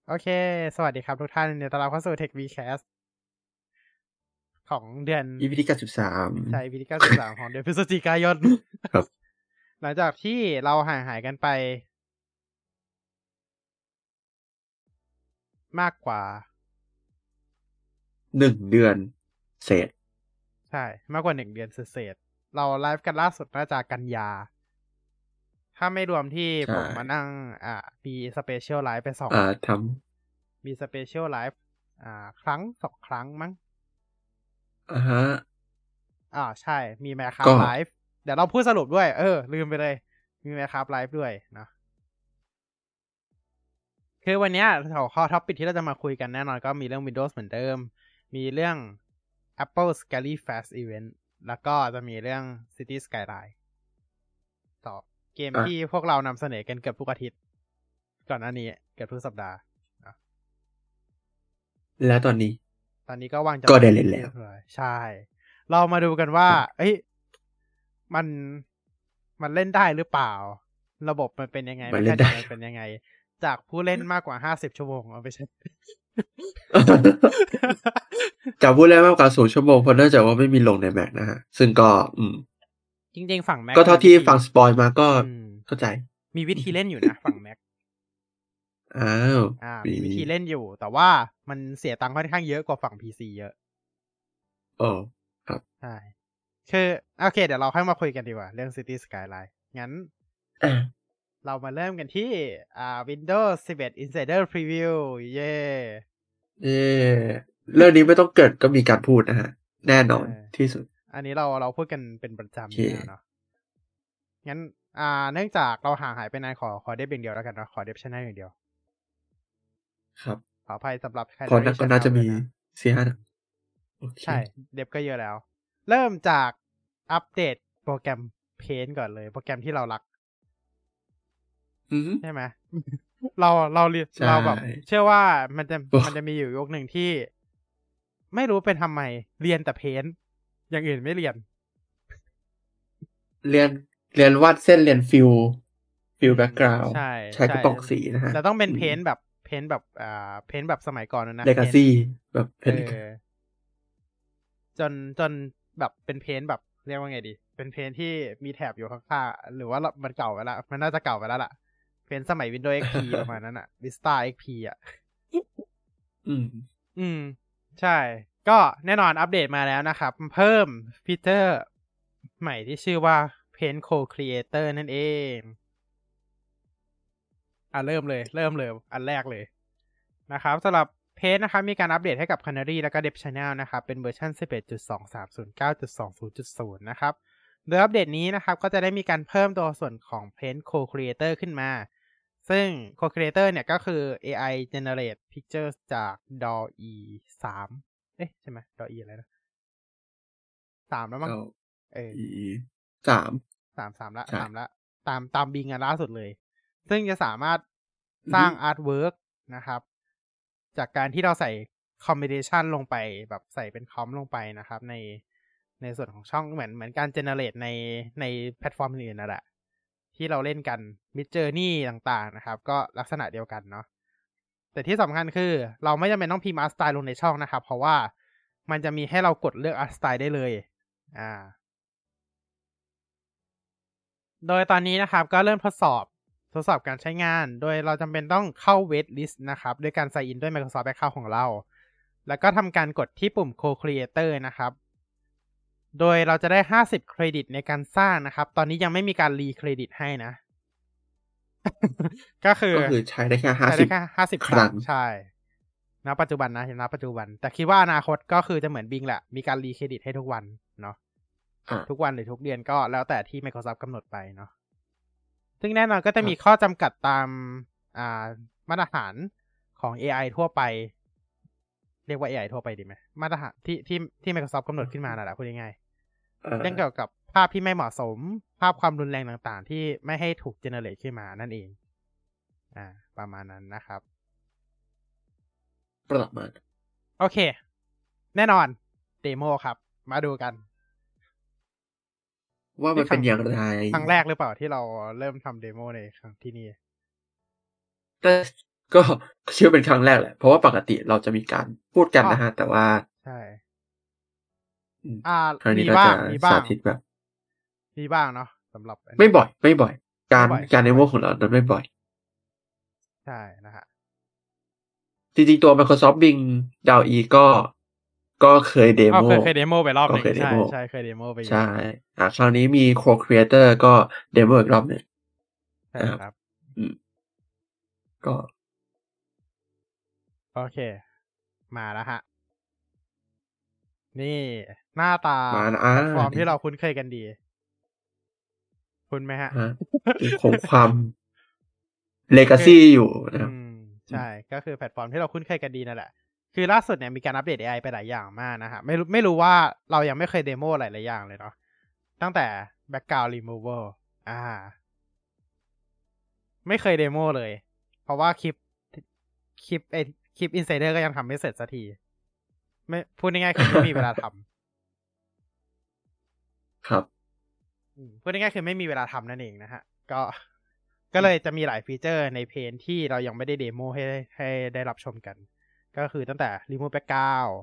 โอเค สวัสดีครับทุกท่านยินดีต้อนรับเข้าสู่ Tech Vcast ของเดือน EP ที่93 ใช่ EP ที่93ของเดือนพฤศจิกายนครับหลังจากที่เราห่างหายกันไปมากกว่า 1 เดือนเศษใช่ มากกว่า1 เดือนเศษๆเราไลฟ์กันล่าสุดน่าจะกันยา ถ้าไม่รวมที่ใช่ผมมานั่งมีสเปเชียลไลฟ์ไปทมีสเปเชียลไลฟ์ครั้ง2 ครั้งมั้งฮะใช่ มีก็ Minecraft Live เดี๋ยวเราพูดสรุปด้วย ลืมไปเลย มี Minecraft Live ด้วยเนาะ คือวันเนี้ยหัวข้อท็อปิกที่เราจะมาคุยกันแน่นอนก็มีเรื่อง Windows เหมือนเดิม มีเรื่อง Apple Scary Fast Event แล้วก็จะมีเรื่อง City Skyline ต่อเกมที่พวกเรานำเสนอกันเกือบทุกอาทิตย์ ก่อนหน้านี้เกือบทุกสัปดาห์นะแล้วตอนนี้ก็วางจะก็ได้เล่นแล้วใช่ เรามาดูกันว่า เอ้ยมันเล่นได้หรือเปล่า ระบบมันเป็นยังไงมันเล่นได้มันเป็นยังไง จากผู้เล่นมากกว่า50 ชั่วโมงเอาไปใช้จะพูดแล้วมากกว่า0 ชั่วโมงเพราะเนื่องจากว่าไม่มีลงใน Mac นะฮะ ซึ่งก็จริงๆฝั่ง Mac ก็เท่าที่ฟังสปอยมาก็เข้าใจมีวิธีเล่นอยู่นะ ฝั่ง Mac อ้าวมีวิธีเล่นอยู่ แต่ว่ามันเสียตังค์ค่อนข้างเยอะกว่าฝั่ง PC เยอะโอ้ครับใช่ คือโอเค เดี๋ยวเราค่อยมาคุยกันดีกว่าเรื่อง City Skyline งั้นเรามาเริ่มกันที่Windows 11 Insider Preview เย้เรื่องนี้ไม่ต้องเกิดก็มีการพูดนะฮะ แน่นอนที่สุดอันนี้เราพูดกันเป็นประจำอยู่แล้วเนาะงั้นเนื่องจากเราห่างหายไปนานขอเดฟอย่างเดียวแล้วกันเนาะขอเดฟชแนลอย่างเดียวครับขออภัยสำหรับใครเพราะก็น่าจะมี4-5 ใช่เดฟก็เยอะแล้วเริ่มจากอัปเดตโปรแกรม Paint ก่อนเลยโปรแกรมที่เรารักใช่ไหม เราแบบเชื่อว่ามันจะมีอยู่ยุคหนึ่งที่ไม่รู้เป็นทำไมเรียนแต่ Paint อย่างอื่นไม่เรียนเรียนวาดเส้นเรียนฟิลแบ็กกราวด์ใช้กระป๋องสีนะฮะแต่ต้องเป็นเพ้นแบบเพ้นแบบสมัยก่อนนะ Legacy แบบเพ้นจนแบบเป็นเพ้นแบบเรียกว่าไงดีเป็นเพ้นที่มีแถบอยู่ข้างๆหรือว่ามันเก่าไปแล้วมันน่าจะเก่าไปแล้วล่ะเพ้นสมัย Windows XP ประมาณนั้นอะ Vista XP อะใช่ ก็แน่นอนอัปเดตมาแล้วนะครับเพิ่มฟีเจอร์ใหม่ที่ชื่อว่า Paint Co-Creator นั่นเองเริ่มเลยอันแรกเลยนะครับสำหรับ Paint นะครับมีการอัปเดตให้กับ Canary แล้วก็ Dev Channel นะครับเป็นเวอร์ชัน 11.2309.20.0 นะครับโดยอัปเดตนี้นะครับก็จะได้มีการเพิ่มตัวส่วนของ Paint Co-Creator ขึ้นมาซึ่ง Co-Creator เนี่ยก็คือ AI generate pictures จาก DALL-E 3ใช่ไหม DALL-E อะไรนะ3แล้วมั้ง3ละตามบิงล่าสุดเลยซึ่งจะสามารถสร้างอาร์ตเวิร์กนะครับจากการที่เราใส่คอมบิเนชันลงไปแบบใส่เป็นคอมลงไปนะครับในส่วนของช่องเหมือนการเจเนเรตในแพลตฟอร์มอื่นนั่นแหละที่เราเล่นกัน Midjourney ต่างๆนะครับก็ลักษณะเดียวกันเนาะแต่ที่สำคัญคือเราไม่จำเป็นต้องพิมพ์อาร์ตสไตล์ลงในช่องนะครับเพราะว่ามันจะมีให้เรากดเลือกอาร์ตสไตล์ได้เลยโดยตอนนี้นะครับก็เริ่มทดสอบการใช้งานโดยเราจำเป็นต้องเข้า wait list นะครับด้วยการ sign in ด้วย Microsoft Account ของเราแล้วก็ทำการกดที่ปุ่ม Co-Creator นะครับโดยเราจะได้50เครดิตในการสร้างนะครับตอนนี้ยังไม่มีการรีเครดิตให้นะ ก็คือใช้ได้แค่ 50ครั้งใช่ณปัจจุบันแต่คิดว่าอนาคตก็คือจะเหมือนบิงแหละมีการรีเครดิตให้ทุกวันเนาะทุกวันหรือทุกเดือนก็แล้วแต่ที่ Microsoft กำหนดไปเนาะซึ่งแน่นอนก็จะมีข้อจำกัดตามมาตรฐานของ AI ทั่วไปเรียกว่า AI ทั่วไปดีไหมมาตรฐานที่ Microsoft กำหนดขึ้นมานั่นแหละพูดง่ายๆเรื่องเกี่ยวกับภาพที่ไม่เหมาะสมภาพความรุนแรงต่างๆที่ไม่ให้ถูกเจเนเรตขึ้นมานั่นเองประมาณนั้นนะครับประมาณโอเคแน่นอนเดโมครับมาดูกันว่ามันเป็นอย่างไรครั้งแรกหรือเปล่าที่เราเริ่มทำเดโมในครั้งที่นี่ก็คิดว่าเป็นครั้งแรกแหละเพราะว่าปกติเราจะมีการพูดกันนะฮะแต่ว่าใช่ครั้งนี้เราจะสาธิตแบบมีบ้างเนาะสำหรับไม่บ่อยการเดโมของเรานั้นไม่บ่อยใช่นะฮะจริงๆตัว Microsoft Bing DALL-E ก็เคยเดโมเคยเดโมไปรอบนึงใช่เคยเดโมไปใช่คราวนี้มี Co-Creator ก็เดโมอีกรอบนึงใช่ครับก็โอเคมาแล้วฮะนี่หน้าตาแพลตฟอร์มที่เราคุ้นเคยกันดีคุ้นไหมฮะคงความ Legacy อยู่นะครับใช่ก็คือแพลตฟอร์มที่เราคุ้นเคยกันดีนั่นแหละคือล่าสุดเนี่ยมีการอัปเดต AI ไปหลายอย่างมากนะฮะไม่รู้ว่าเรายังไม่เคยเดโมหลายอย่างเลยเนาะตั้งแต่ background removal ไม่เคยเดโมเลยเพราะว่าคลิป Insider ก็ยังทำไม่เสร็จสักทีไม่พูดง่ายๆคือไม่มีเวลาทำครับพูดง่ายๆคือไม่มีเวลาทำนั่นเองนะฮะก็เลยจะมีหลายฟีเจอร์ในเพนที่เรายังไม่ได้เดโมให้ได้รับชมกันก็คือตั้งแต่ remove background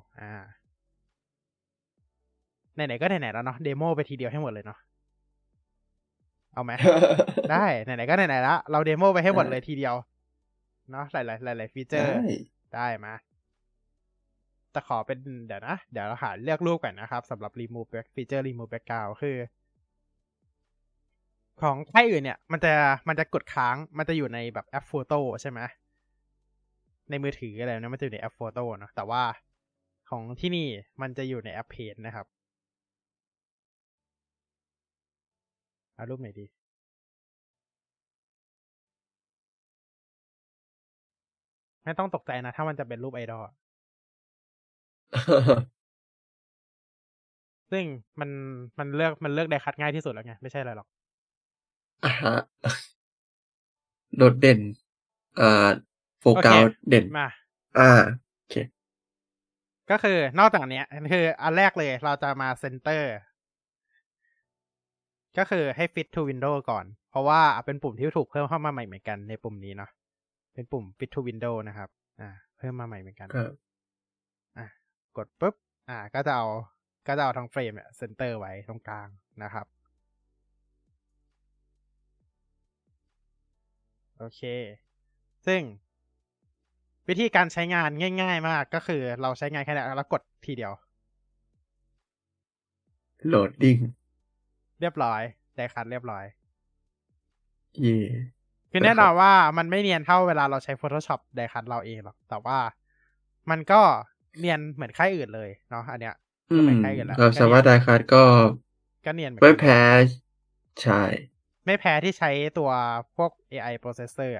ไหนๆก็ไหนๆแล้วเนาะเดโมไปทีเดียวให้หมดเลยเนาะเอาไหม ได้ไหนๆก็ไหนๆแล้วเราเดโมไปให้หมดเลยทีเดียวเนาะหลายฟีเจอร์ได้มาแต่ขอเป็นเดี๋ยวเราหาเลือกรูปกันนะครับสำหรับ removeฟีเจอร์ remove background คือของค่ายอื่นเนี่ยมันจะกดค้างมันจะอยู่ในแบบแอปโฟโต้ใช่ไหมในมือถืออะไรนะมันจะอยู่ในแอปโฟโต้เนาะแต่ว่าของที่นี่มันจะอยู่ในแอปเพจนะครับเอารูปไหนดีไม่ต้องตกใจนะถ้ามันจะเป็นรูปไอดอลซึ่งมันเลือกไดคัทง่ายที่สุดแล้วไงไม่ใช่อะไรหรอกโดดเด่นโฟกัสเด่นมาโอเคก็คือนอกจากเนี้ยคืออันแรกเลยเราจะมาเซนเตอร์ก็คือให้ fit to window ก่อนเพราะว่าเป็นปุ่มที่ถูกเพิ่มเข้ามาใหม่เหมือนกันในปุ่มนี้เนาะเป็นปุ่ม fit to window นะครับเพิ่มมาใหม่เหมือนกันกดปุ๊บก็จะเอาทั้งเฟรมเนี่ยเซนเตอร์ไว้ตรงกลางนะครับโอเคซึ่งวิธีการใช้งานง่ายๆมากก็คือเราใช้งานแค่นี้แล้วกดทีเดียวโหลดดิ้งเรียบร้อยได้คัดเรียบร้อย yeah. คือแน่นอนว่ามันไม่เนียนเท่าเวลาเราใช้ Photoshop ได้คัดเราเองหรอกแต่ว่ามันก็เนียนเหมือนค่ายอื่นเลยเนาะอันเนี้ยก็เหมือนค่ายอื่นแล้วเราสามารถได้คัดก็เนียนเหมือนไม่แพ้ใช่ไม่แพ้ที่ใช้ตัวพวก AI processor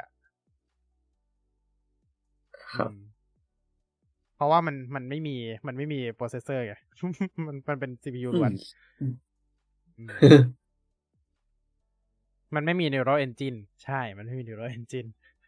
ครับเพราะว่ามันไม่มีโปรเซสเซอร์ไง มันเป็น CPU ล้วนมันไม่มี Neural Engine ใช่มันไม่มี Neural Engine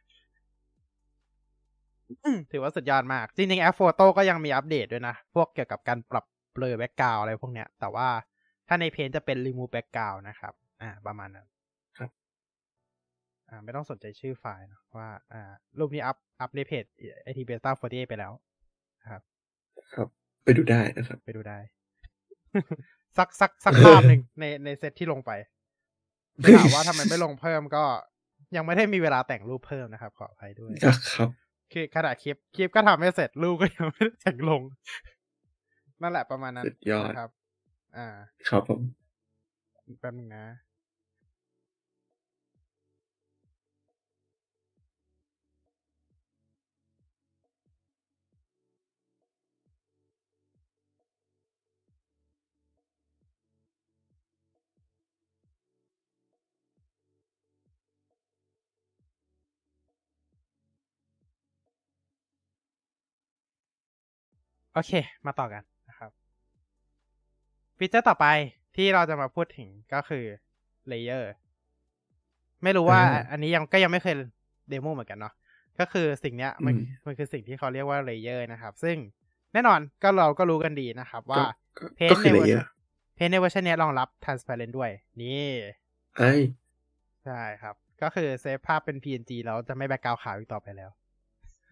ถือว่าสุดยอดมากจริงๆแอปโฟโต้ก็ยังมีอัปเดตด้วยนะพวกเกี่ยวกับการปรับเบลอแบ็คกราวด์อะไรพวกเนี้ยแต่ว่าถ้าในเพนจะเป็น remove background นะครับประมาณนั้นครับไม่ต้องสนใจชื่อไฟล์นะว่ารูปนี้อัพในเพจ IT Beta 48ไปแล้วครับไปดูได้นะครับไปดูได้ สักภาพหนึ่งในเซตที่ลงไปถามว่าทำไมไม่ลงเพิ่มก็ยังไม่ได้มีเวลาแต่งรูปเพิ่มนะครับขออภัยด้วยครับคือขนาดคลิปก็ทำไม่เสร็จรูปก็ยังไม่ได้แต่งลงนั่นแหละประมาณนั้นนะครับครับผมแป๊บนึงนะโอเคมาต่อกันนะครับฟีเจอร์ต่อไปที่เราจะมาพูดถึงก็คือเลเยอร์ไม่รู้ว่าอันนี้ยังไม่เคยเดโมเหมือนกันเนาะก็คือสิ่งเนี้ยมันคือสิ่งที่เขาเรียกว่าเลเยอร์นะครับซึ่งแน่นอนก็เราก็รู้กันดีนะครับว่าเพนในเวอร์ชันนี้รองรับ transparent ด้วยนี่ใช่ครับก็คือเซฟภาพเป็น PNG แล้วจะไม่แบ็คกราวด์ขาวอีกต่อไปแล้ว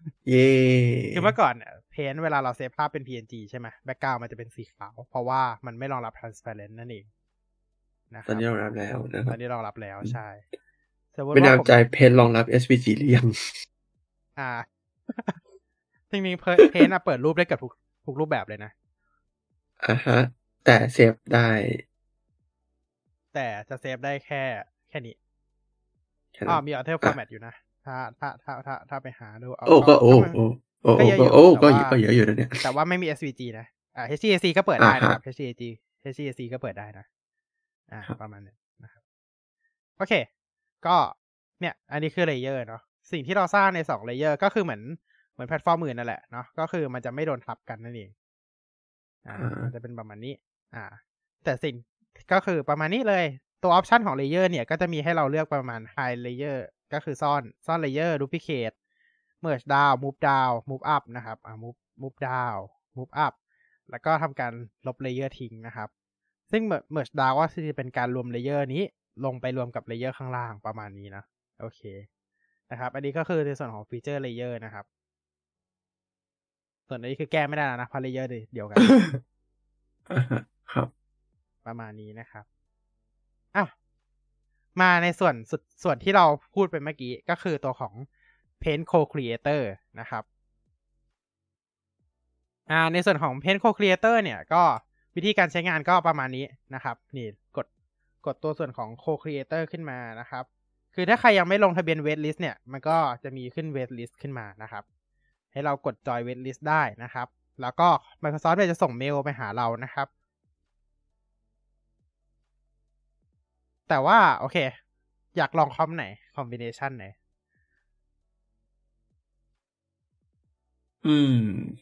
เย่คือเมื่อก่อนเนี่ยเพนเวลาเราเซฟภาพเป็น PNG ใช่ไหมแบ็กกราวด์มันจะเป็นสีขาวเพราะว่ามันไม่รองรับ transparent นั่นเองนะคตอนรับนี้รองรับแล้วนะคตรับอนนี้รองรับแล้วใช่สมมไม่ติว่าผมแน่ใจเพนรองรับ SVG หรือยังอ่า จริงๆเพนเปิดรูปได้กับทุกรูปแบบเลยนะฮะแต่เซฟได้แต่จะเซฟได้แค่นี้แค่นั้นมี author format อยู่นะถ้าไปหาดูโอ้ก็โอ้โอ้โอ้ก็เยอะอยู่โอ้แต่ว่าก็เยอะอยู่นะเนี่ยแต่ว่าไม่มี SVG นะHTAC ก็เปิดได้นะครับ HTAC ก็เปิดได้นะประมาณนี้นะครับโอเคก็เนี่ยอันนี้คือเลเยอร์เนาะสิ่งที่เราสร้างใน2เลเยอร์ก็คือเหมือนแพลตฟอร์มอื่นนั่นแหละเนาะก็คือมันจะไม่โดนทับกันนั่นเองมันจะเป็นประมาณนี้แต่สิ่งก็คือประมาณนี้เลยตัวออปชันของเลเยอร์เนี่ยก็จะมีให้เราเลือกประมาณ high layer ก็คือซ่อนเลเยอร์ duplicate merge down move up นะครับmove down move up แล้วก็ทำการลบเลเยอร์ทิ้งนะครับซึ่ง merge down ก็จะเป็นการรวมเลเยอร์นี้ลงไปรวมกับเลเยอร์ข้างล่างประมาณนี้นะโอเคนะครับอันนี้ก็คือในส่วนของฟีเจอร์เลเยอร์นะครับส่วนอันนี้คือแก้ไม่ได้แล้วนะเพราะเลเยอร์เดียวกันครับประมาณนี้นะครับมาในส่วนที่เราพูดไปเมื่อกี้ก็คือตัวของ Paint Co-Creator นะครับในส่วนของ Paint Co-Creator เนี่ยก็วิธีการใช้งานก็ประมาณนี้นะครับนี่กดตัวส่วนของ Co-Creator ขึ้นมานะครับคือถ้าใครยังไม่ลงทะเบียน Waitlist เนี่ยมันก็จะมีขึ้น Waitlist ขึ้นมานะครับให้เรากดจอย Waitlist ได้นะครับแล้วก็ Microsoft จะส่งเมลไปหาเรานะครับแต่ว่าโอเคอยากลองคอมไหนคอมบิเนชันไหนอืม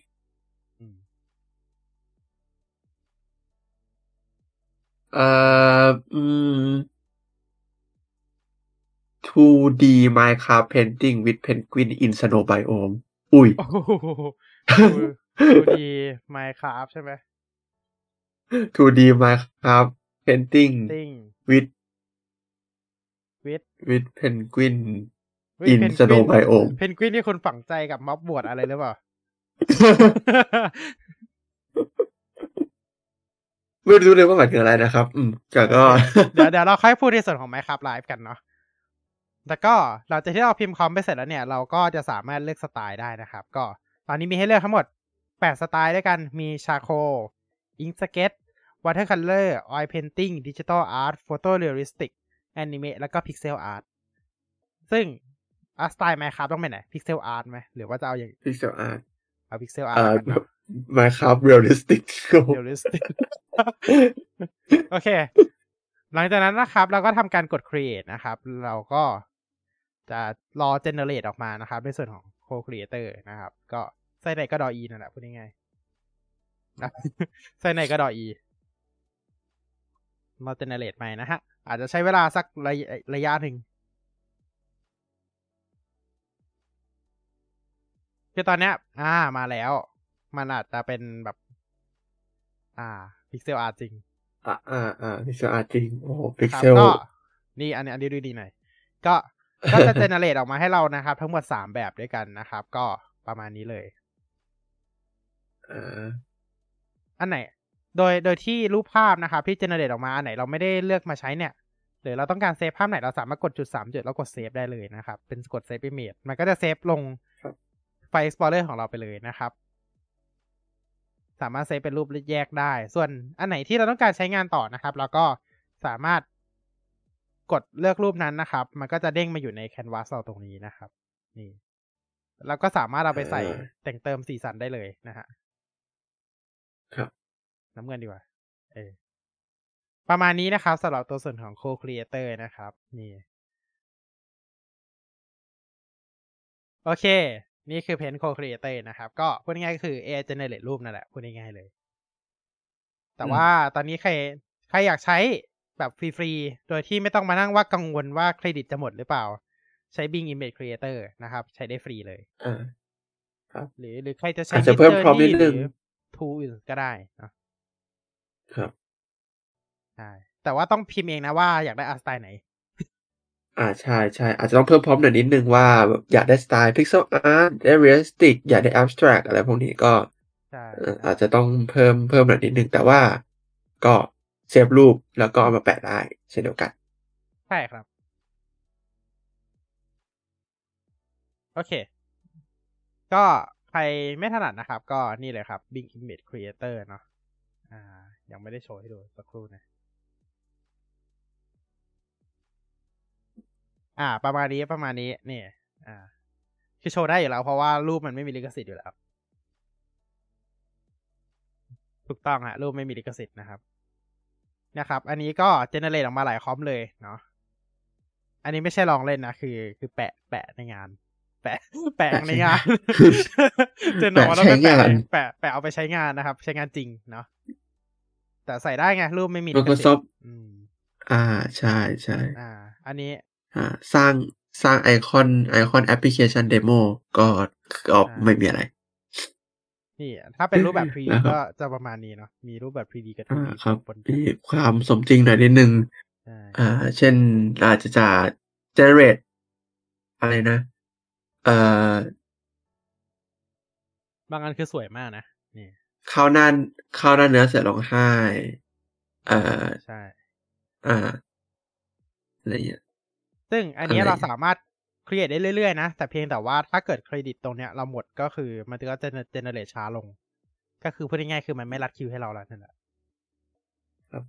อืม 2D Minecraft Painting with Penguin in Snow Biome อุ้ย 2D Minecraft ใช่ไหม 2D Minecraft Painting with Penguin in Snow Biome เพนกวินที่คุณฝังใจกับม็อบบวชอะไรหรือเปล่าไม่รู้เลยว่าหมายถึงอะไรนะครับแต่ก็เดี๋ยวเราค่อยพูดในส่วนของ Minecraft Live กันเนาะแต่ก็หลังจากที่เราพิมพ์คอมไปเสร็จแล้วเนี่ยเราก็จะสามารถเลือกสไตล์ได้นะครับก็ตอนนี้มีให้เลือกทั้งหมด8สไตล์ด้วยกันมี Charcoal Ink Sketch Watercolor Oil Painting Digital Art Photorealistic Anime แล้วก็ Pixel Art ซึ่งสไตล์ Minecraft ต้องเป็นไหน Pixel Art ไหมหรือว่าจะเอาอย่าง Pixel Art เอา Pixel Art แล้วกันเนาะ Minecraft Realistic โอเคหลังจากนั้นนะครับเราก็ทำการกด create นะครับเราก็จะรอ generate ออกมานะครับในส่วนของ co-creator นะครับก็ใส่ไหนก็ดอ e นั่นแหละพูดง่ายๆนะใส่ไหนก็ดอ e มา generate ใหม่นะฮะอาจจะใช้เวลาสักระยะหนึ่งคือตอนเนี้ยมาแล้วมันอาจจะเป็นแบบpixel art จริง Pixel Art จริงโอ้ Pixel ก็นี่อันนี้ดูดีหน่อยก็จะ generate ออกมาให้เรานะครับทั้งหมด3แบบด้วยกันนะครับก็ประมาณนี้เลยอันไหนโดยที่รูปภาพนะครับที่ generate ออกมาอันไหนเราไม่ได้เลือกมาใช้เนี่ยหรือเราต้องการเซฟภาพไหนเราสามารถกดจุด3จุดแล้วกดเซฟได้เลยนะครับเป็นกดเซฟ image มันก็จะเซฟลงไฟล์ Explorer ของเราไปเลยนะครับสามารถเซฟเป็นรูปแยกได้ส่วนอันไหนที่เราต้องการใช้งานต่อนะครับเราก็สามารถกดเลือกรูปนั้นนะครับมันก็จะเด้งมาอยู่ใน Canvas เราตรงนี้นะครับนี่แล้วก็สามารถเอาไปใส่แต่งเติมสีสันได้เลยนะฮะครับน้ำเงินดีกว่าประมาณนี้นะครับสำหรับตัวส่วนของ Co-Creator นะครับนี่โอเคนี่คือ Paint Co-Creator นะครับก็พูดง่ายๆก็คือ AI generate รูปนั่นแหละพูดง่ายๆเลยแต่ว่าตอนนี้ใครอยากใช้แบบฟรีๆโดยที่ไม่ต้องมานั่งว่ากังวลว่าเครดิตจะหมดหรือเปล่าใช้ Bing Image Creator นะครับใช้ได้ฟรีเลยครับหรือใครจะใช้อาจจะเพิ่มพร้อมนิดนึง tool อื่นก็ได้ครับใช่แต่ว่าต้องพิมพ์เองนะว่าอยากได้อาร์ตสไตล์ไหนใช่ใช่อาจจะต้องเพิ่มพร้อมหน่อยนิดนึงว่าแบบอยากได้สไตล์ pixel art ได้ realistic อยากได้ abstract อะไรพวกนี้ก็อาจจะต้องเพิ่มหน่อยนิดนึงแต่ว่าก็เซฟรูปแล้วก็เอามาแปะได้เช่นเดียวกันใช่ครับโอเคก็ใครไม่ถนัดนะครับก็นี่เลยครับ Bing Image Creator เนาะยังไม่ได้โชว์ให้ดูสักครู่นะประมาณนี้นี่คือโชว์ได้อยู่แล้วเพราะว่ารูปมันไม่มีลิขสิทธิ์อยู่แล้วถูกต้องฮะรูปไม่มีลิขสิทธิ์นะครับอันนี้ก็เจเนเรตออกมาหลายคอมเลยเนาะอันนี้ไม่ใช่ลองเล่นนะคือแปะในงาน แปะแปะในงานเจนออกมาแล้วไปแปะเอาไปใช้งานนะครับใช้งานจริงเนาะแต่ใส่ได้ไงรูปไม่มีลิขสิทธิ์ใช่ใช่อันนี้สร้างไอคอนแอปพลิเคชันเดโมก็ไม่มีอะไรนี่ถ้าเป็นรูปแบบ 3D ก็จะประมาณนี้เนาะมีรูปแบบ 3D กับ 2D ครับปนมีความสมจริงหน่อยนิดนึงเช่นอาจจะgenerate อะไรนะบางอันคือสวยมากนะนี่เข้าหน้าเนื้อเสือร้องไห้ใช่อะไรอย่างเงี้ยซึ่งอันนี้เราสามารถครีเอทได้เรื่อยๆนะแต่เพียงแต่ว่าถ้าเกิดเครดิตตรงเนี้ยเราหมดก็คือมันก็จะเจเนเรตช้าลงก็คือพูดง่ายๆคือมันไม่รัดคิวให้เราแล้วนั่นแหละครับ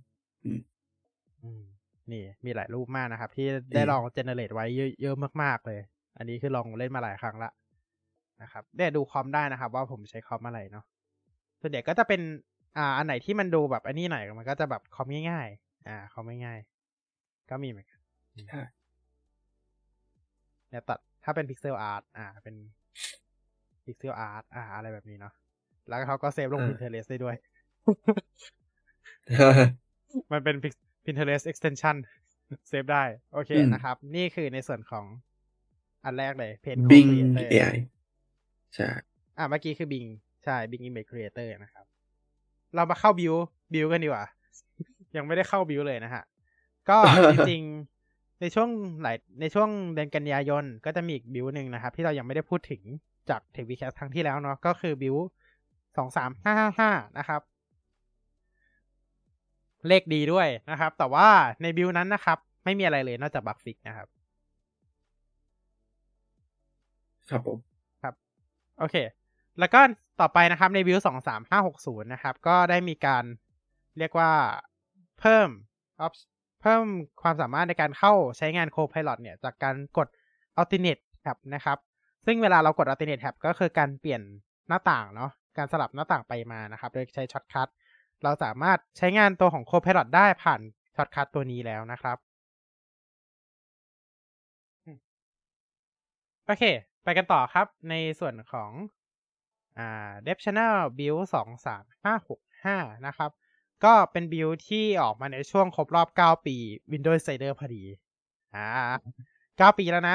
นี่มีหลายรูปมากนะครับที่ได้ลองเจเนเรตไว้เยอะมากๆเลยอันนี้คือลองเล่นมาหลายครั้งละนะครับได้ดูคอมได้นะครับว่าผมใช้คอมอะไรเนาะส่วนใหญ่ก็จะเป็นอันไหนที่มันดูแบบอันนี้หน่อยมันก็จะแบบคอมง่ายๆคอมง่ายๆก็มีเหมือนกันเนี่ยตัดถ้าเป็นพิกเซลอาร์ตเป็นพิกเซลอาร์ตอะไรแบบนี้เนาะแล้วเขาก็เซฟลง Pinterest ได้ด้วย มันเป็น Pinterest extension เซฟได้โอเคนะครับนี่คือในส่วนของอันแรกเลย Paint Bing Creator AI ใช่เมื่อกี้คือ Bing ใช่ Bing Image Creator นะครับเรามาเข้า build กันดีกว่า ยังไม่ได้เข้า build เลยนะฮะก็จริงๆในช่วงเดือนกันยายนก็จะมีอีก build หนึ่งนะครับที่เรายังไม่ได้พูดถึงจาก TechVcast ครั้งที่แล้วเนาะก็คือ build 23555นะครับเลขดีด้วยนะครับแต่ว่าใน build นั้นนะครับไม่มีอะไรเลยนอกจากบั๊กฟิกนะครับครับผมครับโอเคแล้วก็ต่อไปนะครับใน build 23560นะครับก็ได้มีการเรียกว่าเพิ่มความสามารถในการเข้าใช้งาน Copilot เนี่ยจากการกด Alternate Tab นะครับซึ่งเวลาเรากด Alternate Tab ก็คือการเปลี่ยนหน้าต่างเนาะการสลับหน้าต่างไปมานะครับโดยใช้ช็อตคัทเราสามารถใช้งานตัวของ Copilot ได้ผ่านช็อตคัทตัวนี้แล้วนะครับโอเคไปกันต่อครับในส่วนของDev Channel Build 23565นะครับก็เป็น build ที่ออกมาในช่วงครบรอบ9ปี Windows Insider พอดี9ปีแล้วนะ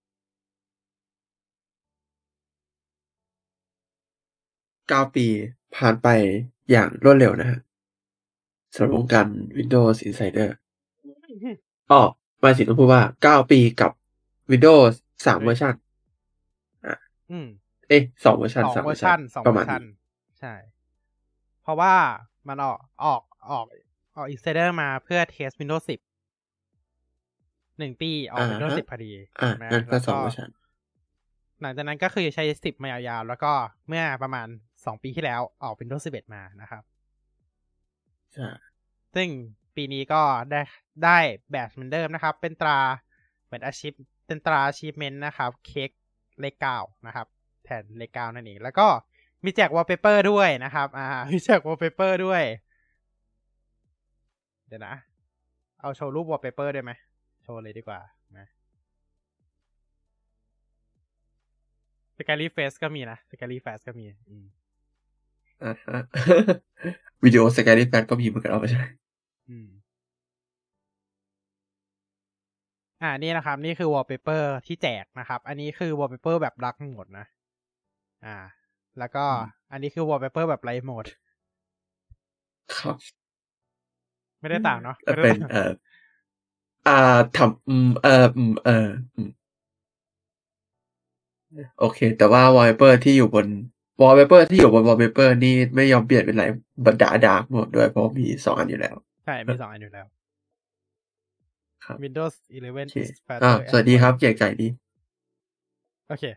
9 ปีผ่านไปอย่างรวดเร็วนะฮะสำหรับวงการ Windows Insider หมายถึงต้องพูดว่า9 ปีกับ Windows 3 เวอร์ชัน2 เวอร์ชัน3 เวอร์ชันประมาณนี้ใช่เพราะว่ามันออก Insider มาเพื่อเทส Windows 10 1 ปีออก Windows 10 พอดีนั่นก็2 เวอร์ชันหลังจากนั้นก็คือใช้10มายาวๆแล้วก็เมื่อประมาณ2 ปีที่แล้วออก Windows 11 มานะครับใช่ซึ่งปีนี้ก็ได้แบบเหมือนเดิมนะครับเป็นตราเหมือนเป็นตรา achievement นะครับเค้กเลข9นะครับแทนเลข9นั่นเองแล้วก็มีแจก wallpaper ด้วยนะครับมีแจก wallpaper ด้วยเดี๋ยวนะเอาโชว์รูป wallpaper ด้วยไหมโชว์เลยดีกว่านะScary Face ก็มีนะ Scary Face ก็มีวิดีโอ Scary Face ก็มีเหมือนกันเอาไปใช่นี่นะครับนี่คือ wallpaper ที่แจกนะครับอันนี้คือ wallpaper แบบรักหมดนะแล้วก็อันนี้คือ wallpaper แบบไลท์โหมดครับไม่ได้ต่างเนาะเป็นทำโอเค แต่ว่าวอลเปเปอร์ที่อยู่บนวอลเปเปอร์นี่ไม่ยอมเปลี่ยนเป็นไรบัดดาร์กหมดด้วยเพราะมี2 อันอยู่แล้วใช่มี2 อันอยู่แล้วครับ Windows 11 is ส faster วัสดีครับเกียรติใจดีโอเค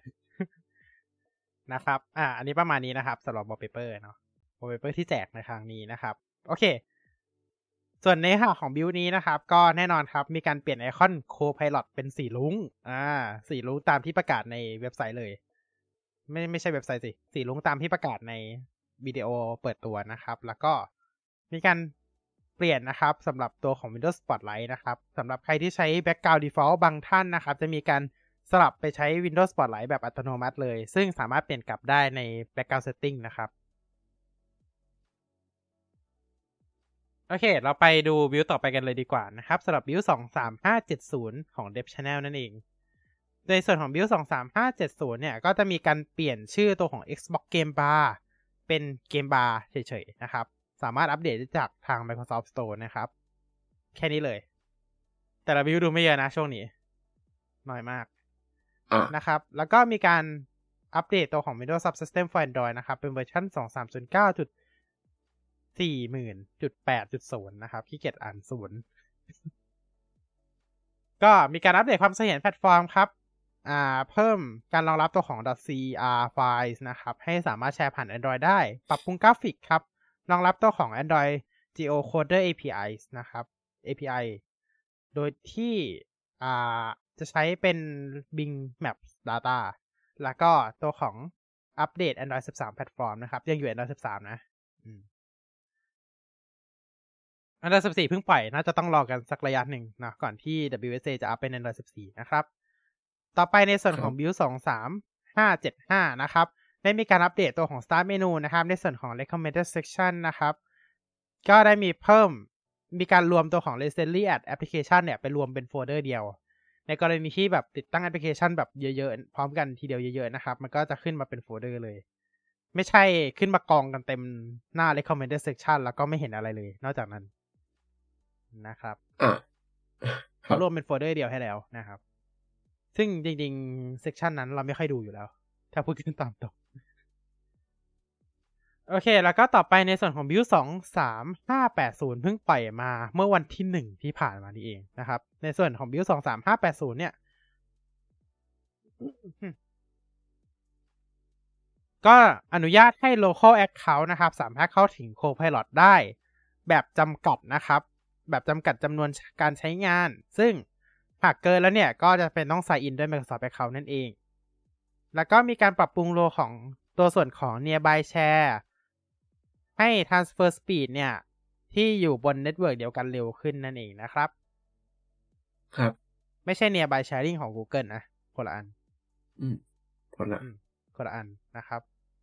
นะครับอันนี้ประมาณนี้นะครับสำหรับ wallpaper เนาะ wallpaper ที่แจกในครั้งนี้นะครับโอเคส่วนในหาของบิลนี้นะครับก็แน่นอนครับมีการเปลี่ยนไอคอน Copilot เป็นสีรุ้งสีรุ้งตามที่ประกาศในเว็บไซต์เลยไม่ใช่เว็บไซต์สิสีรุ้งตามที่ประกาศในวิดีโอเปิดตัวนะครับแล้วก็มีการเปลี่ยนนะครับสำหรับตัวของ Windows Spotlight นะครับสำหรับใครที่ใช้ Background Default บางท่านนะครับจะมีการสลับไปใช้ Windows Spotlight แบบอัตโนมัติเลยซึ่งสามารถเปลี่ยนกลับได้ใน Background Setting นะครับโอเคเราไปดูบิลต่อไปกันเลยดีกว่านะครับสำหรับบิล23570ของ Dev Channel นั่นเองในส่วนของบิล23570เนี่ยก็จะมีการเปลี่ยนชื่อตัวของ Xbox Game Bar เป็น Game Bar เฉยๆนะครับสามารถอัปเดตได้จากทาง Microsoft Store นะครับแค่นี้เลยแต่ละบิลดูไม่เยอะนะช่วงนี้น้อยมากนะครับแล้วก็มีการอัปเดตตัวของ Windows Subsystem for Android นะครับเป็นเวอร์ชัน 230.40.8.0 นะครับขี้เกียจอ่าน0ก็มีการอัปเดตความเสถียรแพลตฟอร์มครับเพิ่มการรองรับตัวของ .car files นะครับให้สามารถแชร์ผ่าน Android ได้ปรับปรุงกราฟิกครับรองรับตัวของ Android Geocoder API นะครับ API โดยที่จะใช้เป็น Bing Maps Data แล้วก็ตัวของอัปเดต Android 13 แพลตฟอร์มนะครับยังอยู่ Android 13 นะAndroid 14 เพิ่งปล่อยน่าจะต้องรอกันสักระยะหนึ่งนะก่อนที่ WSA จะอัปเป็น Android 14 นะครับต่อไปในส่วนของ Build 23575 นะครับได้มีการอัปเดตตัวของ Start Menu นะครับในส่วนของ Recommended Section นะครับก็ได้มีการรวมตัวของ Recently Add Application เนี่ยไปรวมเป็นโฟลเดอร์เดียวในกรณีที่แบบติดตั้งแอปพลิเคชันแบบเยอะๆพร้อมกันทีเดียวเยอะๆนะครับมันก็จะขึ้นมาเป็นโฟลเดอร์เลยไม่ใช่ขึ้นมากองกันเต็มหน้า Recommended Section แล้วก็ไม่เห็นอะไรเลยนอกจากนั้นนะครับเขารวมเป็นโฟลเดอร์เดียวให้แล้วนะครับซึ่งจริงๆเซกชันนั้นเราไม่ค่อยดูอยู่แล้วถ้าพูดกันตามตรงโอเคแล้วก็ต่อไปในส่วนของ Build 23580 เพิ่งปล่อยมาเมื่อวันที่1ที่ผ่านมานี่เองนะครับในส่วนของ Build 23580 เนี่ยก็อนุญาตให้ local account นะครับสามารถเข้าถึง Copilot ได้แบบจำกัดนะครับแบบจำกัดจำนวนการใช้งานซึ่งหากเกินแล้วเนี่ยก็จะเป็นต้อง sign in ด้วย Microsoft Account นั่นเองแล้วก็มีการปรับปรุงโลของตัวส่วนของ Nearby Share ให้ Transfer Speed เนี่ยที่อยู่บนเน็ตเวิร์กเดียวกันเร็วขึ้นนั่นเองนะครับครับไม่ใช่ Nearby Sharing ของ Google นะคนละอันคนละอันนะครับ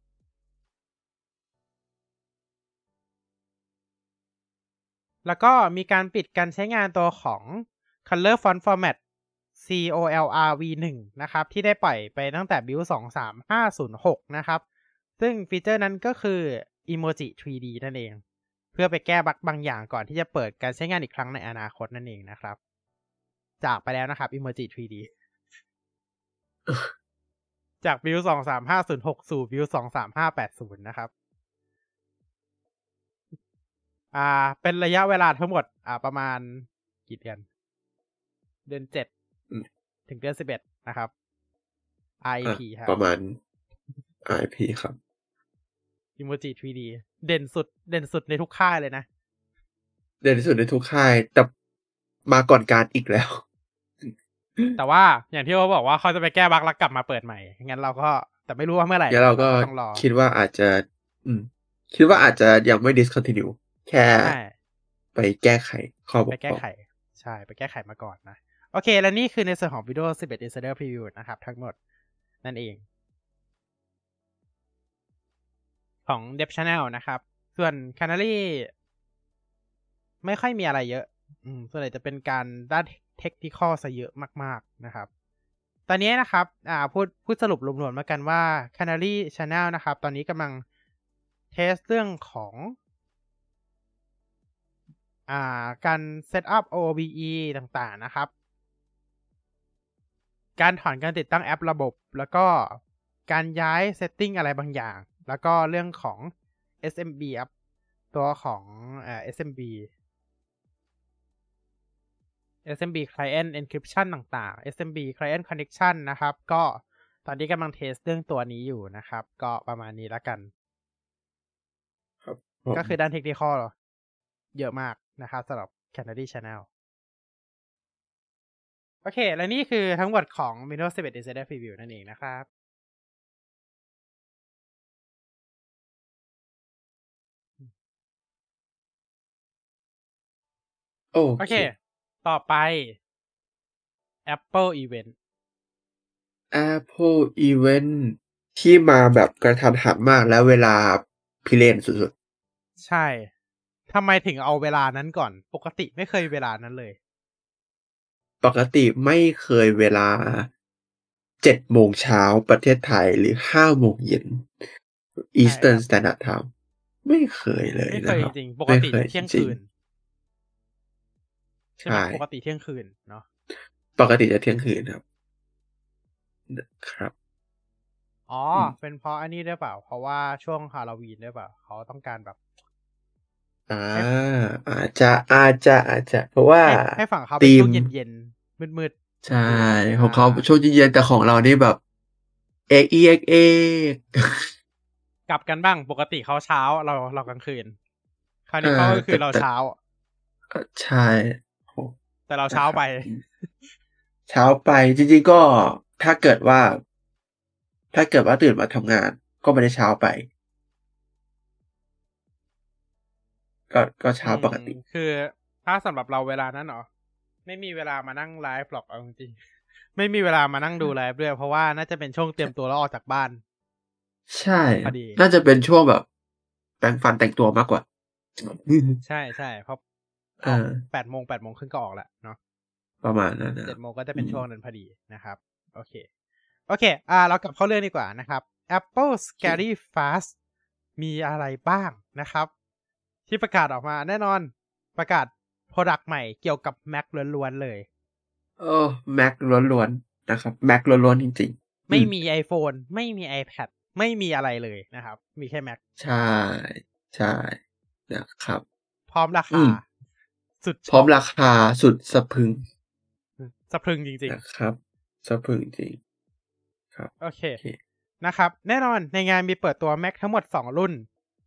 แล้วก็มีการปิดการใช้งานตัวของ Color Font Format COLRV1 นะครับที่ได้ปล่อยไปตั้งแต่ Build 23506 นะครับซึ่งฟีเจอร์นั้นก็คือ Emoji 3D นั่นเองเพื่อไปแก้บั๊กบางอย่างก่อนที่จะเปิดการใช้งานอีกครั้งในอนาคตนั่นเองนะครับจากไปแล้วนะครับ Emoji 3D จาก Build 23506 สู่ Build 23580 นะครับเป็นระยะเวลาทั้งหมดประมาณกี่เดือน7ถึงเดือน11นะครับ RIP ครับประมาณ RIP ครับ Emoji 3D เด่นสุดในทุกค่ายเลยนะเด่นสุดในทุกค่ายแต่มาก่อนการอีกแล้วแต่ว่าอย่างที่เขาบอกว่าเขาจะไปแก้บั๊กแล้วกลับมาเปิดใหม่งั้นเราก็แต่ไม่รู้ว่าเมื่อไหร่เราก็คิดว่าอาจจะยังไม่ discontinue แค่ไปแก้ไขข้อบกพร่องไปแก้ไขใช่ไปแก้ไขมาก่อนนะโอเคและนี่คือในส่วนของ Windows 11 Insider Preview นะครับทั้งหมดนั่นเองของ Dev Channel นะครับส่วน Canary ไม่ค่อยมีอะไรเยอะส่วนใหญ่จะเป็นการด้าน Technical ซะเยอะมากๆนะครับตอนนี้นะครับพูดสรุปรวมๆมากันว่า Canary Channel นะครับตอนนี้กำลังเทสเรื่องของการเซตอัพ OBE ต่างๆนะครับการถอนการติดตั้งแอประบบแล้วก็การย้ายเซตติ้งอะไรบางอย่างแล้วก็เรื่องของ SMB ครับตัวของSMB Client Encryption ต่างๆ SMB Client Connection นะครับก็ตอนนี้กำลังเทสเรื่องตัวนี้อยู่นะครับก็ประมาณนี้แล้วกันครับก็คือด้านเทคนิคอลเยอะมากนะครับสำหรับ Canary Channel โอเคและนี่คือทั้งหมดของ Windows 11 Insider Preview นั่นเองนะครับโอเคต่อไป Apple Event Apple Event ที่มาแบบกระทันหันมากแล้วเวลาพิเรนสุดๆใช่ทำไมถึงเอาเวลานั้นก่อนปกติไม่เคยเวลานั้นเลยปกติไม่เคยเวลา7 โมงเช้าประเทศไทยหรือ5 โมงเย็น Eastern Standard Time ไม่เคยเลยนะครับไม่เคยจริงปกติเที่ยงคืนใช่ปกติเที่ยงคืนเนาะปกติจะเที่ยงคืนครับอ๋อเป็นเพราะอันนี้ด้วยเปล่าเพราะว่าช่วงฮาโลวีนด้วยเปล่าเขาต้องการแบบอาจจะเพราะว่าให้ฝั่งเขาเป็นช่วงเย็นๆมืดๆใช่ของเขาช่วงเย็นๆแต่ของเรานี่แบบเอกกลับกันบ้างปกติเขาเช้าเรากลางคืนคราวนี้เขาก็คือเราเช้าใช่แต่เราเช้าไปจริงๆก็ถ้าเกิดว่าตื่นมาทำงานก็ไม่ได้เช้าไปก็เช้าปกติคือถ้าสำหรับเราเวลานั้นเหรอไม่มีเวลามานั่งไลฟ์หรอกเอาจริงๆไม่มีเวลามานั่งดูไลฟ์ด้วยเพราะว่าน่าจะเป็นช่วงเตรียมตัวแล้วออกจากบ้านใช่น่าจะเป็นช่วงแบบแปรงฟันแต่งตัวมากกว่าใช่เพราะ8 โมงครึ่งก็ออกแล้วเนาะประมาณนั้น 7 โมงก็จะเป็นช่วงนั้นพอดีนะครับโอเคเรากลับเข้าเรื่องดีกว่านะครับ Apple Scary Fast มีอะไรบ้างนะครับที่ประกาศออกมาแน่นอนประกาศ Product ใหม่เกี่ยวกับ Mac ล้วนๆเลย Mac ล้วนๆนะครับ Mac ล้วนๆจริงๆไม่มี iPhone ไม่มี iPad ไม่มีอะไรเลยนะครับมีแค่ Mac ใช่นะครับพร้อมราคาสุดพร้อมราคาสุดสะพรึงจริงๆนะครับสะพรึงจริงครับโอเคนะครับแน่นอนในงานมีเปิดตัว Mac ทั้งหมด2รุ่น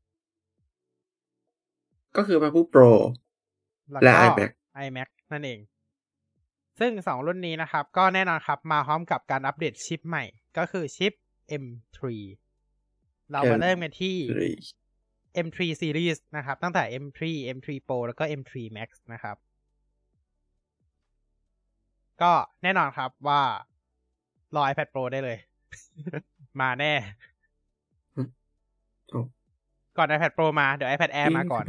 ก็คือ MacBook Pro และ iMac นั่นเองซึ่ง2รุ่นนี้นะครับก็แน่นอนครับมาพร้อมกับการอัปเดตชิปใหม่ก็คือชิป M3 เรามาเริ่มกันที่ M3 Series นะครับตั้งแต่ M3 Pro แล้วก็ M3 Max นะครับก็แน่นอนครับว่ารอ iPad Pro ได้เลย มาแน่ก่อน iPad Pro มาเดี๋ยว iPad Air มาก่อน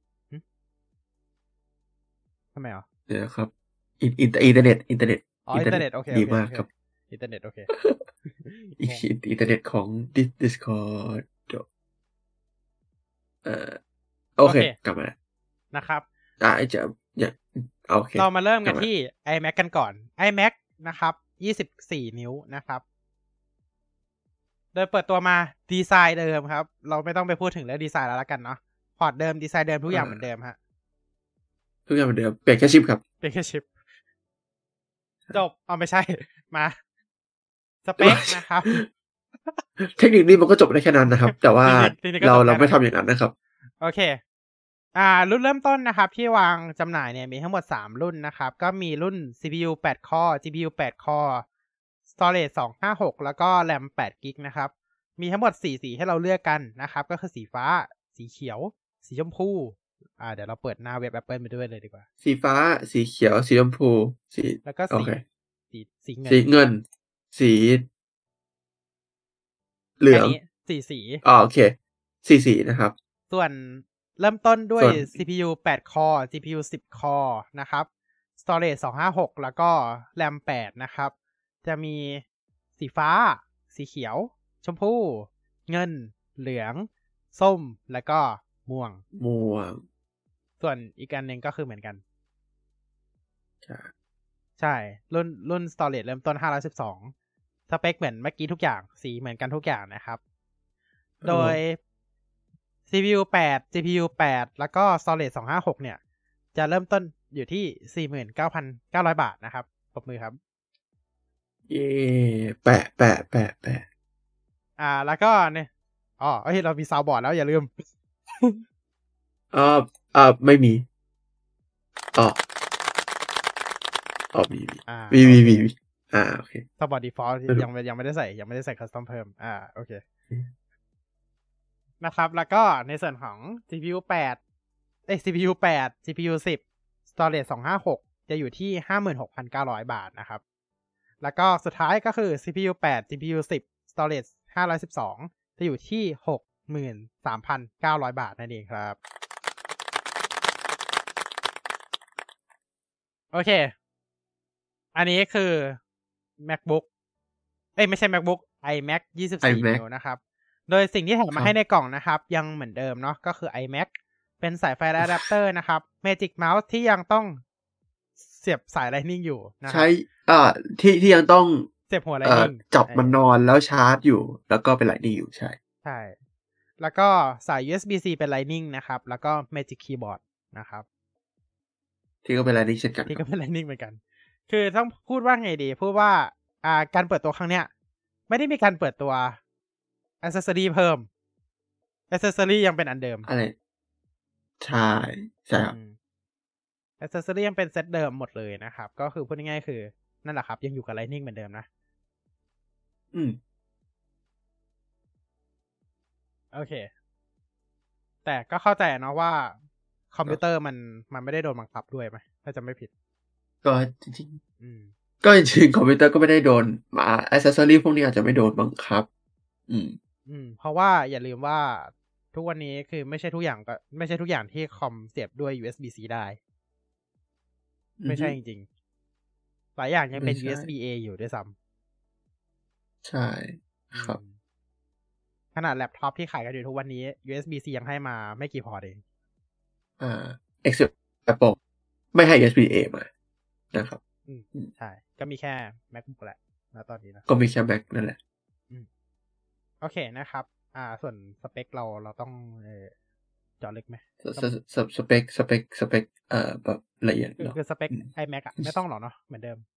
ทำไมอ่ะเดี๋ยวครับอินเทอร์เน็ตอินเทอร์เน็ตโอเคดีมากครับอินเทอร์เน็ตโอเคอินเทอร์เน็ตของ Discord โอเคกลับมานะครับจะอย่างโอเคเรามาเริ่มกันที่ iMac กันก่อน iMac นะครับ24 นิ้วนะครับโดยเปิดตัวมาดีไซน์เดิมครับเราไม่ต้องไปพูดถึงเรื่องดีไซน์แล้วกันเนาะพอร์ตเดิมดีไซน์เดิมทุกอย่างเหมือนเดิมฮะทุกอย่างเหมือนเดิมเปลี่ยนแค่ชิปครับเปลี่ยนแค่ชิปจบไม่ใช่มาสเปคนะครับเทคนิคนี้มันก็จบได้แค่นั้นนะครับแต่ว่าเราไม่ทำอย่างนั้นนะครับโอเครุ่นเริ่มต้นนะครับที่วางจำหน่ายเนี่ยมีทั้งหมด3รุ่นนะครับก็มีรุ่น CPU 8 core GPU 8 core Storage 256แล้วก็ RAM 8 GB นะครับมีทั้งหมด4สีให้เราเลือกกันนะครับก็คือสีฟ้าสีเขียวสีชมพูเดี๋ยวเราเปิดหน้าเว็บ Apple ไปด้วยเลยดีกว่าสีฟ้าสีเขียวสีชมพูสีแล้วก็สีเงินสีเหลืองสีโอเคสีนะครับส่วนเริ่มต้นด้วย CPU 8 core GPU 10 core นะครับ Storage 256แล้วก็ RAM 8นะครับจะมีสีฟ้าสีเขียวชมพูเงินเหลืองส้มแล้วก็ม่วงส่วนอีกอันหนึ่งก็คือเหมือนกันใช่ใช่รุ่น storage เริ่มต้น512สเปคเหมือนเมื่อกี้ทุกอย่างสีเหมือนกันทุกอย่างนะครับโดย CPU 8 GPU 8แล้วก็ storage 256เนี่ยจะเริ่มต้นอยู่ที่ 49,900 บาทนะครับปรบมือครับเย่แปะแล้วก็เนี่ยเฮ้ยเรามีซาวด์บอร์ดแล้วอย่าลืมไม่มีมีโอเคซาวด์บอร์ด default ยังไม่ได้ใส่คัสตอมเพิ่มโอเคนะครับแล้วก็ในส่วนของ CPU 8 GPU 10 storage 256จะอยู่ที่ 56,900 บาทนะครับแล้วก็สุดท้ายก็คือ CPU 8 GPU 10 storage 512จะอยู่ที่ 63,900 บาทนั่นเองครับโอเคอันนี้คือ MacBook ไม่ใช่ MacBook iMac 24 นิ้วนะครับโดยสิ่งที่แถมมาให้ในกล่องนะครับยังเหมือนเดิมเนาะก็คือ iMac เป็นสายไฟอะแดปเตอร์นะครับ Magic Mouse ที่ยังต้องเสียบสาย Lightning อยู่นะครับใช้ที่ยังต้องเสียบหัว Lightning จับมันนอนแล้วชาร์จอยู่แล้วก็เป็น Lightning อยู่ใช่แล้วก็สาย USB-C เป็น Lightning นะครับแล้วก็ Magic Keyboard นะครับที่ก็เป็น Lightning เช่นกันที่ก็เป็น Lightning เหมือนกันคือต้องพูดว่าไงดีพูดว่าการเปิดตัวครั้งเนี้ยไม่ได้มีการเปิดตัว accessory เพิ่ม accessory ยังเป็นอันเดิมอะไรใช่ครับ accessory ยังเป็นเซตเดิมหมดเลยนะครับก็คือพูดง่ายๆคือนั่นแหละครับยังอยู่กับ Lightning เหมือนเดิมนะโอเคแต่ก็เข้าใจเนาะว่าคอมพิวเตอร์มันไม่ได้โดนบังคับด้วยไหมถ้าจะไม่ผิดก็จริงๆก็จริงๆคอมพิวเตอร์ก็ไม่ได้โดนaccessory พวกนี้อาจจะไม่โดนบังคับเพราะว่าอย่าลืมว่าทุกวันนี้คือไม่ใช่ทุกอย่างที่คอมเสียบด้วย USB-C ได้ไม่ใช่จริงๆหลายอย่างยังเป็น USB-A อยู่ด้วยซ้ำใช่ครับขนาดแล็ปท็อปที่ขายกันอยู่ทุกวันนี้ USB-C ยังให้มาไม่กี่พอร์ตเอง except Apple ไม่ให้ USB-A มานะครับใช่ก็มีแค่ MacBook แหละณตอนนี้นะก็มีแค่ Mac นั่นแหละโอเคนะครับส่วนสเปคเราต้องเจาะลึกไหมสเปคแบบละเอียดคือสเปค iMac ไม่ต้องหรอกเนาะเหมือนเดิม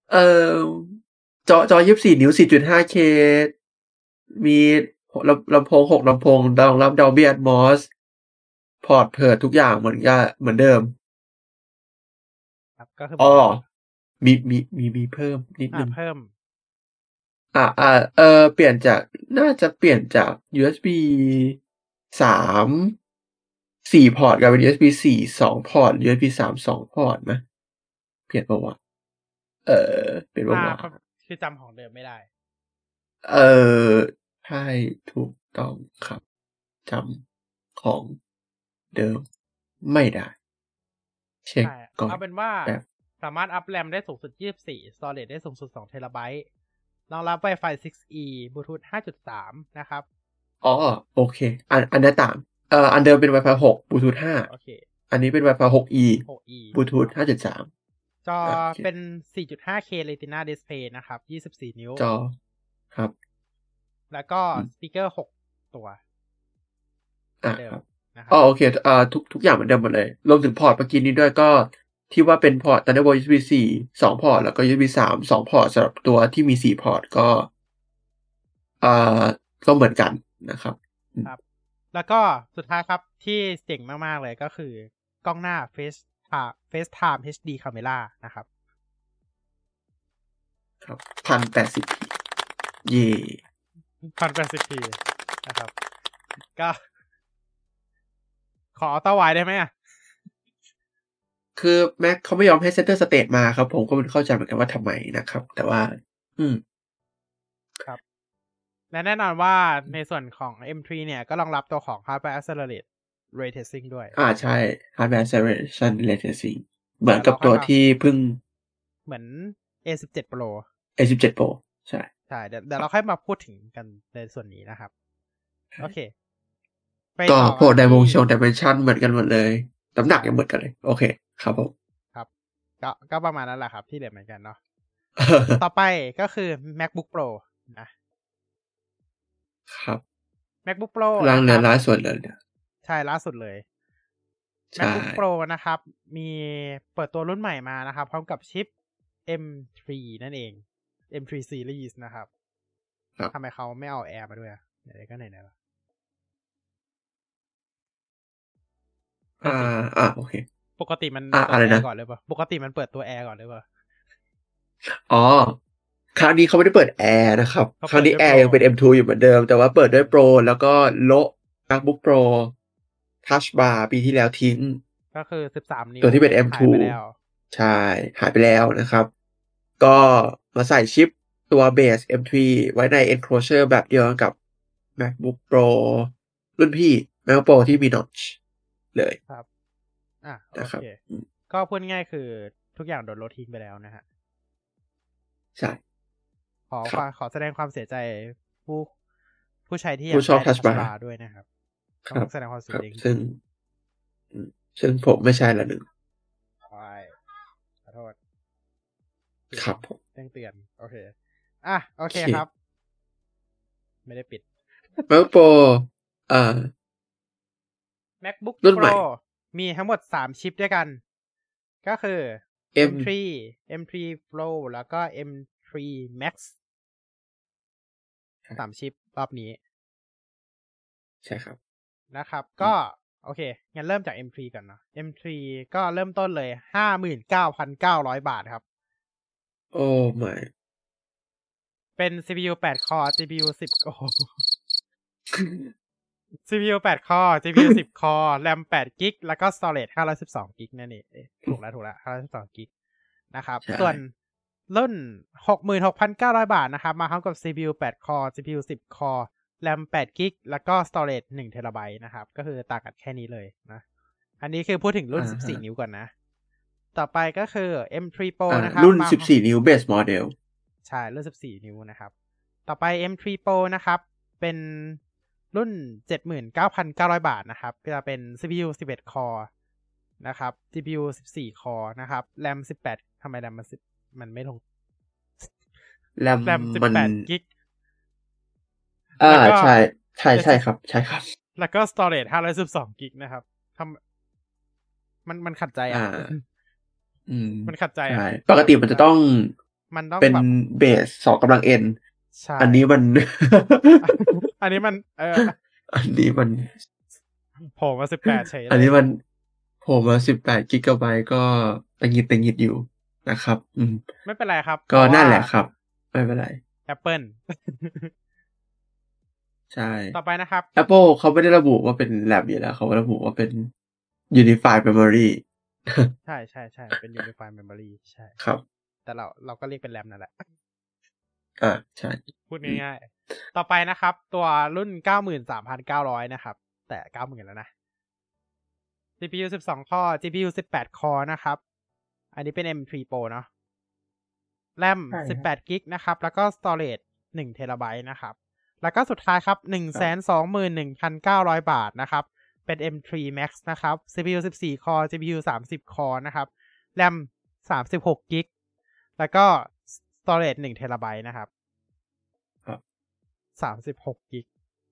จอ24 นิ้ว 4.5K มีลำโพง6ลำโพงรองรับ Dolby Atmos พอร์ตเพิร์ททุกอย่างเหมือนเดิมครับก็คือมีเพิ่มนิดนึงเพิ่มเปลี่ยนจากน่าจะเปลี่ยนจาก USB 3 4 พอร์ตกลายเป็น USB 4 2 พอร์ต USB 3 2 พอร์ตมั้ยเปลี่ยนป่าววะเปลี่ยนป่าววะคือจำของเดิมไม่ได้ใช่ถูกต้องครับจำของเดิมไม่ได้เช็คก่อนเอาเป็นว่าสามารถอัพแรมได้สูงสุด24 storage ได้สูงสุด2 เทราไบต์รองรับ Wi-Fi 6E Bluetooth 5.3 นะครับโอเคอันนั้นต่างอันเดิมเป็น Wi-Fi 6 Bluetooth 5 โอเคอันนี้เป็น Wi-Fi 6E Bluetooth 5.3 จอเป็น 4.5K Retina Display นะครับ24 นิ้วจอครับแล้วก็สปีกเกอร์6 ตัวครับโอเคทุกอย่างเหมือนเดิมหมดเลยรวมถึงพอร์ตเมื่อกี้นี้ด้วยก็ที่ว่าเป็นพอร์ต Thunderbolt USB 4 2 พอร์ตแล้วก็ USB 3 2 พอร์ตสำหรับตัวที่มี4 พอร์ตก็เหมือนกันนะครับครับแล้วก็สุดท้ายครับที่เจ๋งมากๆเลยก็คือกล้องหน้า FaceTime HD Camera นะครับครับ 1080p เย่ 1080p นะครับก็ขออัลตร้าไวด์ได้ไหมคือ Mac เขาไม่ยอมให้ Center Stage มาครับผมก็ไม่เข้าใจเหมือนกันว่าทำไมนะครับแต่ว่าครับและแน่นอนว่าในส่วนของ M3 เนี่ยก็รองรับตัวของ Hardware Accelerate Ray Tracing ด้วยใช่ Hardware Acceleration Ray Tracing เหมือนกับตัวที่เพิ่งเหมือน A17 Pro A17 Pro ใช่เดี๋ยวเราค่อยมาพูดถึงกันในส่วนนี้นะครับโอเคก็พวก Dimension เหมือนกันหมดเลยน้ำหนักยังเหมือนกันเลยโอเคครับผมครับก็ประมาณนั้นแหละครับที่เหลือเหมือนกันเนาะ ต่อไปก็คือ MacBook Pro นะครับ MacBook Pro ล่างเนื้อล่าสุดเลยใช่ล่าสุดเลย MacBook Pro นะครับมีเปิดตัวรุ่นใหม่มานะครับพร้อมกับชิป M3 นั่นเอง M3 Series นะครับทำไมเขาไม่เอา Air มาด้วยไหนก็ไหนละโอเคปกติมันเปิด Air ก่อนเลยป่ะปกติมันเปิดตัว Air ก่อนเลยป่ะอ๋อคราวนี้เขาไม่ได้เปิด Air นะครับคราวนี้ Air ยังเป็น M2 อยู่เหมือนเดิมแต่ว่าเปิดด้วย Pro แล้วก็โละ MacBook Pro Touch Bar ปีที่แล้วทิ้งก็คือ13นิ้วตัวที่เป็น M2 ใช่หายไปแล้วนะครับก็มาใส่ชิปตัวเบส M3 ไว้ใน enclosure แบบเดียวกับ MacBook Pro รุ่นพี่ MacBook Pro ที่มี notch เลยครับโอเคก็พูดง่ายคือทุกอย่างโดนลดทิ้งไปแล้วนะฮะใช่ขอแสดงความเสียใจผู้ใช้ที่อยากได้ Touch Bar ด้วยนะครับต้องแสดงความเสียใจซึ่งผมไม่ใช่ละหนึ่งขอโทษครับผมแจ้งเตือนโอเคโอเคครับไม่ได้ปิด MacBook Pro MacBook Pro มีทั้งหมด3ชิปด้วยกันก็คือ M3 Pro แล้วก็ M3 Max 3ชิปรอบนี้ใช่ครับนะครับก็โอเคงั้นเริ่มจาก M3 ก่อนเนาะ M3 ก็เริ่มต้นเลย 59,900 บาทครับโอ้ไม่เป็น CPU 8 core GPU 10 core CPU 8 core GPU 10 core RAM 8 GB แล้วก็ storage 512 GB นั่นเองถูกแล้ว512 GB นะครับส่วนรุ่น 66,900 บาทนะครับมาพร้อมกับ CPU 8 core GPU 10 core RAM 8 GB แล้วก็ storage 1 TB นะครับก็คือต่างกันแค่นี้เลยนะอันนี้คือพูดถึงรุ่น14นิ้วก่อนนะต่อไปก็คือ M3 Pro นะครับรุ่น14นิ้ว base model ใช่รุ่น14นิ้วนะครับต่อไป M3 Pro นะครับเป็นรุ่น 79,900 บาทนะครับจะเป็น CPU 11 core นะครับ GPU 14 core นะครับ RAM 18ทำไม RAM มันไม่ลง RAM 18 กิกใช่ครับใช่ครับแล้วก็ storage 512 กิกนะครับมันขัดใจมันขัดใจปกติมันจะต้องเป็นเบส2กำลัง n อันนี้มันอันนี้มันโผล่มา18เฉยอันนี้มันโผล่มา18 กิกะไบต์ก็ตังหิดอยู่นะครับไม่เป็นไรครับก็นั่นแหละครับไม่เป็นไร Apple ใช่ต่อไปนะครับ Apple เขาไม่ได้ระบุว่าเป็น RAM อยู่แล้วเขาระบุว่าเป็น Unified Memory ใช่เป็น Unified Memory ใช่ครับแต่เราก็เรียกเป็น RAM นั่นแหละใช่พูดง่ายๆต่อไปนะครับตัวรุ่น 93,900 นะครับแต่ 90,000 แล้วนะ CPU 12 core GPU 18 core นะครับอันนี้เป็น M3 Pro เนาะ RAM 18 GB นะครับแล้วก็ storage 1 TB นะครับแล้วก็สุดท้ายครับ 121,900 บาทนะครับเป็น M3 Max นะครับ CPU 14 core GPU 30 core นะครับ RAM 36 GB แล้วก็ storage 1 TB นะครับ36 GB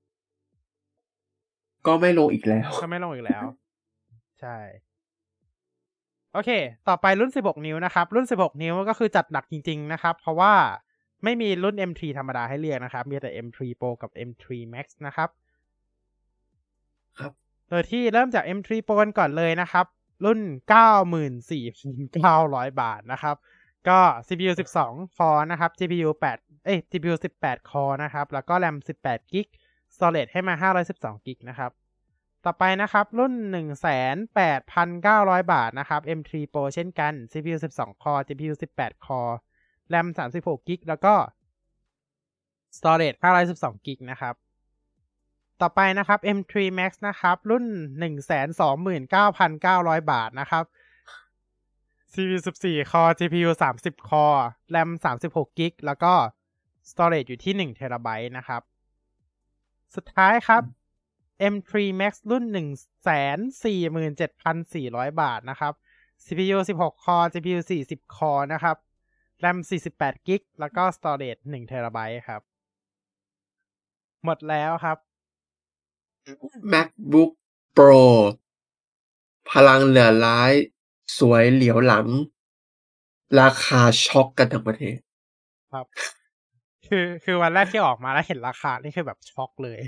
ก็ไม่ลงอีกแล้วใช่โอเคต่อไปรุ่น16นิ้วนะครับรุ่น16นิ้วก็คือจัดหนักจริงๆนะครับเพราะว่าไม่มีรุ่น M3 ธรรมดาให้เลือกนะครับมีแต่ M3 Pro กับ M3 Max นะครับโดยที่เริ่มจาก M3 Pro กันก่อนเลยนะครับรุ่น 94,900 บาทนะครับก็ CPU 12 core นะครับ GPU 18 core นะครับแล้วก็ RAM 18 GB storage ให้มา512 GB นะครับต่อไปนะครับรุ่น 18,900 บาทนะครับ M3 Pro เช่นกัน CPU 12 core GPU 18 core RAM 36 GB แล้วก็ storage 512 GB นะครับต่อไปนะครับ M3 Max นะครับรุ่น 129,900 บาทนะครับ CPU 14 core GPU 30 core RAM 36 GB แล้วก็ storage อยู่ที่1 TB นะครับสุดท้ายครับ M3 Max รุ่น 147,400 บาทนะครับ CPU 16 core GPU 40 core นะครับ RAM 48 GB แล้วก็ storage 1 TB ครับหมดแล้วครับ MacBook Pro พลังเหลือร้ายสวยเหลียวหลังราคาช็อกกันทั้งประเทศครับคือวันแรกที่ออกมาแล้วเห็นราคานี่คือแบบช็อกเลย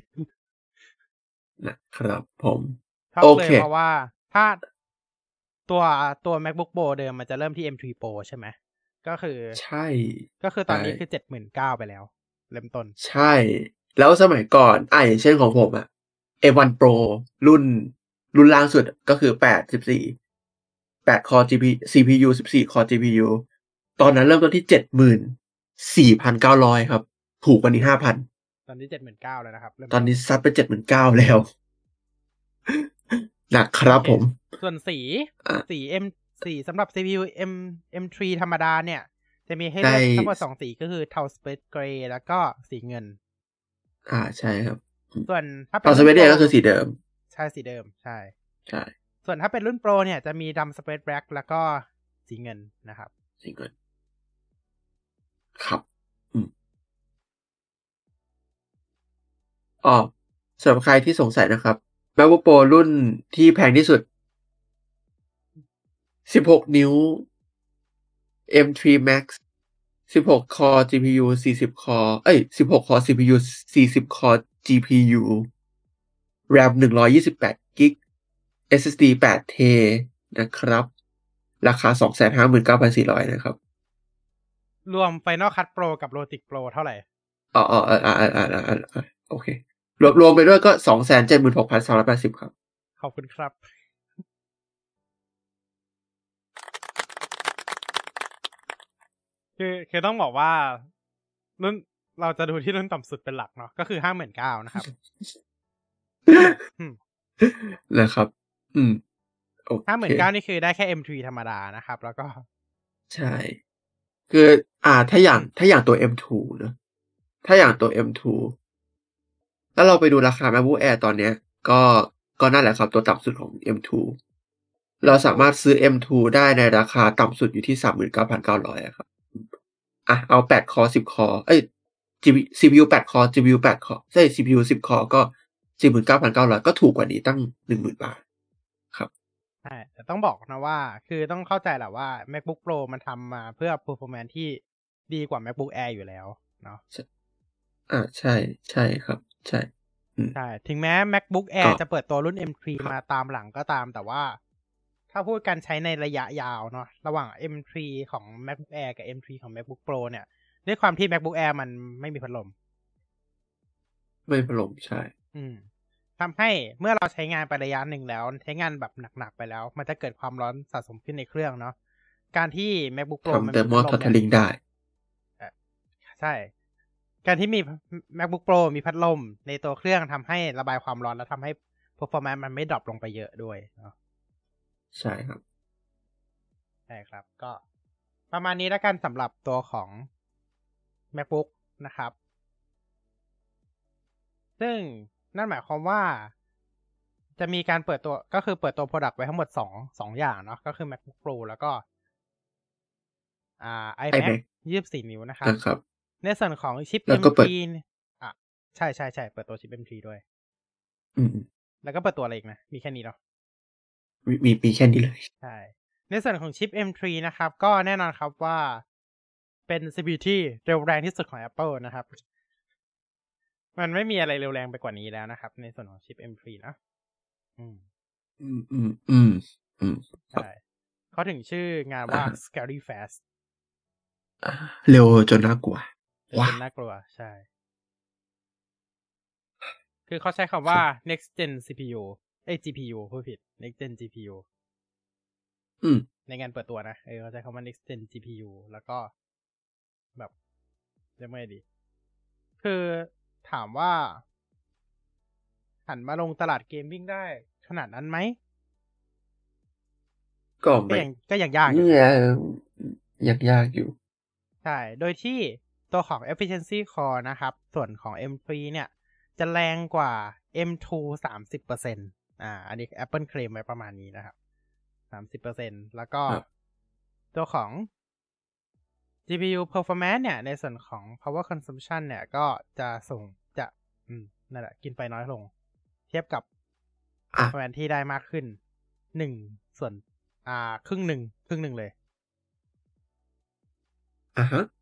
นะครับผมช็อกเลยเพราะว่าถ้าตัว MacBook Pro เดิมมันจะเริ่มที่ M3 Pro ใช่ไหมก็คือใช่ก็คือตอนนี้คือ 79,000 ไปแล้วเริ่มต้นใช่แล้วสมัยก่อนอย่างเช่นของผมA1 Pro รุ่นล่างสุดก็คือ8 core CPU 14 core GPU ตอนนั้นเริ่มต้นที่ 74,900 ครับถูกกว่านี้ 5,000 ตอนนี้ 79,000 แล้วนะครับตอนนี้ซัดไป 79,000 แล้วนะครับผมส่วนสี M4 สำหรับ CPU M3 ธรรมดาเนี่ยจะมีให้เลือกทั้งหมด2สีก็คือ Tau Space Gray แล้วก็สีเงินใช่ครับส่วนถ้าเป็น Tau Space Gray ก็คือสีเดิมใช่สีเดิมใช่ใช่ส่วนถ้าเป็นรุ่นโปรเนี่ยจะมีดำ Space Black แล้วก็สีเงินนะครับสีเงินครับสำหรับใครที่สงสัยนะครับ MacBook Pro รุ่นที่แพงที่สุด16 นิ้ว M3 Max 16 core GPU 40 core 16 core CPU 40 core GPU RAM 128 GB SSD 8 TB นะครับราคา 259,400 นะครับรวม Final Cut Pro กับ Logic Pro เท่าไหร่โอเครวมไปด้วยก็ 276,380 ครับขอบคุณครับคือต้องบอกว่ารุ่นเราจะดูที่รุ่นต่ำสุดเป็นหลักเนาะก็คือ 59,000 นะครับนะครับ 59,000 นี่คือได้แค่ M3 ธรรมดานะครับแล้วก็ใช่คือถ้าอย่างตัว M2 เนอะถ้าอย่างตัว M2 แล้วเราไปดูราคา MacBook Air ตอนเนี้ยก็นั่นแหละครับตัวต่ำสุดของ M2 เราสามารถซื้อ M2 ได้ในราคาต่ำสุดอยู่ที่ 39,900 ครับเอา8 core 10 core CPU 8 core GPU 8 core CPU 10 core ก็ 49,900 ก็ถูกกว่านี้ตั้ง 10,000 บาทครับใช่แต่ต้องบอกนะว่าคือต้องเข้าใจแหละว่า MacBook Pro มันทำมาเพื่อ performance ที่ดีกว่า MacBook Air อยู่แล้วเนาะใช่ครับใช่ถึงแม้ MacBook Air จะเปิดตัวรุ่น M3 มาตามหลังก็ตามแต่ว่าถ้าพูดกันใช้ในระยะยาวเนาะระหว่าง M3 ของ MacBook Air กับ M3 ของ MacBook Pro เนี่ยด้วยความที่ MacBook Air มันไม่มีพัดลมใช่ทำให้เมื่อเราใช้งานไประยะหนึ่งแล้วใช้งานแบบหนักๆไปแล้วมันจะเกิดความร้อนสะสมขึ้นในเครื่องเนาะการที่ MacBook Pro มันมีพัดลมได้ใช่การที่มี MacBook Pro มีพัดลมในตัวเครื่องทำให้ระบายความร้อนแล้วทำให้ performance มันไม่ดรอปลงไปเยอะด้วยเนาะใช่ครับใช่ครับก็ประมาณนี้แล้วกันสำหรับตัวของ MacBook นะครับซึ่งนั่นหมายความว่าจะมีการเปิดตัวก็คือเปิดตัว product ไว้ทั้งหมด2อย่างเนาะก็คือ MacBook Pro แล้วก็iMac 24 นิ้วนะครับในส่วนของชิป M3 ใช่เปิดตัวชิป M3 ด้วยแล้วก็เปิดตัวอะไรอีกนะมีแค่นี้เนาะมีแค่นี้เลยใช่ในส่วนของชิป M3 นะครับก็แน่นอนครับว่าเป็น CPU ที่เร็วแรงที่สุดของ Apple นะครับมันไม่มีอะไรเร็วแรงไปกว่านี้แล้วนะครับในส่วนของชิป M3 นะใช่เขาถึงชื่องานว่า Scary Fast เร็วจนน่ากลัวใช่คือเขาใช้คำว่า next gen CPU GPU พูดผิด next gen GPU ในงานเปิดตัวนะเขาใช้คำว่า next gen GPU แล้วก็แบบจะไม่ดีคือถามว่าหันมาลงตลาดเกมมิ่งได้ขนาดนั้นไหมก็ยังยากอยู่ยากอยู่ใช่โดยที่ตัวของ efficiency core นะครับส่วนของ M3 เนี่ยจะแรงกว่า M2 30%อันนี้ Apple เคลมไว้ประมาณนี้นะครับ 30% แล้วก็ตัวของ GPU performance เนี่ยในส่วนของ power consumption เนี่ยก็จะนั่นแหละกินไฟน้อยลงเทียบกับ performance ที่ได้มากขึ้น1ส่วนครึ่งหนึ่งเลยฮะ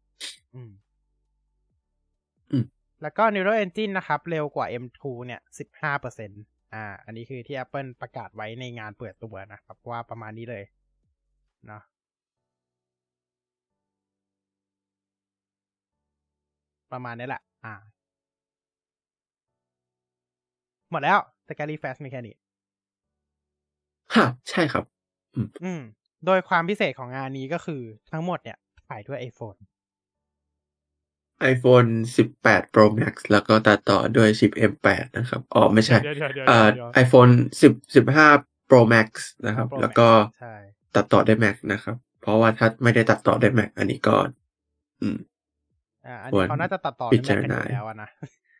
แล้วก็ Neural Engine นะครับเร็วกว่า M2 เนี่ย 15% อันนี้คือที่ Apple ประกาศไว้ในงานเปิดตัวนะครับว่าประมาณนี้เลยเนาะประมาณนี้แหละหมดแล้ว Scary Fast Mechanic ใช่ครับโดยความพิเศษของงานนี้ก็คือทั้งหมดเนี่ยถ่ายด้วย iPhone 18 Pro Max แล้วก็ตัดต่อด้วยชิป M8 นะครับไม่ใช่iPhone 15 Pro Max นะครับแล้วก็ตัดต่อได้ Max นะครับเพราะว่าถ้าไม่ได้ตัดต่อได้ Max อันนี้ก็อันนี้เขาน่าจะตัดต่อได้ Max กันอยู่แล้วนะ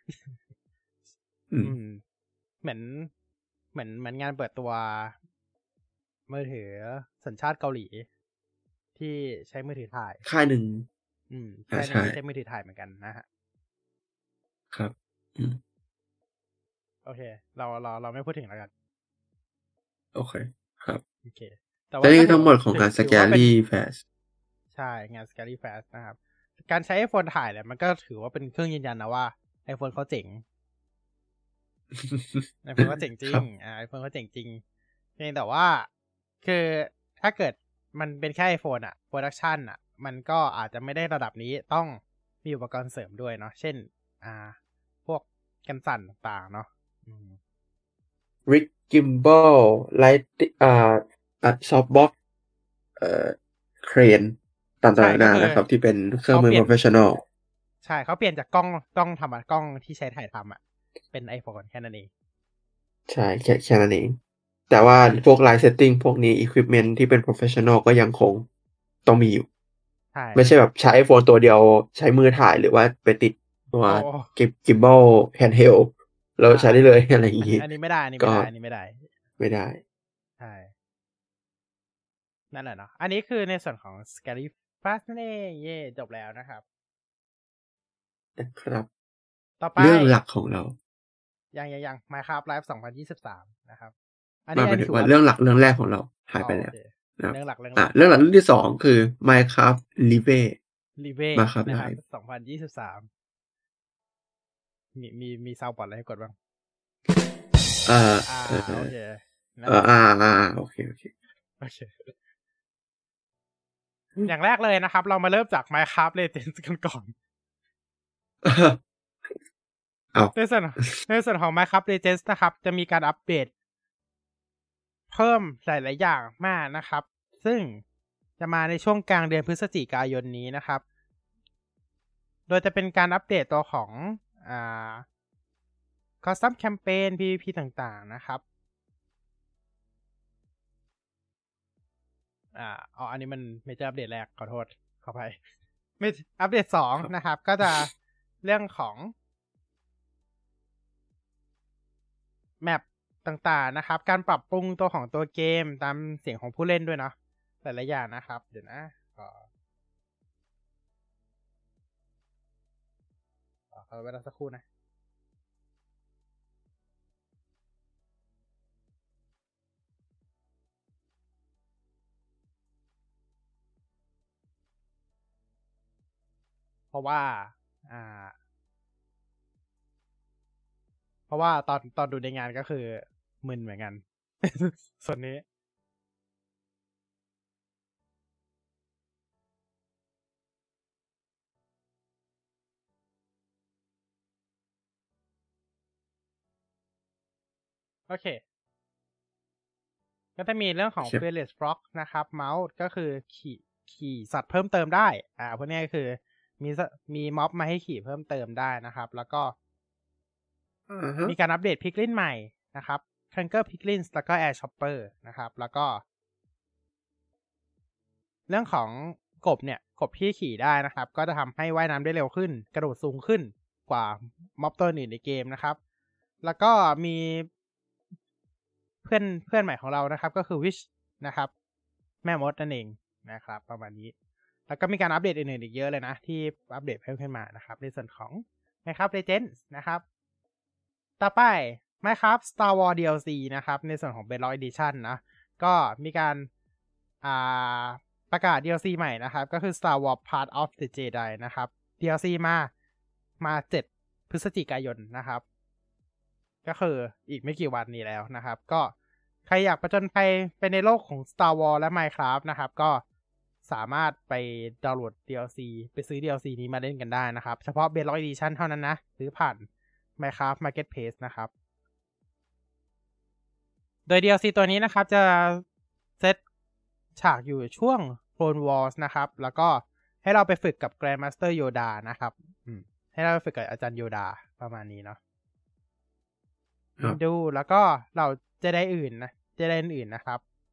เหมือนงานเปิดตัวมือถือสัญชาติเกาหลีที่ใช้มือถือถ่ายค่ายหนึ่งใช้มือถือถ่ายเหมือนกันนะฮะครับโอเคเราไม่พูดถึงแล้วกันโอเคครับโอเคแต่ว่าทั้งหมดของงาน Scary Fast ใช่งาน Scary Fast นะครับการใช้ iPhone ถ่ายเนี่ยมันก็ถือว่าเป็นเครื่องยืนยันนะว่า iPhone เขาเจ๋งiPhone เขาเจ๋งจริงiPhone เขาเจ๋งจริงเพียงแต่ว่าคือถ้าเกิดมันเป็นแค่ iPhone โปรดักชันมันก็อาจจะไม่ได้ระดับนี้ต้องมีอุปกรณ์เสริมด้วยเนาะเช่นพวกกันสั่นต่างๆเนาะ Rig Gimbal Light Softbox Crane ต่างๆนะครับที่เป็นเครื่องมือ professional ใช่เขาเปลี่ยนจากกล้องกล้องที่ใช้ถ่ายทำเป็น iPhone แค่นั้นเองใช่แค่นั้นเองแต่ว่าพวก Light Setting พวกนี้ Equipment ที่เป็น professional ก็ยังคงต้องมีอยู่ไม่ใช่แบบใช้ iPhone ตัวเดียวใช้มือถ่ายหรือว่าไปติดตัวgimbal handheld แล้วใช้ได้เลยอะไรอย่างงี้อันนี้ไม่ได้ไม่ได้ใช่นั่นแหละเนาะอันนี้คือในส่วนของ Scary Fast นั่นเองเย่จบแล้วนะครับต่อไปเรื่องหลักของเรายัง Minecraft Live 2023นะครับอันนี้ถือว่าเรื่องหลักเรื่องแรกของเราหายไปแล้วเรื่องหลักเรื่องที่สองคือ Minecraft Live Minecraft Live 2023มีซาวด์บอทอะไรให้กดบ้างโอเคโอเคอย่างแรกเลยนะครับเรามาเริ่มจาก Minecraft Legends กันก่อนในส่วนของ Minecraft Legends นะครับจะมีการอัปเดตเพิ่มหลายๆอย่างมากนะครับซึ่งจะมาในช่วงกลางเดือนพฤศจิกายนนี้นะครับโดยจะเป็นการอัปเดตตัวของCustom Campaign PVP ต่างๆนะครับอันนี้มันไม่ใช่อัปเดตแรกขอโทษขออภัยไม่อัปเดต2นะครับก็จะเรื่องของแมปต่างๆนะครับการปรับปรุงตัวของตัวเกมตามเสียงของผู้เล่นด้วยเนาะหลายๆอย่างนะครับเดี๋ยวนะขอเวลาสักครู่นะเพราะว่าตอนดูในงานก็คือมึนเหมือนกัน ส่วนนี้โอเคก็จะมีเรื่องของ Fearless Frog นะครับเมาส์ก็คือขี่สัตว์เพิ่มเติมได้พวกนี้ก็คือมีม็อบมาให้ขี่เพิ่มเติมได้นะครับแล้วก็มีการอัปเดตพิกลินใหม่นะครับ Trunker Piglins แล้วก็ Air Chopper นะครับแล้วก็เรื่องของกบที่ขี่ได้นะครับก็จะทำให้ว่ายน้ำได้เร็วขึ้นกระโดดสูงขึ้นกว่าม็อบตัวอื่นในเกมนะครับแล้วก็มีเพื่อนใหม่ของเรานะครับก็คือ Wish นะครับแม่มดนั่นเองนะครับประมาณนี้แล้วก็มีการอัปเดตอื่นๆอีกเยอะเลยนะที่อัปเดตเพิ่มขึ้นมานะครับในส่วนของ Minecraft Legends นะครับต่อไป Minecraft Star Wars DLC นะครับในส่วนของ Bedrock Edition นะก็มีการอ่าประกาศ DLC ใหม่นะครับก็คือ Star Wars Part of the Jedi นะครับ DLC มา7 พฤศจิกายนนะครับก็คืออีกไม่กี่วันนี้แล้วนะครับก็ใครอยากประจนภัยไปในโลกของ Star Wars และ Minecraft นะครับก็สามารถไปดาวน์โหลด DLC ไปซื้อ DLC นี้มาเล่นกันได้นะครับเฉพาะ Bedrock Edition เท่านั้นนะซื้อผ่าน Minecraft Marketplace นะครับโดย DLC ตัวนี้นะครับจะเซตฉากอยู่ช่วง Clone Wars นะครับแล้วก็ให้เราไปฝึกกับ Grandmaster Yoda นะครับให้เราไปฝึกกับอาจารย์โยดาประมาณนี้เนาะดูแล้วก็เราจะได้อื่นนะครับ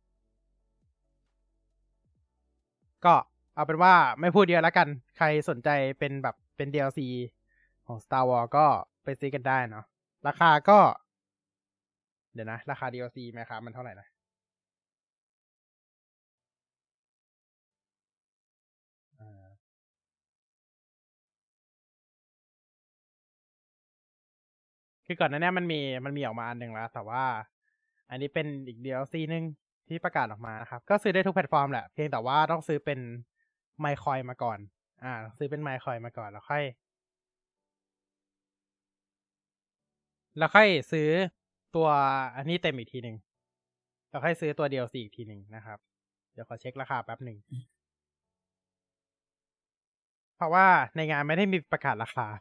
ก็เอาเป็นว่าไม่พูดเยอะแล้วกันใครสนใจเป็นแบบเป็น DLC ของ Star Wars ก็ไปซื้อกันได้เนาะราคาก็เดี๋ยวนะราคา DLC ไหมครับมันเท่าไหร่นะคือก่อนหน้านี้มันมีออกมาอันหนึ่งแล้วแต่ว่าอันนี้เป็นอีก DLC นึงที่ประกาศออกมานะครับก็ซื้อได้ทุกแพลตฟอร์มแหละเพียงแต่ว่าต้องซื้อเป็นไมค์คอยมาก่อนซื้อเป็นไมค์คอยมาก่อนแล้วค่อยซื้อตัวอันนี้เต็มอีกทีหนึ่งแล้วค่อยซื้อตัว DLC อีกทีหนึ่งนะครับเดี๋ยวขอเช็คราคาแป๊บหนึ่งเพราะว่าในงานไม่ได้มีประกาศราคา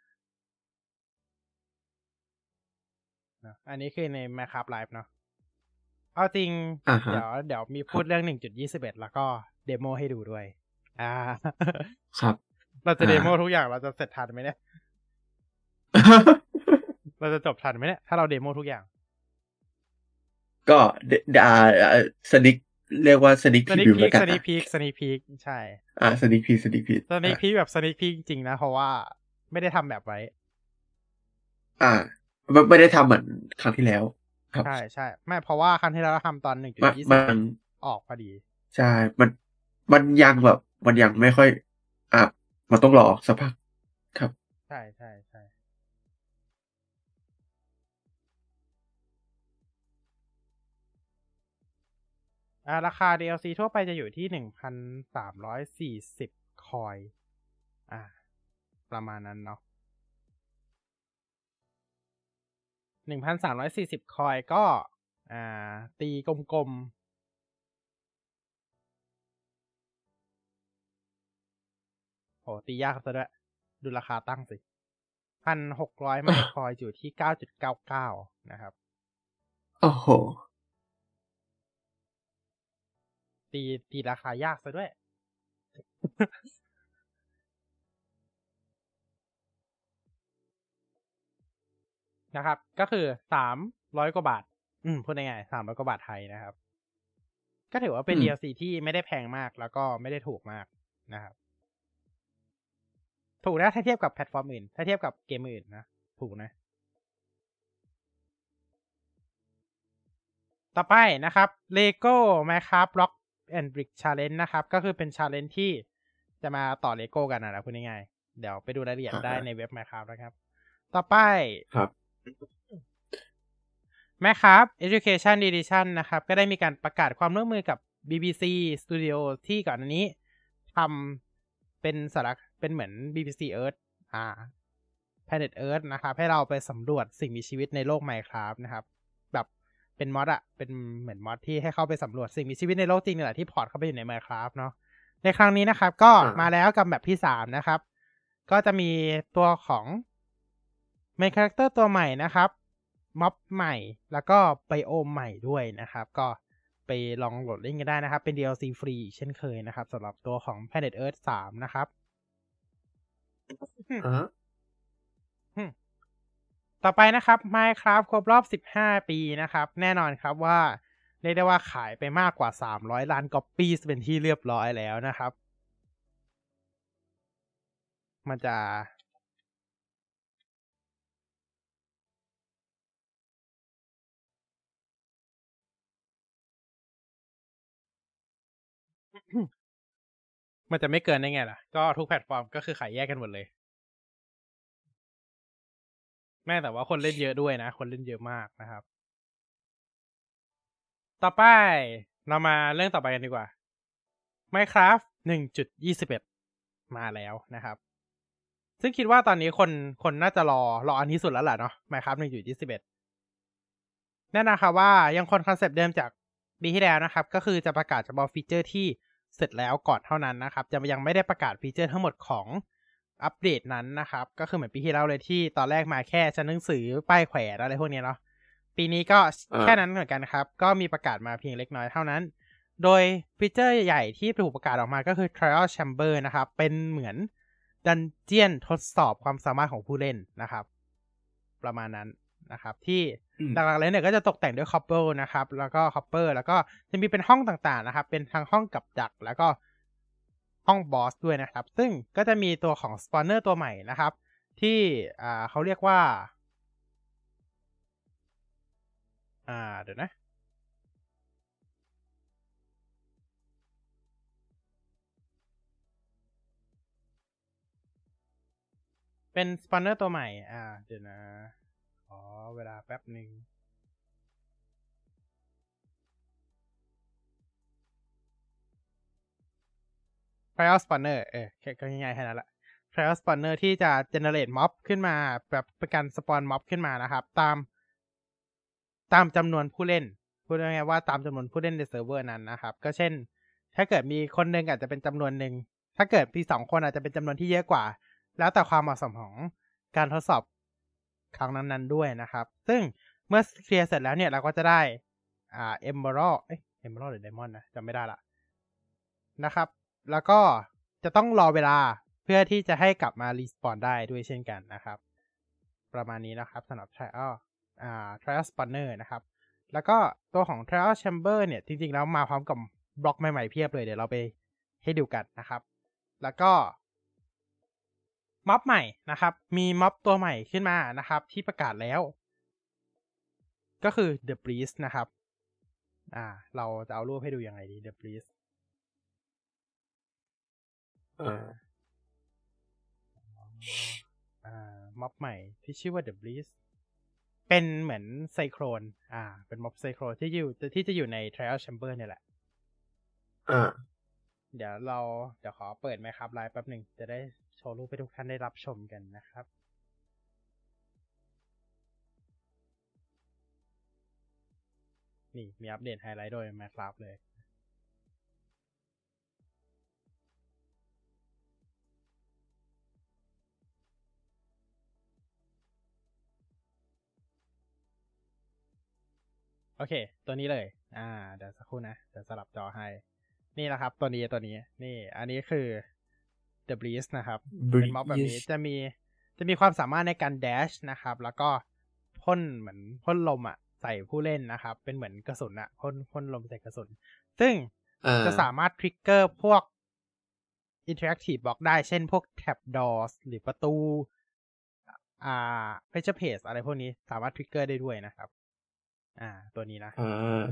อันนี้คือใน Minecraft Live เนาะเอาจริงเดี๋ยวมีพูดเรื่อง 1.21 แล้วก็เดโมให้ดูด้วยครับเราจะเดโมทุกอย่างเราจะเสร็จทันไหมเนี่ย เราจะจบทันไหมเนี่ยถ้าเราเดโมทุกอย่างก็สนิกเรียกว่าสนิกพีคสนิกพีคใช่สนิกพีแบบสนิกพีคจริงนะเพราะว่าไม่ได้ทำแบบไว้ไม่ได้ทำเหมือนครั้งที่แล้วครับใช่ไม่เพราะว่าครั้งที่แล้วเราทำตอน 1.20 ออกพอดีใช่มันยังแบบมันยังไม่ค่อยมันต้องรอสักพักครับใช่ราคา DLC ทั่วไปจะอยู่ที่ 1,340 คอยประมาณนั้นเนาะ 1,340 คอยก็ตีกลมๆโหตียากซะด้วยดูราคาตั้งสิ 1,600 ไมค์คอยอยู่ที่ 9.99 นะครับโอ้โหตีราคายากซะด้วย นะครับก็คือ300 กว่าบาทพูดง่ายๆ300 กว่าบาทไทยนะครับก็ถือว่าเป็น DLC ที่ไม่ได้แพงมากแล้วก็ไม่ได้ถูกมากนะครับถูกนะถ้าเทียบกับแพลตฟอร์มอื่นถ้าเทียบกับเกมอื่นนะถูกนะต่อไปนะครับ Lego Minecraft Block and Brick Challenge นะครับก็คือเป็น Challenge ที่จะมาต่อ Lego กันนะพูดง่ายๆเดี๋ยวไปดูรายละเอียดได้ในเว็บ Minecraft นะครับต่อไปครับ Minecraft Education Edition นะครับก็ได้มีการประกาศความร่วมมือกับ BBC Studio ที่ก่อนอันนี้ทำเป็นสาระเป็นเหมือน BBC Earth Planet Earth นะครับให้เราไปสำรวจสิ่งมีชีวิตในโลก Minecraft นะครับแบบเป็นมอดเป็นเหมือนมอดที่ให้เข้าไปสำรวจสิ่งมีชีวิตในโลกจริงนี่แหละที่พอร์ตเข้าไปอยู่ใน Minecraft เนาะในครั้งนี้นะครับก็มาแล้วกับแบบที่3นะครับก็จะมีตัวของเมนคาแรคเตอร์ตัวใหม่นะครับม็อบใหม่แล้วก็ไบโอมใหม่ด้วยนะครับก็ไปลองโหลดเล่นกันได้นะครับเป็น DLC ฟรีเช่นเคยนะครับสำหรับตัวของ Planet Earth 3นะครับต่อไปนะครับ Minecraft ครบรอบ15 ปีนะครับแน่นอนครับว่าเรียกได้ว่าขายไปมากกว่า300 ล้านก๊อปปี้เป็นที่เรียบร้อยแล้วนะครับมันจะมันจะไม่เกินได้ไงล่ะก็ทุกแพลตฟอร์มก็คือขายแยกกันหมดเลยแม้แต่ว่าคนเล่นเยอะด้วยนะคนเล่นเยอะมากนะครับต่อไปเรามาเรื่องต่อไปกันดีกว่า Minecraft 1.21 มาแล้วนะครับซึ่งคิดว่าตอนนี้คนน่าจะรออันนี้สุดแล้วแหละเนาะ Minecraft 1.21 แน่นะครับว่ายังคงคอนเซปต์เดิมจากปีที่แล้วนะครับก็คือจะประกาศเฉพาะฟีเจอร์ที่เสร็จแล้วก่อนเท่านั้นนะครับจะยังไม่ได้ประกาศฟีเจอร์ทั้งหมดของอัปเดตนั้นนะครับก็คือเหมือนปีที่แล้วเลยที่ตอนแรกมาแค่ชั้นหนังสือป้ายแขวนอะไรพวกนี้เนาะปีนี้ก็แค่นั้นเหมือนกันครับก็มีประกาศมาเพียงเล็กน้อยเท่านั้นโดยฟีเจอร์ใหญ่ที่ถูกประกาศออกมาก็คือ Trial Chamber นะครับเป็นเหมือนดันเจียนทดสอบความสามารถของผู้เล่นนะครับประมาณนั้นนะครับที่หลักๆเลยเนี่ยก็จะตกแต่งด้วยคอปเปอร์นะครับแล้วก็คอปเปอร์แล้วก็จะมีเป็นห้องต่างๆนะครับเป็นทั้งห้องกับดักแล้วก็ห้องบอสด้วยนะครับซึ่งก็จะมีตัวของสปอนเนอร์ตัวใหม่นะครับที่เขาเรียกว่าเดี๋ยวนะเป็นสปอนเนอร์ตัวใหม่เดี๋ยวนะขอเวลาแป๊บหนึ่งTrial Spawner ก็ง่ายๆแค่นั้นแหละ Trial Spawner ที่จะ generate mob ขึ้นมาแบบเป็นการสปอนม็อบขึ้นมานะครับตามจำนวนผู้เล่นพูดง่ายๆว่าตามจำนวนผู้เล่นในเซิร์ฟเวอร์นั้นนะครับก็เช่นถ้าเกิดมีคนหนึ่งอาจจะเป็นจำนวนหนึ่งถ้าเกิดมี2 คนอาจจะเป็นจำนวนที่เยอะกว่าแล้วแต่ความเหมาะสมของการทดสอบครั้งนั้นๆด้วยนะครับซึ่งเมื่อเคลียร์เสร็จแล้วเนี่ยเราก็จะได้Emerald Emerald หรือ Diamond นะจำไม่ได้ละนะครับแล้วก็จะต้องรอเวลาเพื่อที่จะให้กลับมารีสปอนได้ด้วยเช่นกันนะครับประมาณนี้นะครับสำหรับ Trial Spawner นะครับแล้วก็ตัวของ Trial Chamber เนี่ยจริงๆแล้วมาพร้อมกับบล็อกใหม่ๆเพียบเลยเดี๋ยวเราไปให้ดูกันนะครับแล้วก็ม็อบใหม่นะครับมีม็อบตัวใหม่ขึ้นมานะครับที่ประกาศแล้วก็คือ The Breeze นะครับเราจะเอารูปให้ดูยังไงดี The Breeze ม็อบใหม่ที่ชื่อว่า The Breeze เป็นเหมือนไซโครนเป็นม็อบไซโครนที่จะอยู่ใน Trial Chamber เนี่ยแหละเดี๋ยวขอเปิดไหมครับไลฟ์แป๊บหนึ่งจะได้โชว์รูปให้ทุกท่านได้รับชมกันนะครับนี่มีอัปเดตไฮไลท์โดย Minecraft เลยโอเคตัวนี้เลยเดี๋ยวสักครู่นะเดี๋ยวสลับจอให้นี่นะครับตัวนี้นี่อันนี้คือ The Breeze นะครับเป็นม็อบแบบนี้จะมีความสามารถในการแดชนะครับแล้วก็พ่นเหมือนพ่นลมใส่ผู้เล่นนะครับเป็นเหมือนกระสุนพ่นลมใส่กระสุนซึ่งจะสามารถทริกเกอร์พวก interactive block ได้เช่นพวก trap doors หรือประตูpressure plate อะไรพวกนี้สามารถทริกเกอร์ได้ด้วยนะครับตัวนี้นะ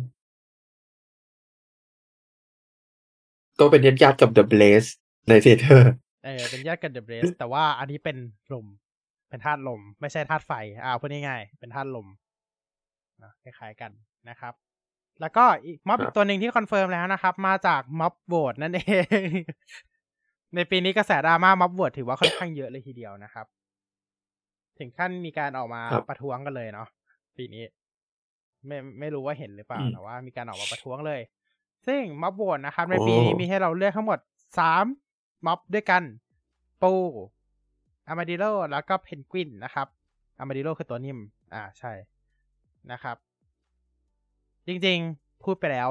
ก็เป็นญาติกับ The Blaze ในเทเตอร์เป็นญาติกับ The Blaze แต่ว่าอันนี้เป็นลมเป็นธาตุลมไม่ใช่ธาตุไฟพูดง่ายๆเป็นธาตุลมนะคล้ายๆกันนะครับแล้วก็อีกม็อบอีกตัวหนึ่งที่คอนเฟิร์มแล้วนะครับมาจากม็อบโหวตนั่นเองในปีนี้กระแสดราม่าม็อบโหวตถือว่าค่อนข้างเยอะเลยทีเดียวนะครับถึงขั้นมีการออกมาประท้วงกันเลยเนาะปีนี้ไม่รู้ว่าเห็นหรือเปล่าแต่ว่ามีการออกมาประท้วงเลยซึ่งม็อบโหวตนะครับในปีนี้มีให้เราเลือกทั้งหมด3ม็อบด้วยกันปูอาร์มาดิโลแล้วก็เพนกวินนะครับอาร์มาดิโลคือตัวนิ่มใช่นะครับจริงๆพูดไปแล้ว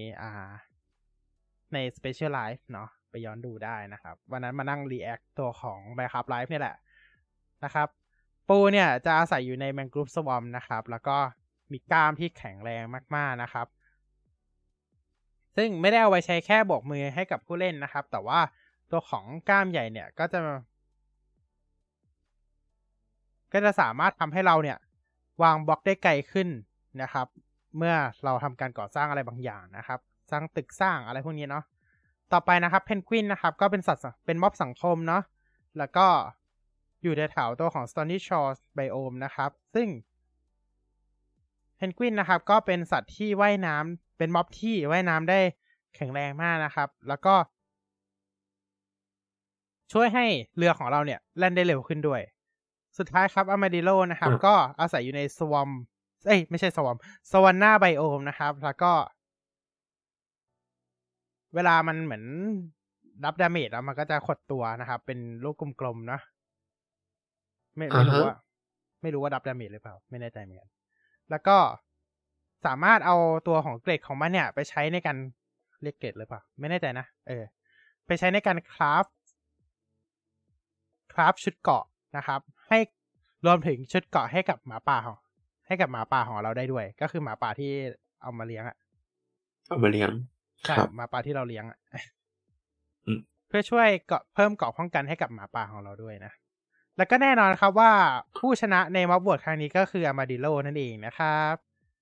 ใน Special Live เนาะไปย้อนดูได้นะครับวันนั้นมานั่ง react ตัวของ Minecraft Live นี่แหละนะครับปูเนี่ยจะอาศัยอยู่ใน Mangrove Swamp นะครับแล้วก็มีกล้ามที่แข็งแรงมากๆนะครับซึ่งไม่ได้เอาไว้ใช้แค่โบกมือให้กับผู้เล่นนะครับแต่ว่าตัวของกล้ามใหญ่เนี่ยก็จะสามารถทำให้เราเนี่ยวางบล็อกได้ไกลขึ้นนะครับเมื่อเราทำการก่อสร้างอะไรบางอย่างนะครับสร้างตึกสร้างอะไรพวกนี้เนาะต่อไปนะครับเพนกวินนะครับก็เป็นสัตว์เป็นม็อบสังคมเนาะแล้วก็อยู่ในแถวตัวของ Stony Shores Biome นะครับซึ่งเพนกวินนะครับก็เป็นสัตว์ที่ว่ายน้ำเป็นม็อบที่ว่ายน้ำได้แข็งแรงมากนะครับแล้วก็ช่วยให้เรือของเราเนี่ยแล่นได้เร็วขึ้นด้วยสุดท้ายครับอาร์มาดิโลนะครับก็อาศัยอยู่ในสวอมไม่ใช่สวอมสวานนาไบโอมนะครับแล้วก็เวลามันเหมือนรับดาเมจแล้วมันก็จะขดตัวนะครับเป็นลูกกลมๆนะไม่รู้ว่ารับดาเมจหรือเปล่าไม่แน่ใจเหมือนกันแล้วก็สามารถเอาตัวของเกรดของมันเนี่ยไปใช้ในการเรียกเกรดหรือเปล่าไม่แน่ใจนะไปใช้ในการคราฟชุดเกราะนะครับให้รวมถึงชุดเกราะให้กับหมาป่าของเราได้ด้วยก็คือหมาป่าที่เอามาเลี้ยงใช่หมาป่าที่เราเลี้ยงเพื่อช่วยเพิ่มเกราะป้องกันให้กับหมาป่าของเราด้วยนะแล้วก็แน่นอนครับว่าผู้ชนะในม็อบโหวตครั้งนี้ก็คืออาร์มาดิโลนั่นเองนะครับ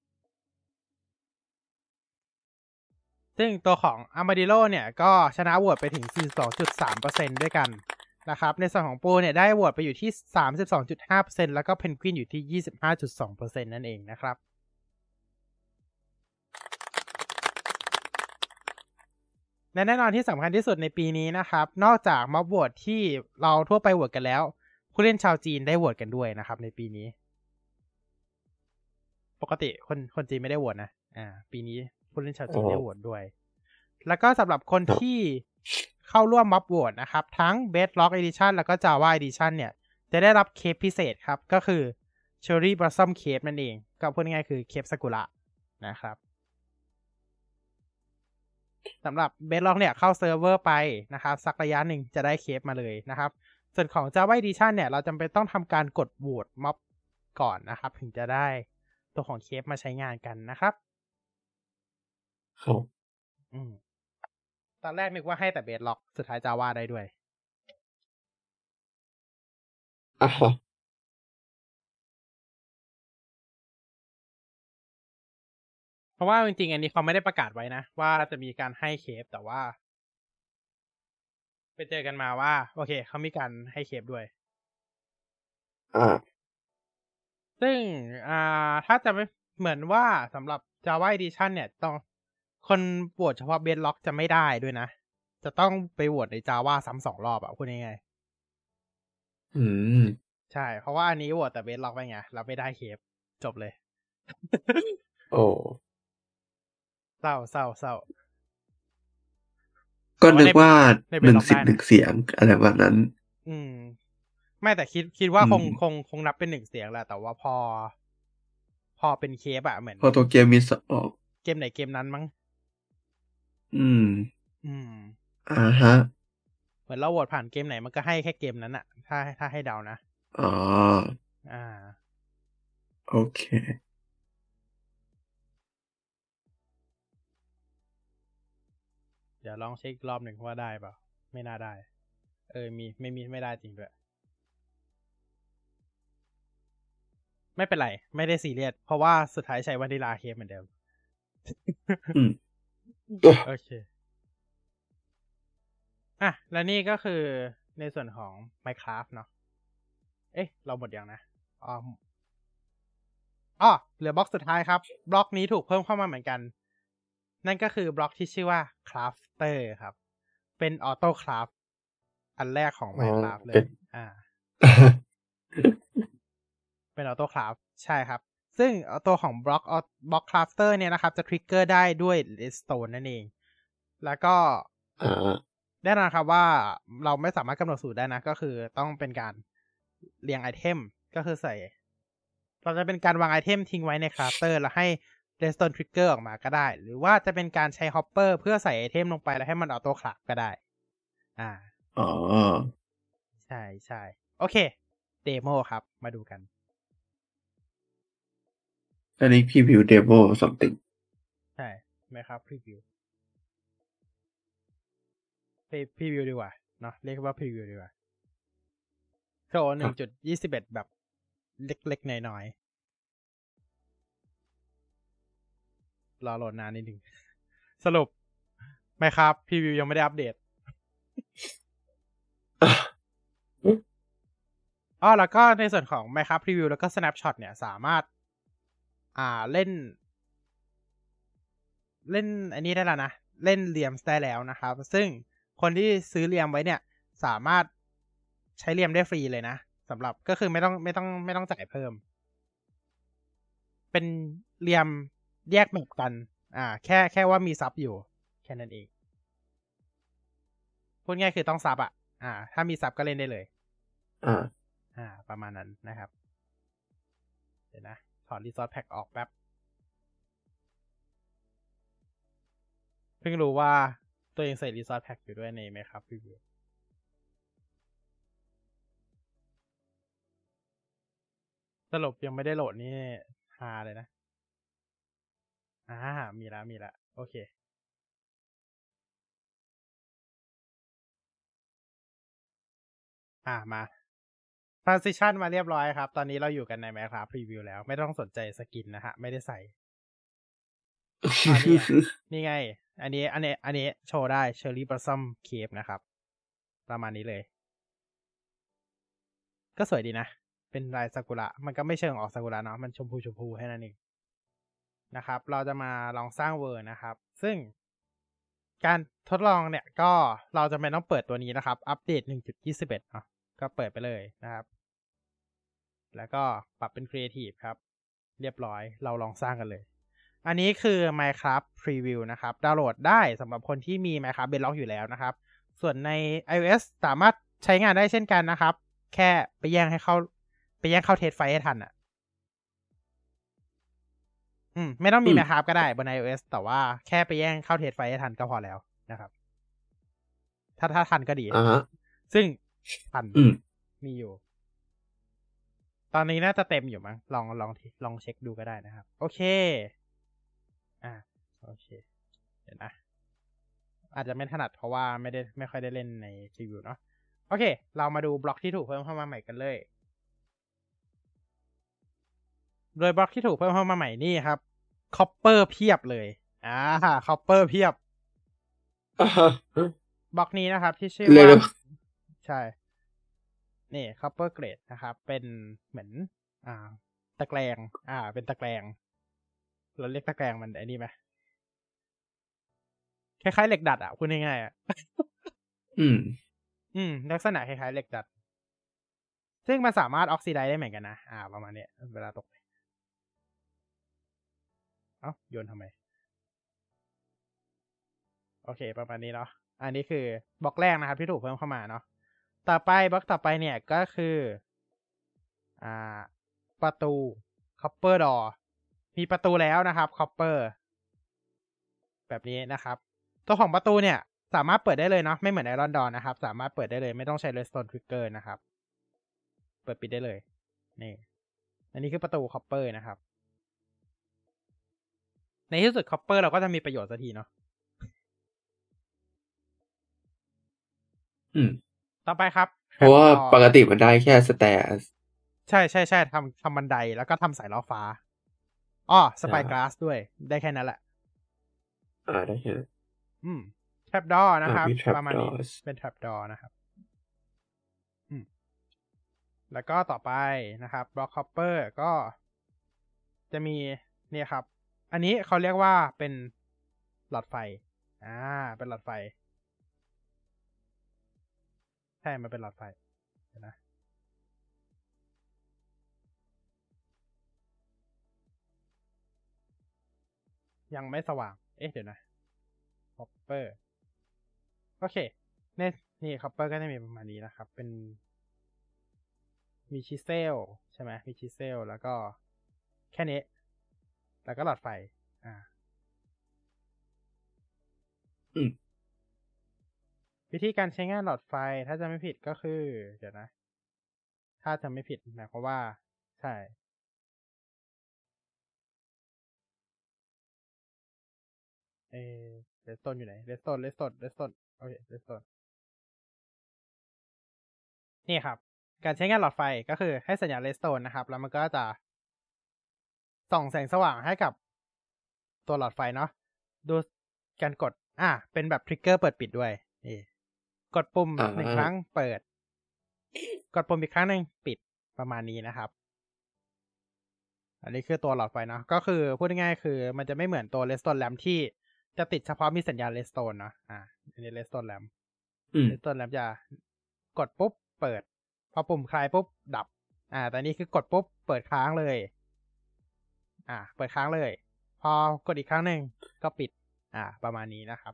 ซึ่งตัวของอาร์มาดิโลเนี่ยก็ชนะโหวตไปถึง 42.3% ด้วยกันนะครับในส่วนของปูเนี่ยได้โหวตไปอยู่ที่ 32.5% แล้วก็เพนกวินอยู่ที่ 25.2% นั่นเองนะครับและแน่นอนที่สำคัญที่สุดในปีนี้นะครับนอกจากม็อบโหวตที่เราทั่วไปโหวตกันแล้วผู้เล่นชาวจีนได้โหวตกันด้วยนะครับในปีนี้ปกติคนจีนไม่ได้โหวตนะปีนี้ผู้เล่นชาวจีนได้โหวตด้วยแล้วก็สำหรับคนที่เข้าร่วมม็อบโหวตนะครับทั้ง Bedrock Edition แล้วก็ Java Edition เนี่ยจะได้รับเคปพิเศษครับก็คือ Cherry Blossom Cape นั่นเองก็พูดง่ายๆคือเคปซากุระนะครับสำหรับ Bedrock เนี่ยเข้าเซิร์ฟเวอร์ไปนะครับสักระยะหนึ่งจะได้เคปมาเลยนะครับส่วนของ Java Edition เนี่ยเราจำเป็นต้องทำการกดโหวตม็อบก่อนนะครับถึงจะได้ตัวของเคปมาใช้งานกันนะครับตอนแรกนึกว่าให้แต่ Bedrock สุดท้าย Java ได้ด้วยเพราะว่าจริงๆอันนี้เขาไม่ได้ประกาศไว้นะว่าจะมีการให้เคปแต่ว่าไปเจอกันมาว่าโอเคเขามีการให้เคปด้วยซึ่งถ้าจะไม่เหมือนว่าสำหรับ Java Edition เนี่ยต้องคนโหวตเฉพาะ Bedrock จะไม่ได้ด้วยนะจะต้องไปโหวตใน Java ซ้ำ2 รอบพูดง่ายๆใช่เพราะว่าอันนี้โหวตแต่ Bedrock ไปไงเราไม่ได้เคปจบเลยโอ้เศร้าก็นึกว่า1 เสียงอะไรแบบนั้นไม่แต่คิดว่าคงนับเป็น1 เสียงแหละแต่ว่าพอเป็นเคปเหมือนพอตัวเกมมีเกมไหนเกมนั้นมั้งฮะเหมือนเราโหวตผ่านเกมไหนมันก็ให้แค่เกมนั้นถ้าให้เดานะโอเคเดี๋ยวลองเช็ครอบหนึ่งว่าได้เปล่าไม่น่าได้ไม่ได้จริงด้วยไม่เป็นไรไม่ได้ซีเรียสเพราะว่าสุดท้ายใช้วานิลาเคปเหมือนเดิมโอเคและนี่ก็คือในส่วนของ Minecraft เนาะเราหมดยังนะเหลือบล็อกสุดท้ายครับบล็อกนี้ถูกเพิ่มเข้ามาเหมือนกันนั่นก็คือบล็อกที่ชื่อว่า Crafter ครับเป็นออโต้คราฟอันแรกของ Minecraft เลยเป็นออโต้คราฟใช่ครับซึ่งตัวของบล็อกคราฟเตอร์เนี่ยนะครับจะทริกเกอร์ได้ด้วย redstone นั่นเองแล้วก็แน่นอนครับว่าเราไม่สามารถกำหนดสูตรได้นะก็คือต้องเป็นการเรียงไอเทมก็คือเราจะเป็นการวางไอเทมทิ้งไว้ในคราฟเตอร์แล้วให้ redstone trigger ออกมาก็ได้หรือว่าจะเป็นการใช้ฮอปเปอร์เพื่อใส่ไอเทมลงไปแล้วให้มันออโต้คราฟก็ได้ใช่โอเคเดโมครับมาดูกันอันนี้พรีวิวเดโม something ใช่ไหมครับพรีวิวดีกว่าเนาะเรียกว่าพรีวิวดีกว่าโชว์ 1.21 แบบเล็กๆน้อยๆรอโหลดนานนิดนึงสรุปไม่ครับพรีวิวยังไม่ได้อัปเดตแล้วก็ในส่วนของ Minecraft Preview แล้วก็ Snapshot เนี่ยสามารถเล่นอันนี้ได้แล้วนะเล่นเรียมได้แล้วนะครับซึ่งคนที่ซื้อเรียมไว้เนี่ยสามารถใช้เรียมได้ฟรีเลยนะสำหรับก็คือไม่ต้องจ่ายเพิ่มเป็นเรียมแยกแบบกันแค่ว่ามีซับอยู่แค่นั้นเองพูดง่ายคือต้องซับถ้ามีซับก็เล่นได้เลยประมาณนั้นนะครับเดี๋ยวนะถอดรีซอสแพ็กออกแป๊บเพิ่งรู้ว่าตัวเองใส่รีซอสแพ็กอยู่ด้วยในไหมครับพี่วิวสรุปยังไม่ได้โหลดนี่ฮาเลยนะมีแล้วโอเคมา transition มาเรียบร้อยครับตอนนี้เราอยู่กันใน Minecraft Preview แล้วไม่ต้องสนใจสกินนะฮะไม่ได้ใส่นี่ไงอันนี้โชว์ได้ Cherry Blossom Cave นะครับประมาณนี้เลยก็สวยดีนะเป็นลายซากุระมันก็ไม่เชิงออกซากุระเนาะมันชมพูให้นั่นเองนะครับเราจะมาลองสร้างเวอร์นะครับซึ่งการทดลองเนี่ยก็เราจะไม่ต้องเปิดตัวนี้นะครับอัปเดต 1.21 เนาะก็เปิดไปเลยนะครับแล้วก็ปรับเป็น Creative ครับเรียบร้อยเราลองสร้างกันเลยอันนี้คือ Minecraft Preview นะครับดาวน์โหลดได้สำหรับคนที่มี Minecraft Bedrock อยู่แล้วนะครับส่วนใน iOS สามารถใช้งานได้เช่นกันนะครับแค่ไปแย่งเข้าเทสไฟให้ทันไม่ต้องมี Minecraft ก็ได้บน iOS แต่ว่าแค่ไปแย่งเข้าเทสไฟให้ทันก็พอแล้วนะครับถ้าทันก็ดีซึ่งทันมีอยู่ตอนนี้น่าจะเต็มอยู่มั้งลองเช็คดูก็ได้นะครับโอเคโอเคเดี๋ยวนะอาจจะไม่ถนัดเพราะว่าไม่ค่อยได้เล่นในรีวิวเนาะโอเคเรามาดูบล็อกที่ถูกเพิ่มเข้ามาใหม่กันเลยโดยบล็อกที่ถูกเพิ่มเข้ามาใหม่นี่ครับคอปเปอร์เพียบเลยคอปเปอร์เพียบบล็อกนี้นะครับที่ชื่อว่าใช่นี่คอปเปอร์เกรดนะครับเป็นเหมือนตะแกรงเป็นตะแกรงเราเรียกตะแกรงมันไอ้นี่ไหมคล้ายๆเหล็กดัดพูดง่ายๆลักษณะคล้ายๆเหล็กดัดซึ่งมันสามารถออกซิไดซ์ได้เหมือนกันนะประมาณนี้เวลาตกโยนทำไมโอเคประมาณนี้เนาะอันนี้คือบล็อกแรกนะครับที่ถูกเพิ่มเข้ามาเนาะต่อไปบล็อกต่อไปเนี่ยก็คือประตู Copper Door มีประตูแล้วนะครับ Copper แบบนี้นะครับตัวของประตูเนี่ยสามารถเปิดได้เลยเนาะไม่เหมือน Iron Door นะครับสามารถเปิดได้เลยไม่ต้องใช้ Redstone Trigger นะครับเปิดปิดได้เลยนี่อันนี้คือประตู Copper นะครับในที่สุด Copper เราก็จะมีประโยชน์สักทีเนาะต่อไปครับเพราะว่าปกติมันได้แค่สแตร์ใช่ทำบันไดแล้วก็ทำสายล้อฟ้าสไปกลาสด้วยได้แค่นั้นแหละได้แค่แทรปดอร์นะครับประมาณนี้เป็นแทรปดอร์นะครับแล้วก็ต่อไปนะครับบล็อกคอปเปอร์ก็จะมีเนี่ยครับอันนี้เขาเรียกว่าเป็นหลอดไฟเป็นหลอดไฟใช่มันเป็นหลอดไฟนะยังไม่สว่างเดี๋ยวนะคอปเปอร์โอเคนี่คอปเปอร์ก็จะมีประมาณนี้นะครับเป็นมีชิเซลใช่ไหมมีชิเซลแล้วก็แค่นี้แล้วก็หลอดไฟวิธีการใช้งานหลอดไฟถ้าจะไม่ผิดก็คือเดี๋ยวนะถ้าจะไม่ผิดหมายความว่าใช่เรสโตนอยู่ไหนเรสโตนโอเคเรสโตนนี่ครับการใช้งานหลอดไฟก็คือให้สัญญาณเรสโตนนะครับแล้วมันก็จะส่องแสงสว่างให้กับตัวหลอดไฟเนาะดูการกดเป็นแบบทริกเกอร์เปิดปิดด้วยนี่กดปุ่ม1 ครั้งเปิดกดปุ่มอีกครั้งนึงปิดประมาณนี้นะครับอันนี้คือตัวหลอดไฟเนาะก็คือพูดง่ายๆคือมันจะไม่เหมือนตัว Redstone Lamp ที่จะติดเฉพาะมีสัญญาณ Redstone เนาะอันนี้ Redstone Lamp Redstone Lamp จะกดปุ๊บเปิดพอปุ่มคลายปุ๊บดับแต่นี้คือกดปุ๊บเปิดค้างเลยเปิดค้างเลยพอกดอีกครั้งหนึ่งก็ปิดประมาณนี้นะครับ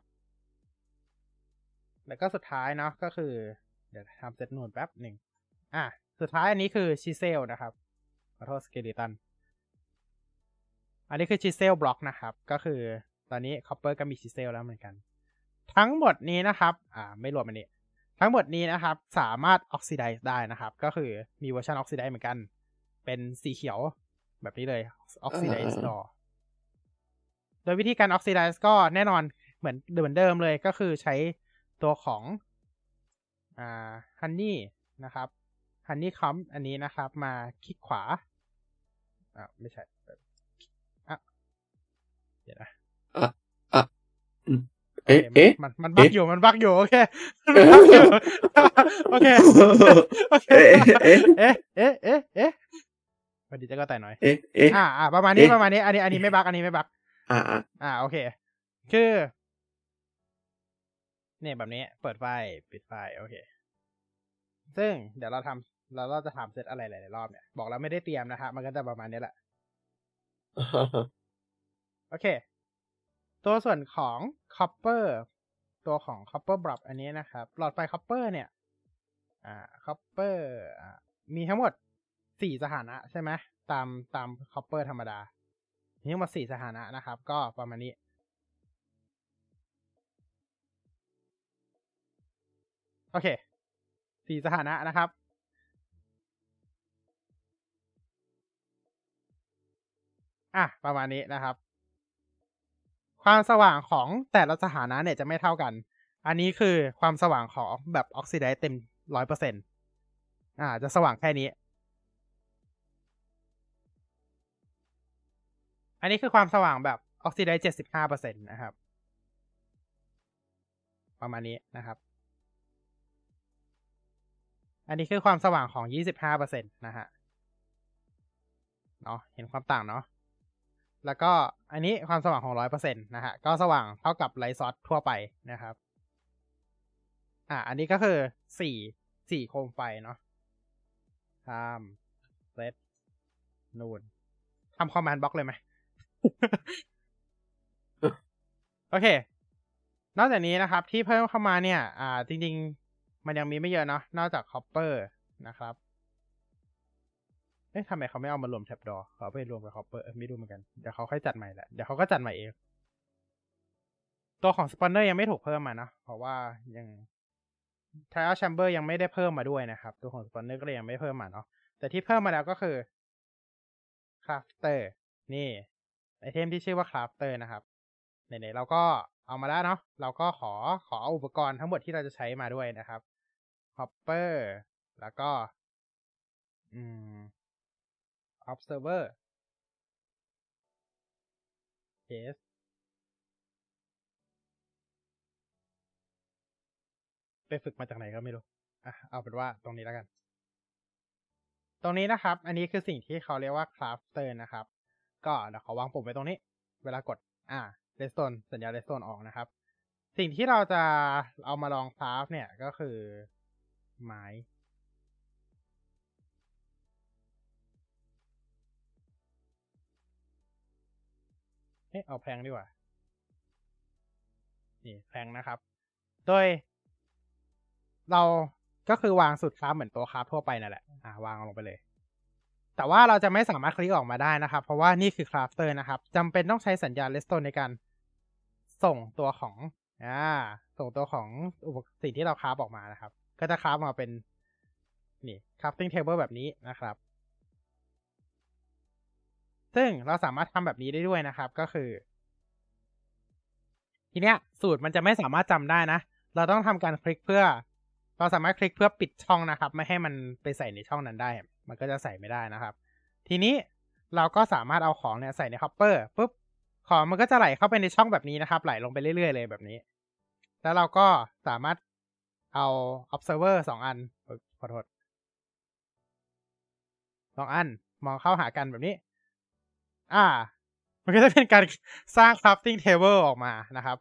แล้วก็สุดท้ายเนาะก็คือเดี๋ยวทำเซตนูนแป๊บหนึ่งสุดท้ายอันนี้คือชิเซลนะครับขอโทษสเกเลตันอันนี้คือชิเซลบล็อกนะครับก็คือตอนนี้คอปเปอร์ก็มีชิเซลแล้วเหมือนกันทั้งหมดนี้นะครับไม่รวมอันนี้ทั้งหมดนี้นะครับสามารถออกซิไดซ์ได้นะครับก็คือมีเวอร์ชันออกซิไดซ์เหมือนกันเป็นสีเขียวแบบนี้เลยออกซิไดซ์ดอโดยวิธีการออกซิไดซ์ก็แน่นอนเหมือนเดิมเลยก็คือใช้ตัวของฮันนี่นะครับฮันนี่คัมอันนี้นะครับมาคลิกขวาไม่ใช่เดี๋ยวนะมันบั๊กอยู่โอเคโอเคพอดีจะก็แต่หน่อยประมาณนี้อันนี้ไม่บั๊กอันนี้ไม่บั๊กโอเคคือเนี่ยแบบนี้เปิดไฟปิดไฟโอเคซึ่งเดี๋ยวเราจะทำเซตอะไรหลายๆรอบเนี่ยบอกแล้วไม่ได้เตรียมนะครับมันก็จะประมาณนี้แหละโอเคตัวส่วนของ copper ตัวของ copper block อันนี้นะครับหลอดไฟ copper เนี่ยcopper มีทั้งหมด4สถานะใช่ไหมตาม copper ธรรมดามีทั้งหมด4สถานะนะครับก็ประมาณนี้โอเค4สถานะนะครับประมาณนี้นะครับความสว่างของแต่ละสถานะเนี่ยจะไม่เท่ากันอันนี้คือความสว่างของแบบออกซิไดซ์เต็ม 100% จะสว่างแค่นี้อันนี้คือความสว่างแบบออกซิไดซ์ 75% นะครับประมาณนี้นะครับอันนี้คือความสว่างของ 25% นะฮะเนาะเห็นความต่างเนาะแล้วก็อันนี้ความสว่างของ 100% นะฮะก็สว่างเท่ากับไลท์ซอสทั่วไปนะครับอันนี้ก็คือ4โคมไฟเนาะทำเซตนูนทำคอมมานด์บล็อกเลยไหม โอเคนอกจากนี้นะครับที่เพิ่มเข้ามาเนี่ยจริงๆมันยังมีไม่เยอะเนาะนอกจากคอปเปอร์นะครับทำไมเขาไม่เอามารวมแท็บดอเขาไปรวมกับคอปเปอร์ไม่รู้เหมือนกันเดี๋ยวเขาค่อยจัดใหม่แหละเดี๋ยวเขาก็จัดใหม่เองตัวของสปอนเนอร์ยังไม่ถูกเพิ่มมานะเพราะว่ายังไทอัลแชมเบอร์ยังไม่ได้เพิ่มมาด้วยนะครับตัวของสปอนเนอร์ก็เลยยังไม่เพิ่มมาเนาะแต่ที่เพิ่มมาแล้วก็คือคราฟเตอร์นี่ไอเทมที่ชื่อว่าคราฟเตอร์นะครับไหนๆเราก็เอามาแล้วเนาะเราก็ขอเอาอุปกรณ์ทั้งหมดที่เราจะใช้มาด้วยนะครับฮอปเปอร์แล้วก็observer case ไปฝึกมาจากไหนก็ไม่รู้เอาเป็นว่าตรงนี้แล้วกันตรงนี้นะครับอันนี้คือสิ่งที่เขาเรียกว่า crafter นะครับก็เดี๋ยวขอวางปุ่มไว้ตรงนี้เวลากดredstone สัญญา redstone ออกนะครับสิ่งที่เราจะเอามาลอง craft เนี่ยก็คือไม้เอาแพลงดีกว่านี่แพลงนะครับโดยเราก็คือวางสุดคราฟเหมือนตัวคราฟทั่วไปนั่นแหละวางลงไปเลยแต่ว่าเราจะไม่สามารถคลิกออกมาได้นะครับเพราะว่านี่คือคราฟเตอร์นะครับจำเป็นต้องใช้สัญญาณ redstone ในการส่งตัวของสิ่งที่เราคราฟออกมานะครับก็จะคราฟมาเป็นนี่ crafting table แบบนี้นะครับซึ่งเราสามารถทำแบบนี้ได้ด้วยนะครับก็คือทีเนี้ยสูตรมันจะไม่สามารถจำได้นะเราต้องทำการคลิกเพื่อเราสามารถคลิกเพื่อปิดช่องนะครับไม่ให้มันไปใส่ในช่องนั้นได้มันก็จะใส่ไม่ได้นะครับทีนี้เราก็สามารถเอาของเนี่ยใส่ในคอปเปอร์ปุ๊บของมันก็จะไหลเข้าไปในช่องแบบนี้นะครับไหลลงไปเรื่อยๆเลยแบบนี้แล้วเราก็สามารถเอา observer 2 อันขอโทษ2 อันมองเข้าหากันแบบนี้มันก็จะเป็นการสร้าง crafting table ออกมานะครับ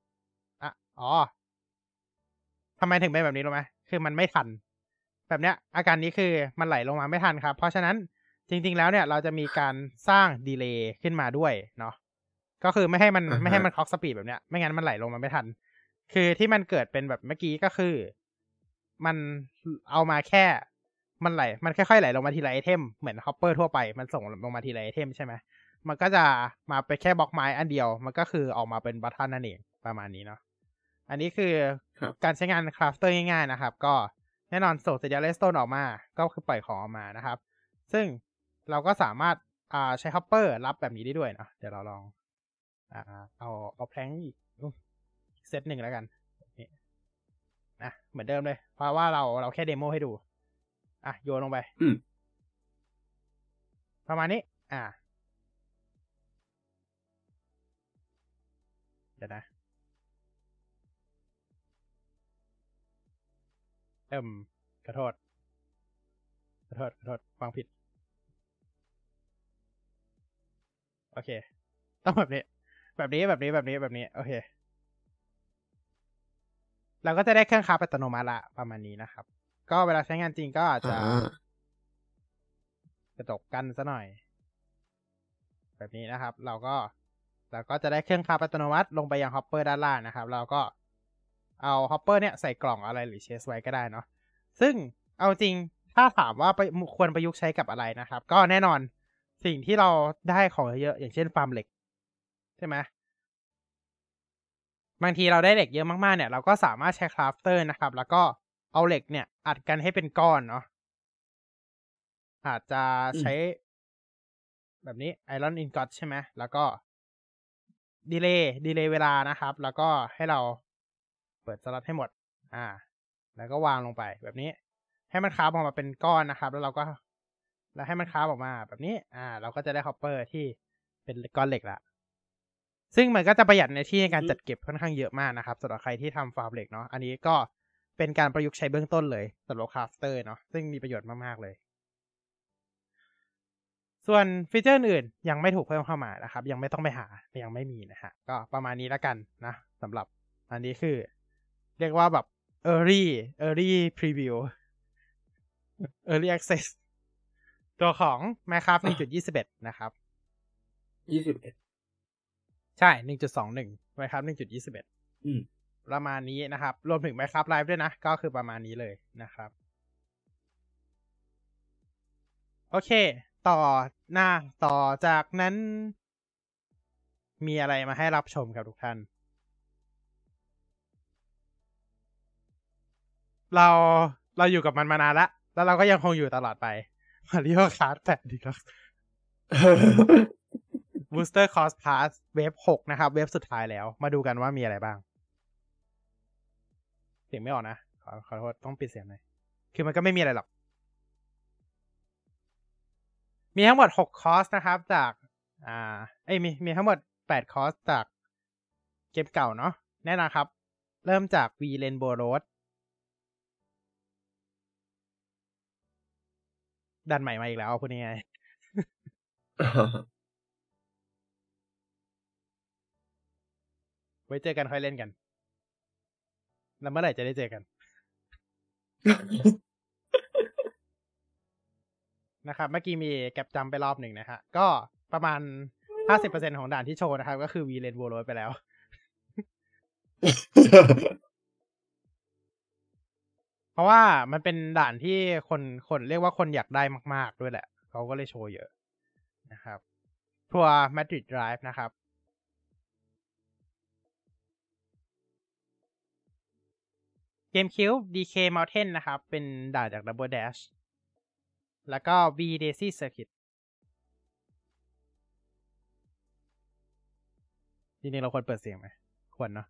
ทำไมถึงเป็นแบบนี้รู้ไหมคือมันไม่ทันแบบเนี้ยอาการนี้คือมันไหลลงมาไม่ทันครับเพราะฉะนั้นจริงๆแล้วเนี่ยเราจะมีการสร้างดีเลย์ขึ้นมาด้วยเนาะก็คือไม่ให้มันคล็อกสปีดแบบเนี้ยไม่งั้นมันไหลลงมาไม่ทันคือที่มันเกิดเป็นแบบเมื่อกี้ก็คือมันเอามาแค่มันไหลมันค่อยๆไหลลงมาทีละไอเทมเหมือนฮอปเปอร์ทั่วไปมันส่งลงมาทีละไอเทมใช่ไหมมันก็จะมาเป็นแค่บล็อกไม้อันเดียวมันก็คือออกมาเป็นบัตทันนั่นเองประมาณนี้เนาะอันนี้คือการใช้งานคราฟเตอร์ง่ายๆนะครับก็แน่นอนส่งเซเดียเลสโตนออกมาก็คือปล่อยของออกมานะครับซึ่งเราก็สามารถใช้ฮอปเปอร์รับแบบนี้ได้ด้วยเนาะเดี๋ยวเราลองเอาแพลงอีกเซตหนึ่งแล้วกันนี่นะเหมือนเดิมเลยเพราะว่าเราแค่เดโมให้ดูโยนลงไปประมาณนี้เดี๋ยวนะขอโทษฟังผิดโอเคต้องแบบนี้โอเคเราก็จะได้เครื่องคราฟอัตโนมัติละประมาณนี้นะครับก็เวลาใช้งานจริงก็อาจจะกระจกกันซะหน่อยแบบนี้นะครับเราก็จะได้เครื่องคราฟอัตโนมัติลงไปยังฮอปเปอร์ด้านล่างนะครับเราก็เอาฮอปเปอร์เนี่ยใส่กล่องอะไรหรือเชสไว้ก็ได้เนาะซึ่งเอาจริงถ้าถามว่าควรประยุกต์ใช้กับอะไรนะครับก็แน่นอนสิ่งที่เราได้ของเยอะอย่างเช่นฟาร์มเหล็กใช่ไหมบางทีเราได้เหล็กเยอะมากๆเนี่ยเราก็สามารถใช้คราฟเตอร์นะครับแล้วก็เอาเหล็กเนี่ยอัดกันให้เป็นก้อนเนาะอาจจะใช้แบบนี้ไอรอนอินก็ตใช่ไหมแล้วก็ดีเลย์เวลานะครับแล้วก็ให้เราเปิดสล็อตให้หมดแล้วก็วางลงไปแบบนี้ให้มันคราฟออกมาเป็นก้อนนะครับแล้วให้มันคราฟออกมาแบบนี้เราก็จะได้ฮอปเปอร์ที่เป็นก้อนเหล็กละซึ่งมันก็จะประหยัดในที่ในการจัดเก็บค่อนข้างเยอะมากนะครับสำหรับใครที่ทำฟาร์มเหล็กเนาะอันนี้ก็เป็นการประยุกต์ใช้เบื้องต้นเลยสำหรับคราฟเตอร์เนาะซึ่งมีประโยชน์มากๆเลยส่วนฟีเจอร์อื่นยังไม่ถูกเพิ่มเข้ามานะครับยังไม่ต้องไปหายังไม่มีนะฮะก็ประมาณนี้แล้วกันนะสำหรับอันนี้คือเรียกว่าแบบ early preview early access ตัวของ Minecraft 1.21 นะครับ21ใช่ 1.21 Minecraft 1.21ประมาณนี้นะครับรวมถึง Minecraft Live ด้วยนะก็คือประมาณนี้เลยนะครับโอเคต่อจากนั้นมีอะไรมาให้รับชมครับทุกท่านเราอยู่กับมันมานานแล้วเราก็ยังคงอยู่ตลอดไปMario Kart 8 Deluxe Booster Cost Pass เวฟ6นะครับเวฟสุดท้ายแล้วมาดูกันว่ามีอะไรบ้างเสียงไม่ออกนะขอโทษต้องปิดเสียงหน่อยคือมันก็ไม่มีอะไรหรอกมีทั้งหมด6คอร์สนะครับจากมีทั้งหมด8คอร์สจากเกมเก่าเนาะแน่นอนครับเริ่มจาก V Rainbow Road ดันใหม่มาอีกแล้วพูดง่ายไว้เจอกันค่อยเล่นกันแล้วเมื่อไหร่จะได้เจอกันนะครับเมื่อกี้มีแก็บจำไปรอบหนึ่งนะฮะก็ประมาณ 50% ของด่านที่โชว์นะครับก็คือ V Rainbow Road ไปแล้วเพราะว่ามันเป็นด่านที่คนเรียกว่าคนอยากได้มากๆด้วยแหละเขาก็เลยโชว์เยอะนะครับทัวร์ Madrid Drive นะครับเกมคิว DK Mountain นะครับเป็นด่านจาก Double Dash แล้วก็ V Daisy Circuit จริงๆเราควรเปิดเสียงไหมควรเนาะ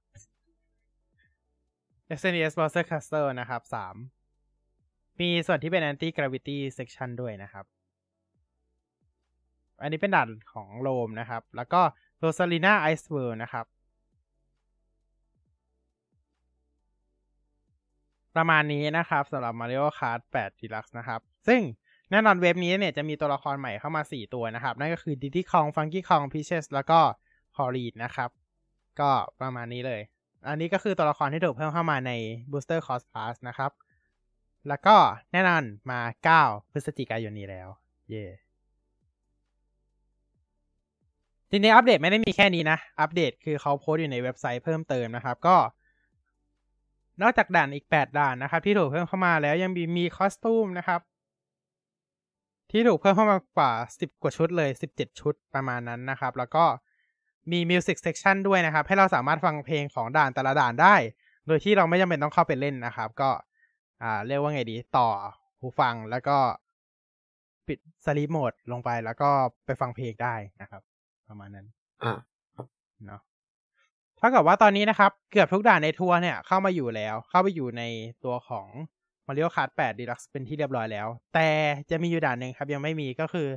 SNES Bowser Castle นะครับ3มีส่วนที่เป็น Anti Gravity Section ด้วยนะครับอันนี้เป็นด่านของโรมนะครับแล้วก็ Rosalina Ice World นะครับประมาณนี้นะครับสำหรับ Mario Kart 8 Deluxe นะครับซึ่งแน่นอนเว็บนี้เนี่ยจะมีตัวละครใหม่เข้ามา4ตัวนะครับนั่นก็คือ Diddy Kong Funky Kong Peaches แล้วก็ Corrin นะครับก็ประมาณนี้เลยอันนี้ก็คือตัวละครที่ถูกเพิ่มเข้ามาใน Booster Cost Pass นะครับแล้วก็แน่นอนมา9 พฤศจิกายนนี้แล้วเย่ทีนี้อัปเดตไม่ได้มีแค่นี้นะอัปเดตคือเขาโพสต์อยู่ในเว็บไซต์เพิ่มเติมนะครับก็นอกจากด่านอีก8ด่านนะครับที่ถูกเพิ่มเข้ามาแล้วยังมีคอสตูมนะครับที่ถูกเพิ่มเข้ามากว่า10กว่าชุดเลย17ชุดประมาณนั้นนะครับแล้วก็มี Music Section ด้วยนะครับให้เราสามารถฟังเพลงของด่านแต่ละด่านได้โดยที่เราไม่จำเป็นต้องเข้าไปเล่นนะครับก็เรียกว่าไงดีต่อหูฟังแล้วก็ปิด Sleep Mode ลงไปแล้วก็ไปฟังเพลงได้นะครับประมาณนั้นเนาะเท่ากับว่าตอนนี้นะครับเกือบทุกด่านในทัวร์เนี่ยเข้าไปอยู่ในตัวของ Mario Kart 8 Deluxe เป็นที่เรียบร้อยแล้วแต่จะมีอยู่ด่านหนึ่งครับยังไม่มีก็คือ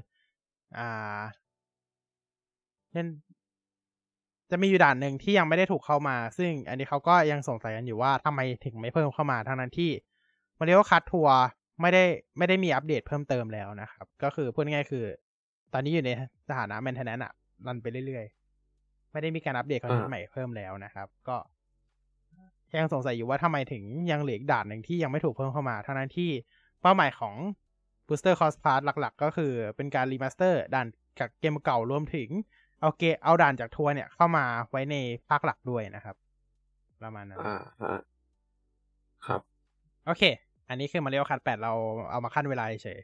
จะมีอยู่ด่านหนึ่งที่ยังไม่ได้ถูกเข้ามาซึ่งอันนี้เขาก็ยังสงสัยกันอยู่ว่าทำไมถึงไม่เพิ่มเข้ามาทั้งนั้นที่ Mario Kart ทัวร์ไม่ได้มีอัปเดตเพิ่มเติมแล้วนะครับก็คือพูดง่ายๆคือตอนนี้อยู่ในสถานะ maintenance รันไปเรื่อยๆไม่ได้มีการอัปเดตคอนเทนต์ใหม่เพิ่มแล้วนะครับก็ยังสงสัยอยู่ว่าทำไมถึงยังเหลืออีกด่านหนึ่งที่ยังไม่ถูกเพิ่มเข้ามาทั้งนั้นที่เป้าหมายของ Booster Cost Pass หลักๆก็คือเป็นการรีมาสเตอร์ด่านจากเกมเก่ารวมถึงเอาด่านจากทัวร์เนี่ยเข้ามาไว้ในภาคหลักด้วยนะครับประมาณนั้นครับโอเคอันนี้คือ Mario Kart 8เราเอามาขั้นเวลาเฉย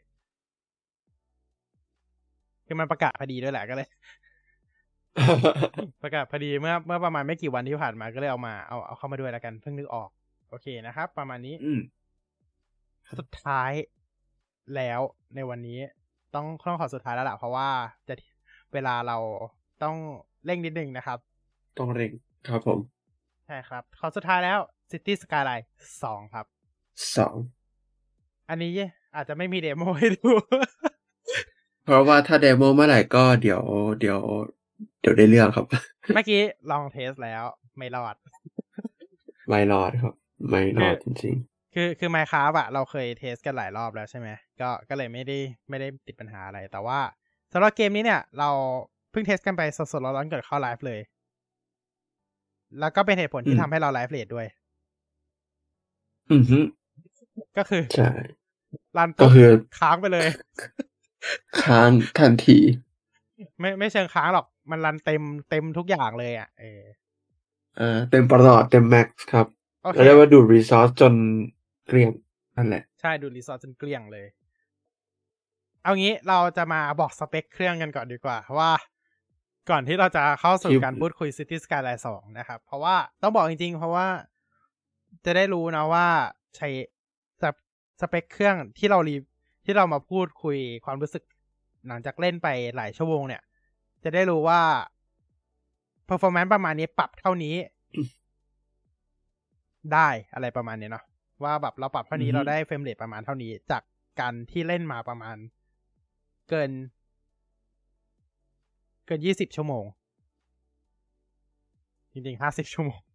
คือมันประกาศพอดีด้วยแหละก็เลย ประกาศพอดีเมื่อประมาณไม่กี่วันที่ผ่านมาก็เลยเอาเข้ามาด้วยแล้วกันเพิ่งนึกออกโอเคนะครับประมาณนี้สุดท้ายแล้วในวันนี้ต้องขอสุดท้ายแล้วล่ะเพราะว่าจะเวลาเราต้องเร่งนิดนึงนะครับต้องเร่งครับผมใช่ครับขอสุดท้ายแล้ว City Skyline 2ครับ2อันนี้อาจจะไม่มีเดโมให้ดูเพราะว่าถ้าเดโมเมื่อไหร่ก็เดี๋ยวได้เรื่องครับเมื่อกี้ลองเทสแล้วไม่รอดครับไม่รอดจริงๆคือ Minecraft เราเคยเทสกันหลายรอบแล้วใช่ไหมก็เลยไม่ได้ติดปัญหาอะไรแต่ว่าสำหรับเกมนี้เนี่ยเราเพิ่งเทสกันไปสดๆร้อนๆก่อนเข้าไลฟ์เลยแล้วก็เป็นเหตุผลที่ทำให้เราไลฟ์เลทด้วยก็คือใช่รันก็คือค้างไปเลยค้างทันทีไม่เชิงค้างหรอกมันรันเต็มทุกอย่างเลยเต็มประหลอดเต็มแม็กซ์ครับเรียกว่าดูดรีซอสจนเกลี้ยงนั่นแหละใช่ดูดรีซอสจนเกลี้ยงเลยเอางี้เราจะมาบอกสเปคเครื่องกันก่อนดีกว่าว่าก่อนที่เราจะเข้าสู่การพูดคุย City Skyline 2นะครับเพราะว่าต้องบอกจริงๆเพราะว่าจะได้รู้นะว่าใช้สเปคเครื่องที่เรามาพูดคุยความรู้สึกหลังจากเล่นไปหลายชั่วโมงเนี่ยจะได้รู้ว่า performance ประมาณนี้ปรับเท่านี้ได้อะไรประมาณนี้เนาะว่าแบบเราปรับเท่านี้เราได้เฟรมเรทประมาณเท่านี้จากการที่เล่นมาประมาณเกิน20ชั่วโมงจริงๆ50ชั่วโมง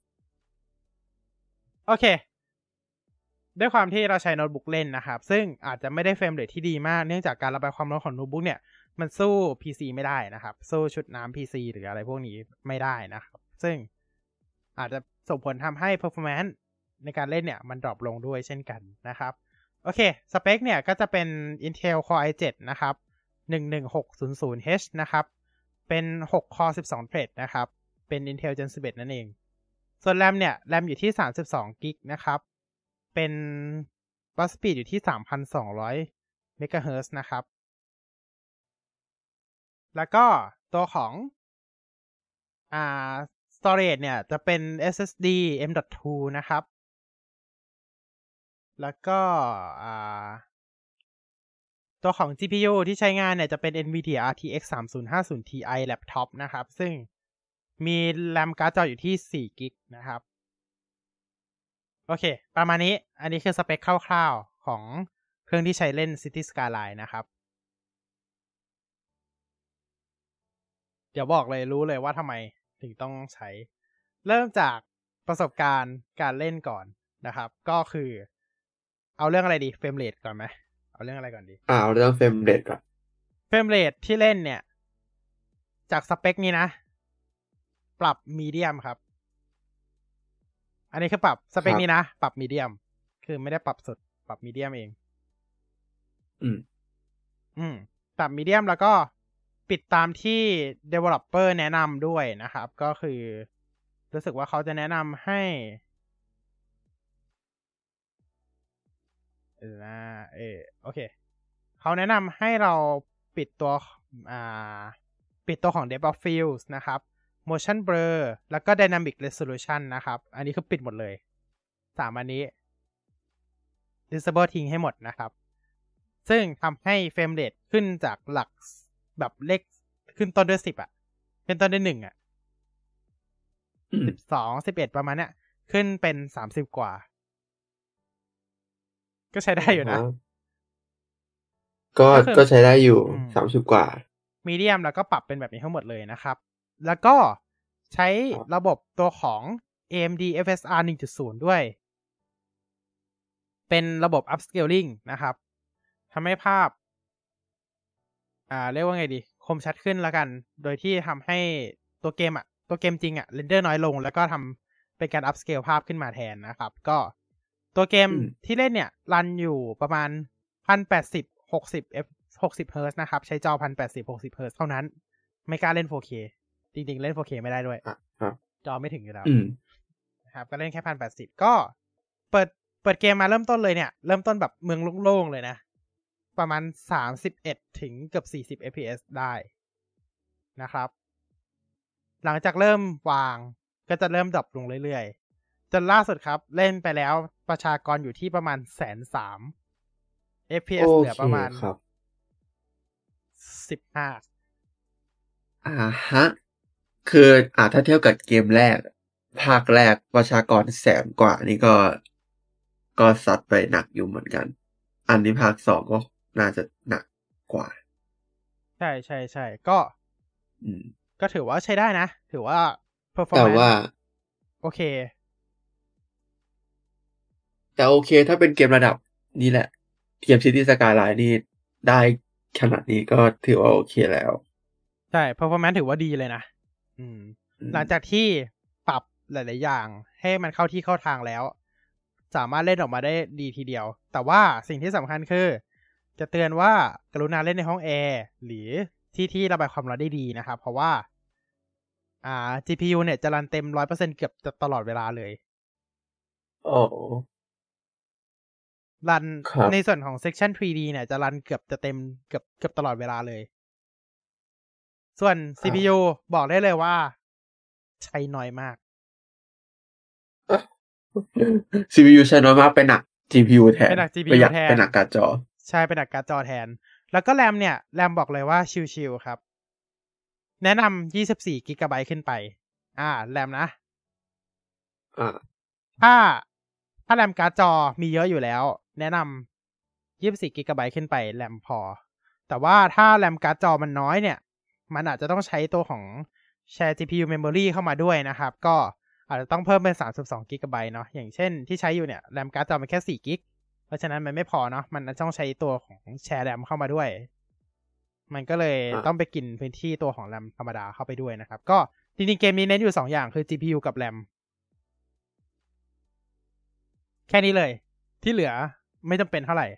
โอเคด้วยความที่เราใช้โน้ตบุ๊กเล่นนะครับซึ่งอาจจะไม่ได้เฟรมเรทที่ดีมากเนื่องจากการระบายความร้อนของโน้ตบุ๊กเนี่ยมันสู้ PC ไม่ได้นะครับสู้ชุดน้ำ PC หรืออะไรพวกนี้ไม่ได้นะครับซึ่งอาจจะส่งผลทำให้ performance ในการเล่นเนี่ยมันดรอปลงด้วยเช่นกันนะครับโอเคสเปคเนี่ยก็จะเป็น Intel Core i7 นะครับ 11600H นะครับเป็น6 Core 12 Thread นะครับเป็น Intel Gen 11นั่นเองส่วน RAM เนี่ย RAM อยู่ที่32 GB นะครับเป็น bus speed อยู่ที่ 3,200 MHz นะครับแล้วก็ตัวของstorage เนี่ยจะเป็น SSD M.2 นะครับแล้วก็ตัวของ GPU ที่ใช้งานเนี่ยจะเป็น NVIDIA RTX 3050 Ti Laptop นะครับซึ่งมี RAM การ์ดจออยู่ที่4 GB นะครับโอเคประมาณนี้อันนี้คือสเปคคร่าวๆของเครื่องที่ใช้เล่น City Skyline นะครับเดี๋ยวบอกเลยรู้เลยว่าทำไมถึงต้องใช้เริ่มจากประสบการณ์การเล่นก่อนนะครับก็คือเอาเรื่องอะไรดีเฟรมเรทก่อนไหมเอาเรื่องอะไรก่อนดีเอาเรื่องเฟรมเรทก่อนเฟรมเรทที่เล่นเนี่ยจากสเปคนี้นะปรับมีเดียมครับอันนี้คือปรับสเปคนี้นะปรับมีเดียมคือไม่ได้ปรับสุดปรับมีเดียมเองปรับมีเดียมแล้วก็ปิดตามที่ developer แนะนำด้วยนะครับก็คือรู้สึกว่าเขาจะแนะนำให้โอเคเขาแนะนำให้เราปิดตัวของ depth of field นะครับ motion blur แล้วก็ dynamic resolution นะครับอันนี้คือปิดหมดเลย3อันนี้ disable ทิ้งให้หมดนะครับซึ่งทำให้เฟรมเรทขึ้นจากหลักแบบเลขขึ้นต้นด้วย10เป็นต้นด้วย112 11ประมาณเนี้ยขึ้นเป็น30กว่าก็ใช้ได้อยู่นะก็ใช้ได้อยู่30กว่ามีเดียมแล้วก็ปรับเป็นแบบนี้ทั้งหมดเลยนะครับแล้วก็ใช้ระบบตัวของ AMD FSR 1.0 ด้วยเป็นระบบ upscaling นะครับทำให้ภาพเรียกว่าไงดีคมชัดขึ้นแล้วกันโดยที่ทำให้ตัวเกมจริงเรนเดอร์น้อยลงแล้วก็ทำเป็นการ upscale ภาพขึ้นมาแทนนะครับก็ตัวเกมที่เล่นเนี่ยรันอยู่ประมาณ 1080 60 Hz นะครับใช้จอ 1080 60 Hz เท่านั้นไม่กล้าเล่น 4K จริงๆเล่น 4K ไม่ได้ด้วยจอไม่ถึงอยู่แล้วนะครับก็เล่นแค่ 1080 ก็เปิดเกมมาเริ่มต้นเลยเนี่ยเริ่มต้นแบบเมืองโล่งๆเลยนะประมาณ31ถึงเกือบ40 fps ได้นะครับหลังจากเริ่มวางก็จะเริ่มดรอปลงเรื่อยๆจนล่าสุดครับเล่นไปแล้วประชากรอยู่ที่ประมาณ 130,000 fps เหลือประมาณ15 ฮะคือถ้าเทียบกับเกมแรกภาคแรกประชากร100,000 กว่านี่ก็ซัดไปหนักอยู่เหมือนกันอันนี้ภาค2ก็น่าจะหนักกว่าใช่ก็ถือว่าใช้ได้นะถือว่า performance แต่ว่าโอเคแต่โอเคถ้าเป็นเกมระดับนี้แหละเกม City Skyline นี่ได้ขนาดนี้ก็ถือว่าโอเคแล้วใช่ performance ถือว่าดีเลยนะหลังจากที่ปรับหลายๆอย่างให้มันเข้าที่เข้าทางแล้วสามารถเล่นออกมาได้ดีทีเดียวแต่ว่าสิ่งที่สำคัญคือจะเตือนว่ากรุณาเล่นในห้องแอร์หรือที่ระบายความร้อนได้ดีนะครับเพราะว่าGPU เนี่ยจะรันเต็ม 100% เกือบตลอดเวลาเลยรันในส่วนของ section 3D เนี่ยจะรันเกือบจะเต็มเกือบตลอดเวลาเลยส่วน CPU บอกได้เลยว่าใช้น้อยมาก CPU ใช้น้อยมากไปหนัก GPU แทนประหยัดไปหนักการ์ดจอใช่ไปหนักการ์ดจอแทนแล้วก็แรมเนี่ยแรมบอกเลยว่าชิลๆครับแนะนำ24 GB ขึ้นไปแรมนะถ้าแรมการ์ดจอมีเยอะอยู่แล้วแนะนำ24 GB ขึ้นไปแรมพอแต่ว่าถ้าแรมการ์ดจอมันน้อยเนี่ยมันอาจจะต้องใช้ตัวของ Share GPU Memory เข้ามาด้วยนะครับก็อาจจะต้องเพิ่มเป็น32 GB เนาะอย่างเช่นที่ใช้อยู่เนี่ยแรมการ์ดจอมันแค่4 GB เพราะฉะนั้นมันไม่พอเนาะมันต้องใช้ตัวของแชร์แรมเข้ามาด้วยมันก็เลยต้องไปกินพื้นที่ตัวของแรมธรรมดาเข้าไปด้วยนะครับก็จริงๆเกมนี้เน้นอยู่2อย่างคือ GPU กับแรมแค่นี้เลยที่เหลือไม่จำเป็นเท่าไหร่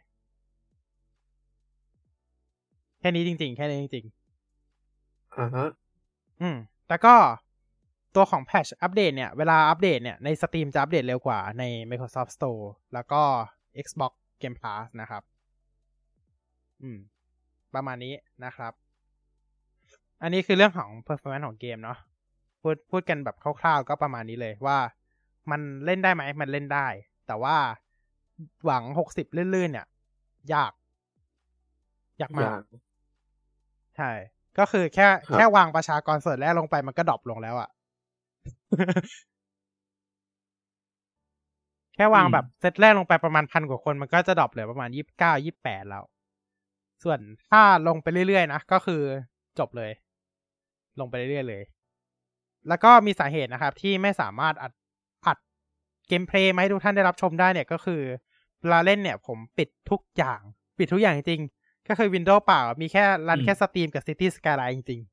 แค่นี้จริงๆแค่นี้จริงๆแล้วก็ตัวของแพทช์อัปเดตเนี่ยเวลาอัปเดตเนี่ยใน Steam จะอัปเดตเร็วกว่าใน Microsoft Store แล้วก็ Xbox Game Pass นะครับประมาณนี้นะครับอันนี้คือเรื่องของ performance ของเกมเนาะพูดกันแบบคร่าวๆก็ประมาณนี้เลยว่ามันเล่นได้ไหมมันเล่นได้แต่ว่าหวัง60ลื่นๆเนี่ยยากมากใช่ก็คือแค่วางประชากรส่วนแรกลงไปมันก็ดรอปลงแล้วอ่ะ แค่วางแบบเซตแรกลงไปประมาณ1,000 กว่าคนมันก็จะดรอปเหลือประมาณ29 28แล้วส่วนถ้าลงไปเรื่อยๆนะก็คือจบเลยลงไปเรื่อยๆเลยแล้วก็มีสาเหตุนะครับที่ไม่สามารถอัดเกมเพลย์มาให้ทุกท่านได้รับชมได้เนี่ยก็คือเวลาเล่นเนี่ยผมปิดทุกอย่างจริงๆก็คือ Windows เปล่ามีแค่รันแค่ Steam กับ City Skyline จริง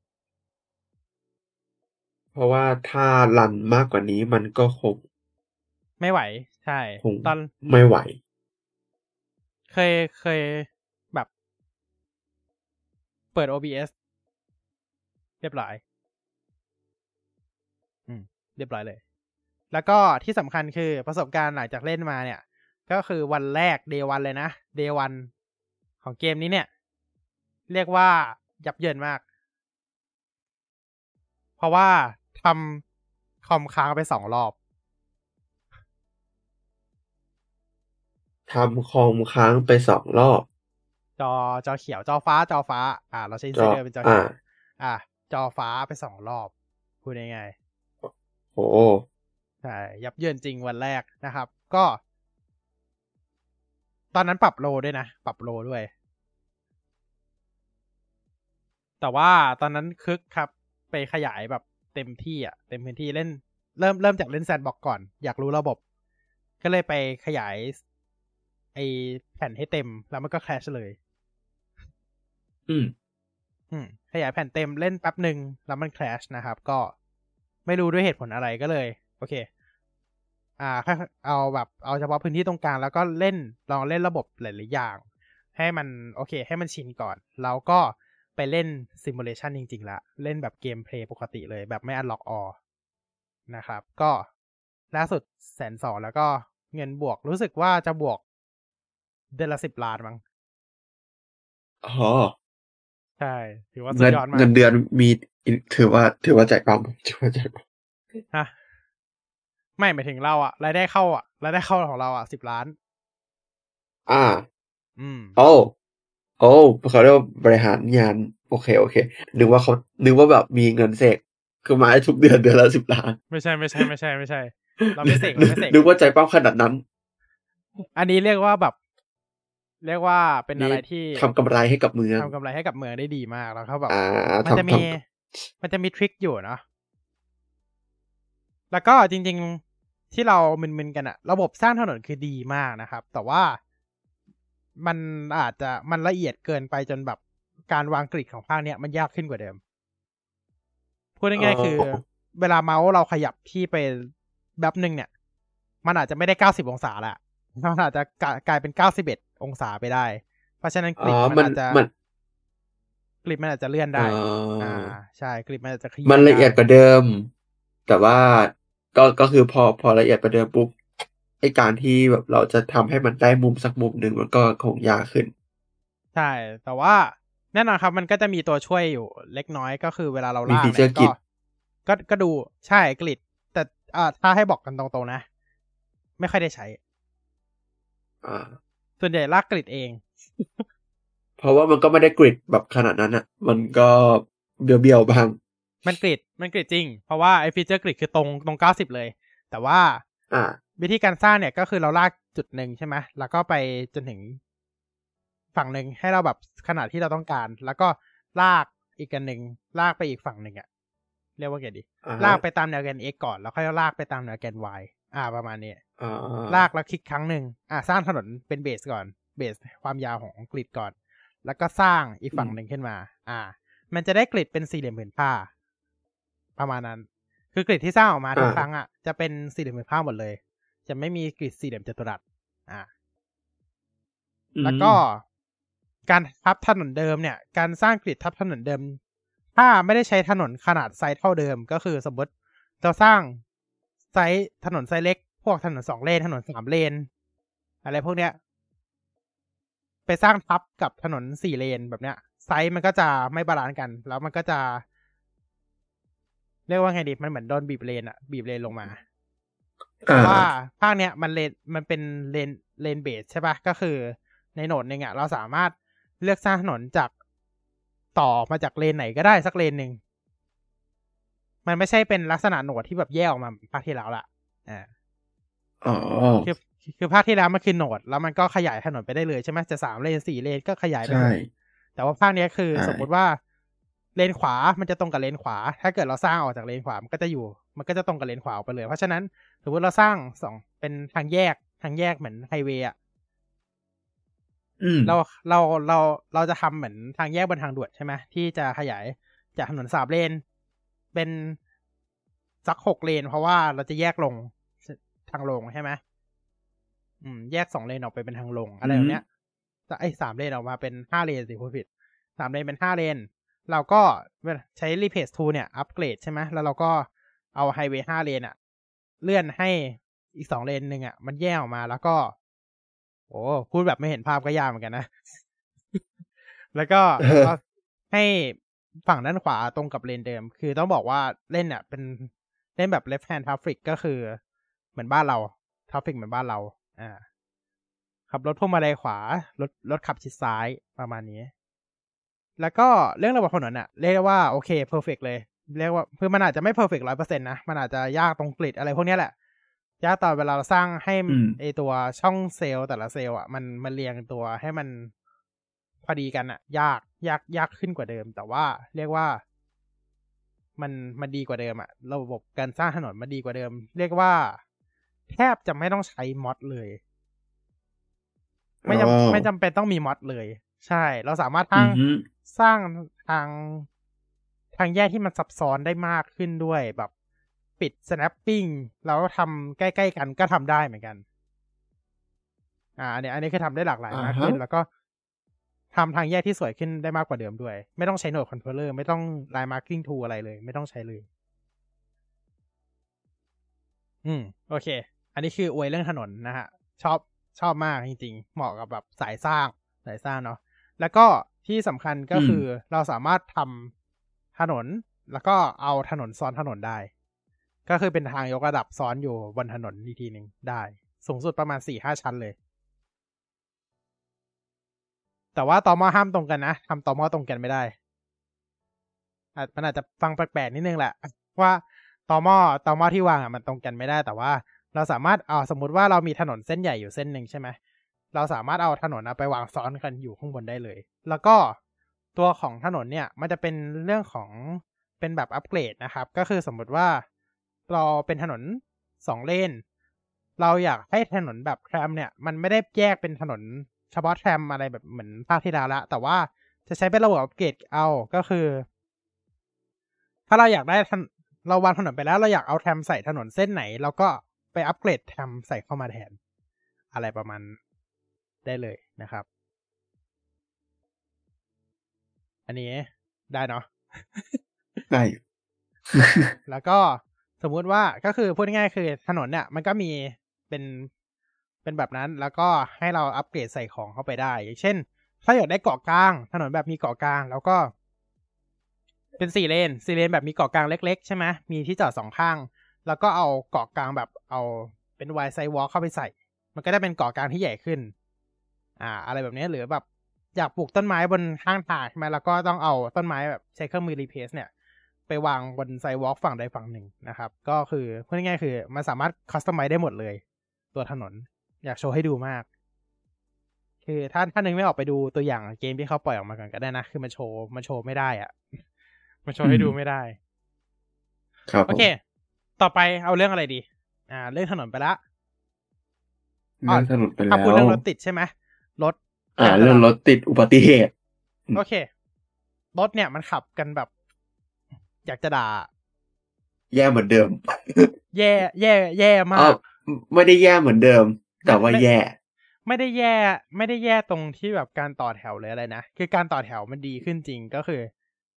ๆเพราะว่าถ้ารันมากกว่านี้มันก็คงไม่ไหวใช่ตอนไม่ไหวเคยแบบเปิด OBS เรียบร้อยเรียบร้อยเลยแล้วก็ที่สำคัญคือประสบการณ์หลังจากเล่นมาเนี่ยก็คือวันแรก Day 1เลยนะ Day 1ของเกมนี้เนี่ยเรียกว่ายับเยินมากเพราะว่าทำคอมค้างไป2 รอบทำคอมค้างไป2 รอบจอเขียวจอฟ้าเราใช้อินไซเดอร์เป็นจอเขียวจอฟ้าไป2 รอบพูดง่ายๆโอ้ใช่ยับเยินจริงวันแรกนะครับก็ตอนนั้นปรับโลด้วยนะปรับโลด้วยแต่ว่าตอนนั้นคึกครับไปขยายแบบเต็มที่เต็มพื้นที่เล่นเริ่มจากเล่นแซนด์บ็อกซ์ก่อนอยากรู้ระบบก็เลยไปขยายไอแผ่นให้เต็มแล้วมันก็แครชเลยขยายแผ่นเต็มเล่นแป๊บหนึ่งแล้วมันแครชนะครับก็ไม่รู้ด้วยเหตุผลอะไรก็เลยโอเคเอาเฉพาะพื้นที่ตรงกลางแล้วก็ลองเล่นระบบหลายๆอย่างให้มันโอเคให้มันชินก่อนแล้วก็ไปเล่นซิมูเลชันจริงๆละเล่นแบบเกมเพลย์ปกติเลยแบบไม่อันล็อกออนะครับก็ล่าสุด120,000แล้วก็เงินบวกรู้สึกว่าจะบวกเดือนละ10 ล้านมั้งอ๋อใช่ถือว่าสุดยอดมากเงินเดือนมีถือว่าจ่ายปั๊มถือว่าจ่ายปั๊มฮะไม่หมายถึงเรารายได้เข้าของเรา10 ล้านโอ้เขาเรียกว่าบริหารงานโอเคนึกว่าแบบมีเงินเสกคือมาให้ทุกเดือนละ10 ล้านไม่ใช่เราไม่เสกนึกว่าใจป้ามขนาดนั้นอันนี้เรียกว่าเป็นอะไรที่ทำกำไรให้กับเมืองได้ดีมากแล้วเขาแบบมันจะมีทริคอยู่เนาะแล้วก็จริงๆที่เรามึนๆกันระบบสร้างถนนคือดีมากนะครับแต่ว่ามันอาจจะมันละเอียดเกินไปจนแบบการวางกริดของภาคเนี้ยมันยากขึ้นกว่าเดิมพูดง่ายๆคือเวลาเมาส์เราขยับที่ไปแบบนึงเนี่ยมันอาจจะไม่ได้90 องศาละมันอาจจะกลายเป็น91 องศาไปได้เพราะฉะนั้นกริดมันอาจจะเลื่อนได้ใช่กริดมันอาจจะขยับมันละเอียดกว่าเดิมแต่ว่าก็คือพอละเอียดกว่าเดิมปุ๊บไอ้การที่แบบเราจะทำให้มันได้มุมสักมุมหนึ่งมันก็คงยากขึ้นใช่แต่ว่าแน่นอนครับมันก็จะมีตัวช่วยอยู่เล็กน้อยก็คือเวลาเราลากเนี่ยก็ดูใช่กริดแต่ถ้าให้บอกกันตรงๆนะไม่ค่อยได้ใช้ส่วนใหญ่ลากกริดเองเพราะว่ามันก็ไม่ได้กริดแบบขนาดนั้นมันก็เบี้ยวบ้างมันกริดจริงเพราะว่าไอ้ฟีเจอร์กริดคือตรง90เลยแต่ว่าวิธีการสร้างเนี่ยก็คือเราลากจุดหนึ่งใช่ไหมแล้วก็ไปจนถึงฝั่งหนึ่งให้เราแบบขนาดที่เราต้องการแล้วก็ลากอีกกันหนึ่งลากไปอีกฝั่งหนึ่งเรียกว่าไงดีลากไปตามแนวแกน x ก่อนแล้วค่อยลากไปตามแนวแกน y ประมาณนี้ลากแล้วคลิกครั้งหนึ่งสร้างถนนเป็นเบสก่อนเบสความยาวของกริดก่อนแล้วก็สร้างอีกฝั่งหนึ่งขึ้นมามันจะได้กริดเป็นสี่เหลี่ยมผืนผ้าประมาณนั้นคือกริดที่สร้างออกมาทุกครั้งจะเป็นสี่เหลี่ยมผืนผ้าหมดเลยจะไม่มีกริดสี่เหลี่ยมจัตุรัสแล้วก็การทับถนนเดิมเนี่ยการสร้างกริดทับถนนเดิมถ้าไม่ได้ใช้ถนนขนาดไซส์เท่าเดิมก็คือสมมติเราสร้างไซส์ถนนไซส์เล็กพวกถนน2 เลนถนน3 เลนอะไรพวกเนี้ยไปสร้างทับกับถนน4 เลนแบบเนี้ยไซส์มันก็จะไม่บาลานซ์กันแล้วมันก็จะเรียกว่าไงดีมันเหมือนโดนบีบเลนลงมาเพราะว่าภาคเนี้ยมันเป็นเลนเบสใช่ปะก็คือในโหนดนึงเราสามารถเลือกสร้างถนนจากต่อมาจากเลนไหนก็ได้สักเลนหนึ่งมันไม่ใช่เป็นลักษณะโหนดที่แบบแยกออกมาภาคที่แล้วล่ะคือภาคที่แล้วมันคือโหนดแล้วมันก็ขยายถนนไปได้เลยใช่ไหมจะ3 เลน 4 เลนก็ขยายไปเลยแต่ว่าภาคนี้คือสมมติว่าเลนขวามันจะตรงกับเลนขวาถ้าเกิดเราสร้างออกจากเลนขวามันก็จะตรงกับเลนขวาไปเลยเพราะฉะนั้นสมมติเราสร้างเป็นทางแยกเหมือนไฮเวย์อ่ะเราจะทำเหมือนทางแยกบนทางด่วนใช่ไหมที่จะขยายจากถนน3 เลนเป็นสัก6 เลนเพราะว่าเราจะแยกลงทางลงใช่ไหมแยก2 เลนออกไปเป็นทางลงอะไรแบบเนี้ย3 เลนออกมาเป็น5 เลนสิพูดผิด3 เลนเป็น5 เลนเราก็ใช้ replace tool เนี่ยอัปเกรดใช่ไหมแล้วเราก็เอาไฮเวย์5 เลนอ่ะเลื่อนให้อีก2 เลนนึงอ่ะมันแยกออกมาแล้วก็โอ้พูดแบบไม่เห็นภาพก็ยากเหมือนกันนะ แล้วก็ให้ฝั่งด้านขวาตรงกับเลนเดิมคือต้องบอกว่าเล่นเนี่ยเป็นเล่นแบบ left hand traffic ก็คือเหมือนบ้านเรา traffic เหมือนบ้านเราขับรถพุ่งมาลัยขวารถขับชิดซ้ายประมาณนี้แล้วก็เรื่องระบบถนนเรียกว่าโอเค perfect เลยเรียกว่าคือมันอาจจะไม่ perfect 100% นะมันอาจจะยากตรงกริดอะไรพวกนี้แหละยากตอนเวลาเราสร้างให้ไอตัวช่องเซลล์แต่ละเซลล์มันเรียงตัวให้มันพอดีกันยากขึ้นกว่าเดิมแต่ว่าเรียกว่ามันดีกว่าเดิมระบบการสร้างถนนมันดีกว่าเดิมเรียกว่าแทบจะไม่ต้องใช้มอดเลยไม่จำเป็นต้องมีมอดเลยใช่เราสามารถสร้างทางแยกที่มันซับซ้อนได้มากขึ้นด้วยแบบปิด snapping แล้วทำใกล้ๆกันก็ทำได้เหมือนกันอันนี้คือทำได้หลากหลายมากขึ้นแล้วก็ทำทางแยกที่สวยขึ้นได้มากกว่าเดิมด้วยไม่ต้องใช้ Node Controller ไม่ต้อง Line Marking Tool อะไรเลยไม่ต้องใช้เลยโอเคอันนี้คืออวยเรื่องถนนนะฮะชอบมากจริงๆเหมาะกับแบบสายสร้างเนาะแล้วก็ที่สำคัญก็คือเราสามารถทำถนนแล้วก็เอาถนนซ้อนถนนได้ก็คือเป็นทางยกระดับซ้อนอยู่บนถนนอีกทีนึงได้สูงสุดประมาณ 4-5 ชั้นเลยแต่ว่าตอมอห้ามตรงกันนะทำตอมอตรงกันไม่ได้มันอาจจะฟังแปลกๆนิดนึงแหละว่าตอมอที่วางมันตรงกันไม่ได้แต่ว่าเราสามารถสมมุติว่าเรามีถนนเส้นใหญ่อยู่เส้นหนึ่งใช่ไหมเราสามารถเอาถนนไปวางซ้อนกันอยู่ข้างบนได้เลยแล้วก็ตัวของถนนเนี่ยมันจะเป็นเรื่องของเป็นแบบอัปเกรดนะครับก็คือสมมติว่าเราเป็นถนน2 เลนเราอยากให้ถนนแบบแทรมเนี่ยมันไม่ได้แยกเป็นถนนเฉพาะแทรมอะไรแบบเหมือนภาคที่แล้วละแต่ว่าจะใช้เป็นระบบอัปเกรดก็คือถ้าเราอยากได้เราวางถนนไปแล้วเราอยากเอาแทรมใส่ถนนเส้นไหนเราก็ไปอัปเกรดแทรมใส่เข้ามาแทนอะไรประมาณได้เลยนะครับอันนี้ได้เนาะได้แล้วก็สมมุติว่าก็คือพูดง่ายๆคือถนนเนี่ยมันก็มีเป็นแบบนั้นแล้วก็ให้เราอัปเกรดใส่ของเข้าไปได้อย่างเช่นถ้าอยากได้เกาะกลางถนนแบบมีเกาะกลางแล้วก็เป็น4 เลนแบบมีเกาะกลางเล็กๆใช่ไหมมีที่จอด2 ข้างแล้วก็เอาเกาะกลางแบบเอาเป็นไวด์ไซด์วอล์คเข้าไปใส่มันก็ได้เป็นเกาะกลางที่ใหญ่ขึ้นอะไรแบบนี้หรือแบบอยากปลูกต้นไม้บนข้างทางใช่ไหมแล้วก็ต้องเอาต้นไม้แบบใช้เครื่องมือรีเพสเนี่ยไปวางบนไซด์วอล์กฝั่งใดฝั่งหนึ่งนะครับก็คือพูดง่ายๆคือมันสามารถคัสตอมไมซ์ได้หมดเลยตัวถนนอยากโชว์ให้ดูมากคือถ้านึกไม่ออกไปดูตัวอย่างเกมที่เขาปล่อยออกมากันก็ได้นะคือมันโชว์ไม่ได้มันโชว์ให้ดูไม่ได้ครับโอเคต่อไปเอาเรื่องอะไรดีเรื่องถนนไปละเรื่องถนนไปแล้วพูดเรื่องรถติดใช่ไหมรถเรื่องรถติดอุบัติเหตุโอเครถเนี่ยมันขับกันแบบอยากจะด่าแย่เหมือนเดิมแย่มากไม่ได้แย่เหมือนเดิมแต่ว่าแย่ไม่ได้แย่ตรงที่แบบการต่อแถวเลยอะไรนะคือการต่อแถวมันดีขึ้นจริงก็คือ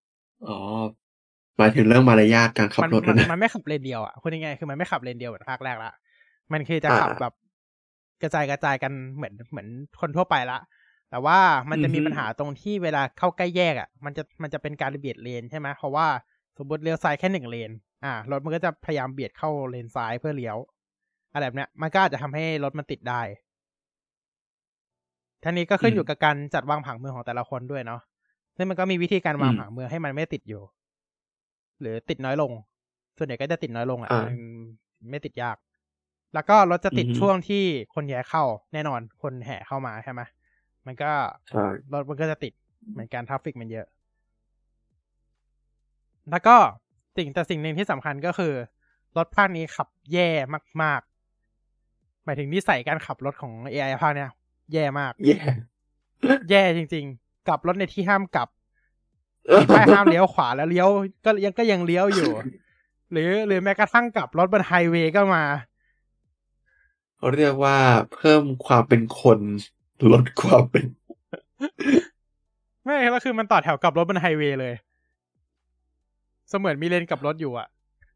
หมายถึงเรื่องมารยาทการขับรถนะมันไม่ขับเลนเดียวพูดง่ายๆคือมันไม่ขับเลนเดียวเหมือนภาคแรกละมันคือจะขับแบบกระจายกันเหมือนคนทั่วไปละแต่ว่ามันจะมีปัญหาตรงที่เวลาเข้าใกล้แยกมันจะเป็นการเบียดเลนใช่ไหมเพราะว่าสมมติเลี้ยวซ้ายแค่1 เลนรถมันก็จะพยายามเบียดเข้าเลนซ้ายเพื่อเลี้ยวอะไรแบบเนี้ยมันก็อาจจะทำให้รถมันติดได้ทั้งนี้ก็ขึ้นอยู่กับการจัดวางผังเมืองของแต่ละคนด้วยเนาะซึ่งมันก็มีวิธีการวางผังเมืองให้มันไม่ติดอยู่หรือติดน้อยลงส่วนใหญ่ก็จะติดน้อยลงมันไม่ติดยากแล้วก็รถจะติดช่วงที่คนแห่เข้าแน่นอนคนแห่เข้ามาใช่ไหมมันก็รถมันก็จะติดเหมือนกันทราฟฟิกมันเยอะแล้วก็สิ่งหนึ่งที่สำคัญก็คือรถภาคนี้ขับแย่มากๆหมายถึงนิสัยการขับรถของ AI ภาคเนี้ยแย่มากแย่จริงๆกลับรถในที่ห้ามกลับมีป้ายห้ามเลี้ยวขวาแล้วเลี้ยวก็ยังเลี้ยวอยู่ หรือแม้กระทั่งกลับรถบนไฮเวย์ก็มาเขาเรียกว่าเพิ่มความเป็นคนลดความเป็นไม่แล้วคือมันต่อแถวกลับรถบนไฮเวย์เลยเสมือนมีเลนกลับรถอยู่อ่ะ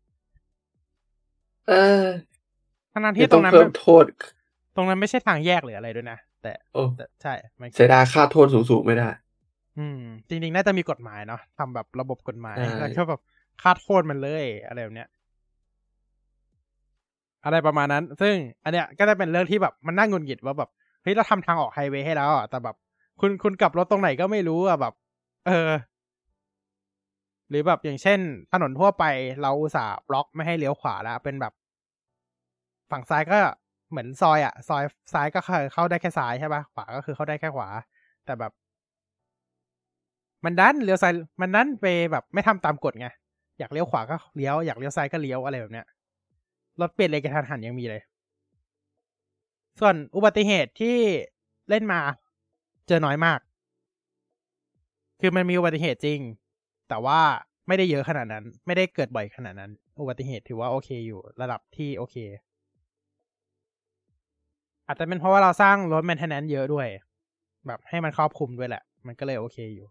ทั้งที่ตรงนั้นเพิ่มโทษตรงนั้นไม่ใช่ทางแยกหรืออะไรด้วยนะแต่ใช่เสียดายค่าโทษสูงๆไม่ได้จริงๆน่าจะมีกฎหมายเนาะทำแบบระบบกฎหมายแล้วก็แบบค่าโทษมันเลยอะไรแบบเนี้ยอะไรประมาณนั้นซึ่งอันเนี้ยก็จะเป็นเรื่องที่แบบมันน่าหงุดหงิดว่าแบบเฮ้ยเราทำทางออกไฮเวย์ให้แล้วอ่ะแต่แบบคุณกลับรถตรงไหนก็ไม่รู้อ่ะแบบหรือแบบอย่างเช่นถนนทั่วไปเราอุตส่าห์บล็อกไม่ให้เลี้ยวขวาแล้วเป็นแบบฝั่งซ้ายก็เหมือนซอยอ่ะซอยซ้ายก็เข้าได้แค่ซ้ายใช่ป่ะขวาก็คือเข้าได้แค่ขวาแต่แบบมันดันเลี้ยวซ้ายมันดันไปแบบไม่ทำตามกฎไงอยากเลี้ยวขวาก็เลี้ยวอยากเลี้ยวซ้ายก็เลี้ยวอะไรแบบเนี้ยรถเปลี่ยนเลนกระทันหันยังมีเลยส่วนอุบัติเหตุที่เล่นมาเจอน้อยมากคือมันมีอุบัติเหตุจริงแต่ว่าไม่ได้เยอะขนาดนั้นไม่ได้เกิดบ่อยขนาดนั้นอุบัติเหตุถือว่าโอเคอยู่ระดับที่โอเคอาจจะเป็นเพราะว่าเราสร้างรถ maintenance เยอะด้วยแบบให้มันครอบคลุมด้วยแหละมันก็เลยโอเคอยู่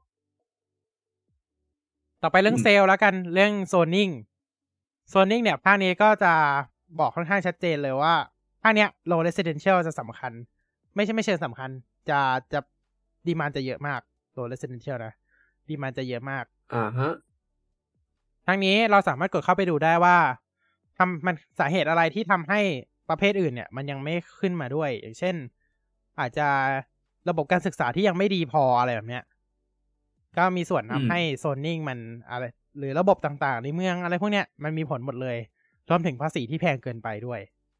ต่อไปเรื่องเซลล์แล้วกันเรื่องโซนนิ่งเนี่ยภาคนี้ก็จะบอกค่อนข้างชัดเจนเลยว่าภาคเนี้ย low residential จะสำคัญไม่เชิงสำคัญจะดีมานด์จะเยอะมาก low residential นะดีมานด์จะเยอะมากฮะทั้งนี้เราสามารถกดเข้าไปดูได้ว่ามันสาเหตุอะไรที่ทำให้ประเภทอื่นเนี่ยมันยังไม่ขึ้นมาด้วยอย่างเช่นอาจจะระบบการศึกษาที่ยังไม่ดีพออะไรแบบเนี้ยก็มีส่วนทำให้โซนนิ่งมันอะไรหรือระบบต่างๆในเมืองอะไรพวกเนี้ยมันมีผลหมดเลยรวมถึงภาษีที่แพงเกินไปด้วย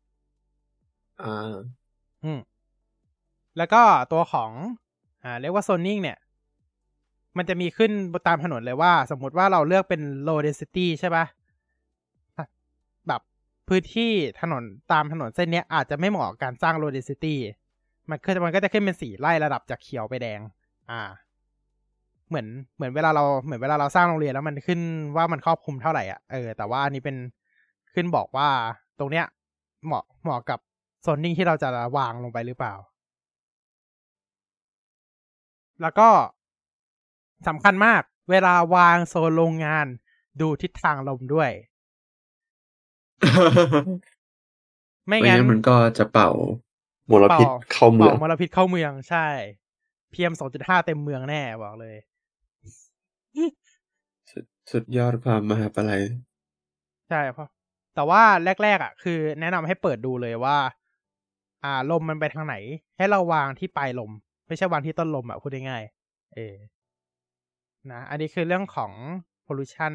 แล้วก็ตัวของเรียกว่าโซนนิ่งเนี่ยมันจะมีขึ้นตามถนนเลยว่าสมมติว่าเราเลือกเป็น low density ใช่ปะแบบพื้นที่ถนนตามถนนเส้นนี้อาจจะไม่เหมาะกับการสร้าง low density มันก็จะขึ้นเป็นสีไล่ระดับจากเขียวไปแดงเหมือนเวลาเราสร้างโรงเรียนแล้วมันขึ้นว่ามันครอบคลุมเท่าไหร่อ่ะแต่ว่าอันนี้เป็นขึ้นบอกว่าตรงเนี้ยเหมาะกับโซนนิ่งที่เราจะวางลงไปหรือเปล่าแล้วก็สำคัญมากเวลาวางโซนโรงงานดูทิศทางลมด้วย ไม่งั้นมันก็จะเป่ามลพิษเข้าเมืองมลพิษเข้าเมืองใช่ PM 2.5 เต็มเมืองแน่บอกเลยสุดยอดความมหาปลัยใช่เพราะแต่ว่าแรกๆอ่ะคือแนะนำให้เปิดดูเลยว่าลมมันไปทางไหนให้เราวางที่ปลายลมไม่ใช่วางที่ต้นลมอ่ะพูดง่ายๆนะอันนี้คือเรื่องของ pollution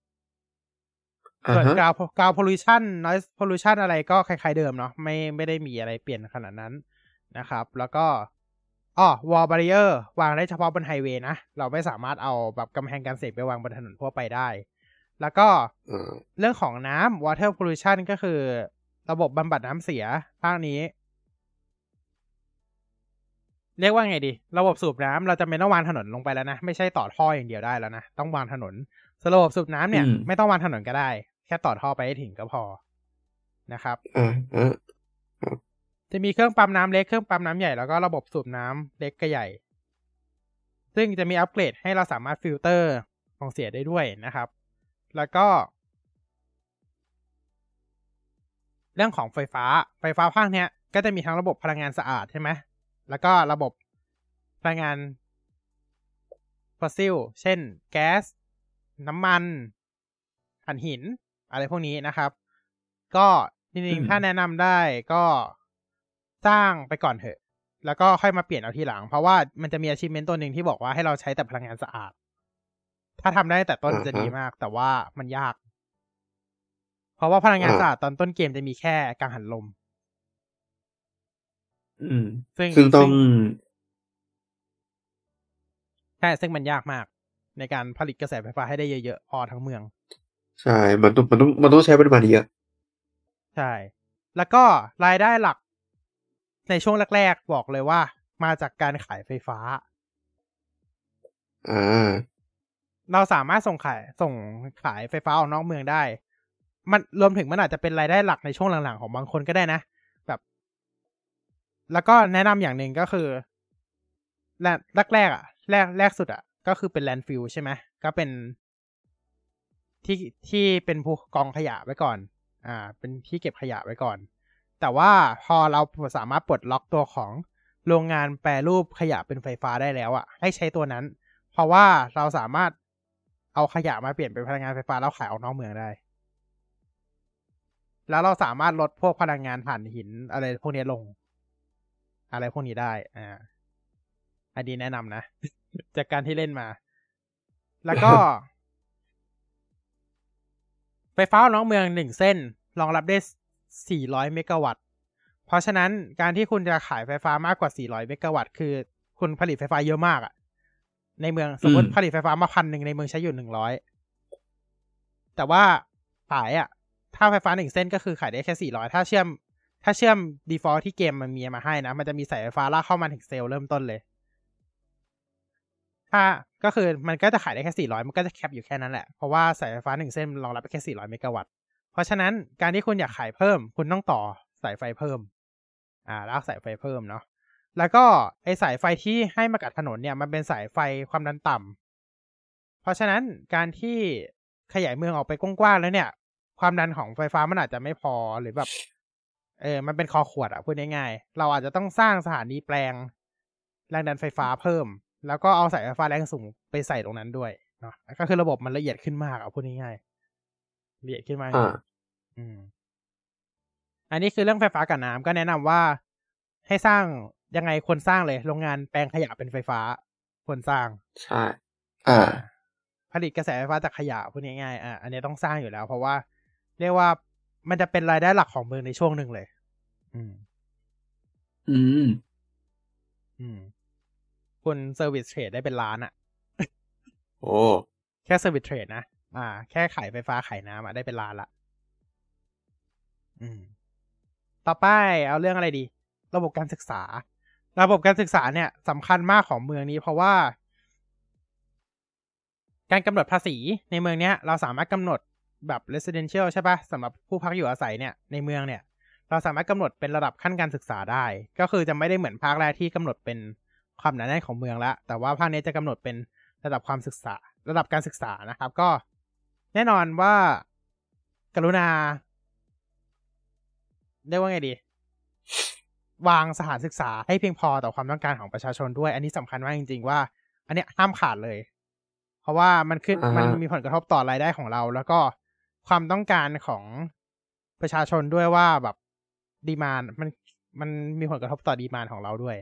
ส่วนกาว pollution noise pollution อะไรก็คล้ายๆเดิมเนาะไม่ได้มีอะไรเปลี่ยนขนาดนั้นนะครับแล้วก็wall barrier วางได้เฉพาะบนไฮเวย์นะเราไม่สามารถเอาแบบกำแพงกันเศษไปวางบนถนนทั่วไปได้แล้วก็เรื่องของน้ำ water pollution ก็คือระบบบำบัดน้ำเสียภาคนี้เรียกว่าไงดีระบบสูบน้ำเราจะไม่ต้องวางถนนลงไปแล้วนะไม่ใช่ต่อท่ออย่างเดียวได้แล้วนะต้องวางถนนส่วนระบบสูบน้ำเนี่ยไม่ต้องวางถนนก็ได้แค่ต่อท่อไปให้ถึงก็พอนะครับจะมีเครื่องปั๊มน้ำเล็กเครื่องปั๊มน้ำใหญ่แล้วก็ระบบสูบน้ำเล็กกับใหญ่ซึ่งจะมีอัปเกรดให้เราสามารถฟิลเตอร์ของเสียได้ด้วยนะครับแล้วก็เรื่องของไฟฟ้าภาคเนี้ยก็จะมีทั้งระบบพลังงานสะอาดใช่ไหมแล้วก็ระบบพลังงานฟอสซิลเช่นแก๊สน้ำมันถ่านหินอะไรพวกนี้นะครับก็จริงๆถ้าแนะนำได้ก็สร้างไปก่อนเถอะแล้วก็ค่อยมาเปลี่ยนเอาทีหลังเพราะว่ามันจะมี achievement ตัวหนึ่งที่บอกว่าให้เราใช้แต่พลังงานสะอาดถ้าทำได้แต่ต้นจะดีมากแต่ว่ามันยากเพราะว่าพลังงานสะอาดตอนต้นเกมจะมีแค่กังหันลมซึ่งต้องใช่ซึ่งมันยากมากในการผลิตกระแสไฟฟ้าให้ได้เยอะๆพอทั้งเมืองใช่มันต้องใช้ปริมาณเยอะใช่แล้วก็รายได้หลักในช่วงแรกๆบอกเลยว่ามาจากการขายไฟฟ้าเราสามารถส่งขายไฟฟ้าออกนอกเมืองได้มันรวมถึงมันอาจจะเป็นรายได้หลักในช่วงหลังๆของบางคนก็ได้นะแบบแล้วก็แนะนำอย่างหนึ่งก็คือแรกแรกสุดก็คือเป็นแลนด์ฟิลใช่ไหมก็เป็นที่เป็นภูกองขยะไว้ก่อนเป็นที่เก็บขยะไว้ก่อนแต่ว่าพอเราสามารถปลดล็อกตัวของโรงงานแปรรูปขยะเป็นไฟฟ้าได้แล้วให้ใช้ตัวนั้นเพราะว่าเราสามารถเอาขยะมาเปลี่ยนเป็นพลังงานไฟฟ้าแล้วขายออกนอกเมืองได้แล้วเราสามารถลดพวกพลังงานถ่านหินอะไรพวกนี้ลงอะไรพวกนี้ได้อันนี้แนะนำนะ จากการที่เล่นมา แล้วก็ ไฟฟ้าน้องเมือง1เส้นรองรับได้400เมกะวัตต์เพราะฉะนั้นการที่คุณจะขายไฟฟ้ามากกว่า400เมกะวัตต์คือคุณผลิตไฟฟ้าเยอะมากในเมืองสมมติผลิตไฟฟ้ามา 1,000 ในเมืองใช้อยู่100แต่ว่าขายถ้าไฟฟ้า1เส้นก็คือขายได้แค่400ถ้าเชื่อม default ที่เกมมันมีมาให้นะมันจะมีสายไฟฟ้าลากเข้ามาถึงเซลล์เริ่มต้นเลยถ้าก็คือมันก็จะขายได้แค่400มันก็จะแคปอยู่แค่นั้นแหละเพราะว่าสายไฟฟ้า1เส้นรองรับไปแค่400เมกะวัตต์เพราะฉะนั้นการที่คุณอยากขายเพิ่มคุณต้องต่อสายไฟเพิ่มลากสายไฟเพิ่มเนาะแล้วก็ไอสายไฟที่ให้มากับถนนเนี่ยมันเป็นสายไฟความดันต่ำเพราะฉะนั้นการที่ขยายเมืองออกไปกว้างๆแล้วเนี่ยความดันของไฟฟ้ามันอาจจะไม่พอหรือแบบมันเป็นคอขวดพูดง่ายๆเราอาจจะต้องสร้างสถานีแปลงแรงดันไฟฟ้าเพิ่มแล้วก็เอาสายไฟฟ้าแรงสูงไปใส่ตรงนั้นด้วยเนาะก็คือระบบมันละเอียดขึ้นมากพูดง่ายๆละเอียดขึ้นมากอันนี้คือเรื่องไฟฟ้ากับน้ำก็แนะนำว่าให้สร้างยังไงควรสร้างเลยโรงงานแปลงขยะเป็นไฟฟ้าควรสร้างใช่ผลิตกระแสไฟฟ้าจากขยะพูดง่ายๆอันนี้ต้องสร้างอยู่แล้วเพราะว่าเรียกว่ามันจะเป็นรายได้หลักของเมืองในช่วงหนึ่งเลยคุณเซอร์วิสเทรดได้เป็นล้านโอ้แค่เซอร์วิสเทรดนะแค่ขายไฟฟ้าขายน้ำได้เป็นล้านละต่อไปเอาเรื่องอะไรดีระบบการศึกษาเนี่ยสำคัญมากของเมืองนี้เพราะว่าการกำหนดภาษีในเมืองเนี้ยเราสามารถกำหนดแบบ residential ใช่ปะสำหรับผู้พักอยู่อาศัยเนี่ยในเมืองเนี่ยเราสามารถกำหนดเป็นระดับขั้นการศึกษาได้ก็คือจะไม่ได้เหมือนภาคแรกที่กำหนดเป็นความหนาแน่นของเมืองละแต่ว่าภาคนี้จะกำหนดเป็นระดับความศึกษาระดับการศึกษานะครับก็แน่นอนว่ากรุณาเรียกว่าไงดีวางสถานศึกษาให้เพียงพอต่อความต้องการของประชาชนด้วยอันนี้สำคัญมากจริงๆว่าอันนี้ห้ามขาดเลยเพราะว่ามันมีผลกระทบต่อรายได้ของเราแล้วก็ความต้องการของประชาชนด้วยว่าแบบดีมานด์มันมีผลกระทบต่อดีมานด์ของเราด้วย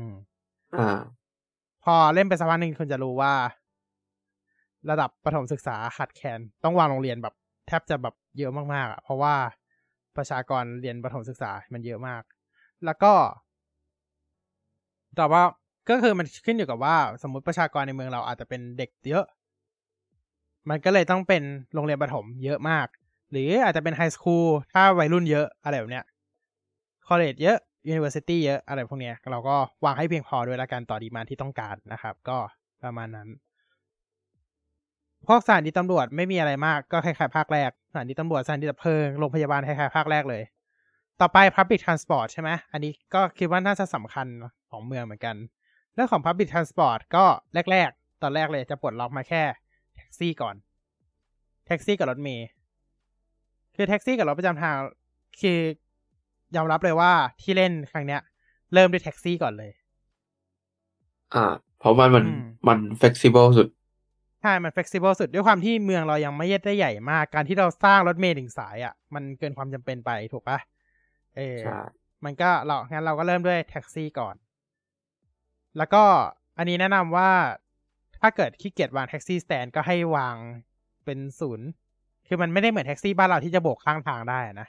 พอเล่นไปสักพักนึงคุณจะรู้ว่าระดับประถมศึกษาขาดแคลนต้องวางโรงเรียนแบบแทบจะแบบเยอะมากๆเพราะว่าประชากรเรียนประถมศึกษามันเยอะมากแล้วก็แต่ว่าก็คือมันขึ้นอยู่กับว่าสมมุติประชากรในเมืองเราอาจจะเป็นเด็กเยอะมันก็เลยต้องเป็นโรงเรียนประถมเยอะมากหรืออาจจะเป็นไฮสคูลถ้าวัยรุ่นเยอะอะไรแบบเนี้ยคอลเลจเยอะยูนิเวอร์ซิตี้เยอะอะไรพวกเนี้ยเราก็วางให้เพียงพอด้วยละกันต่อดีมานด์ที่ต้องการนะครับก็ประมาณนั้นพวกสถานีตำรวจไม่มีอะไรมากก็คล้ายๆภาคแรกสถานีตำรวจสถานีดับเพลิงโรงพยาบาลคล้ายๆภาคแรกเลยต่อไป Public Transport ใช่ไหมอันนี้ก็คิดว่าน่าจะสำคัญของเมืองเหมือนกันเรื่องของ Public Transport ก็แรกๆตอนแรกเลยจะปลดล็อกมาแค่แท็กซี่ก่อนแท็กซี่กับรถเมล์คือแท็กซี่กับรถประจำทางคือยอมรับเลยว่าที่เล่นครั้งเนี้ยเริ่มด้วยแท็กซี่ก่อนเลยเพราะมัน flexible สุดใช่มัน flexible สุดด้วยความที่เมืองเรายังไม่ได้ใหญ่มากการที่เราสร้างรถเมล์1 สายมันเกินความจำเป็นไปถูกปะมันก็งั้นเราก็เริ่มด้วยแท็กซี่ก่อนแล้วก็อันนี้แนะนำว่าถ้าเกิดขี้เกียจวางแท็กซี่สแตนก็ให้วางเป็นศูนย์คือมันไม่ได้เหมือนแท็กซี่บ้านเราที่จะโบกข้างทางได้นะ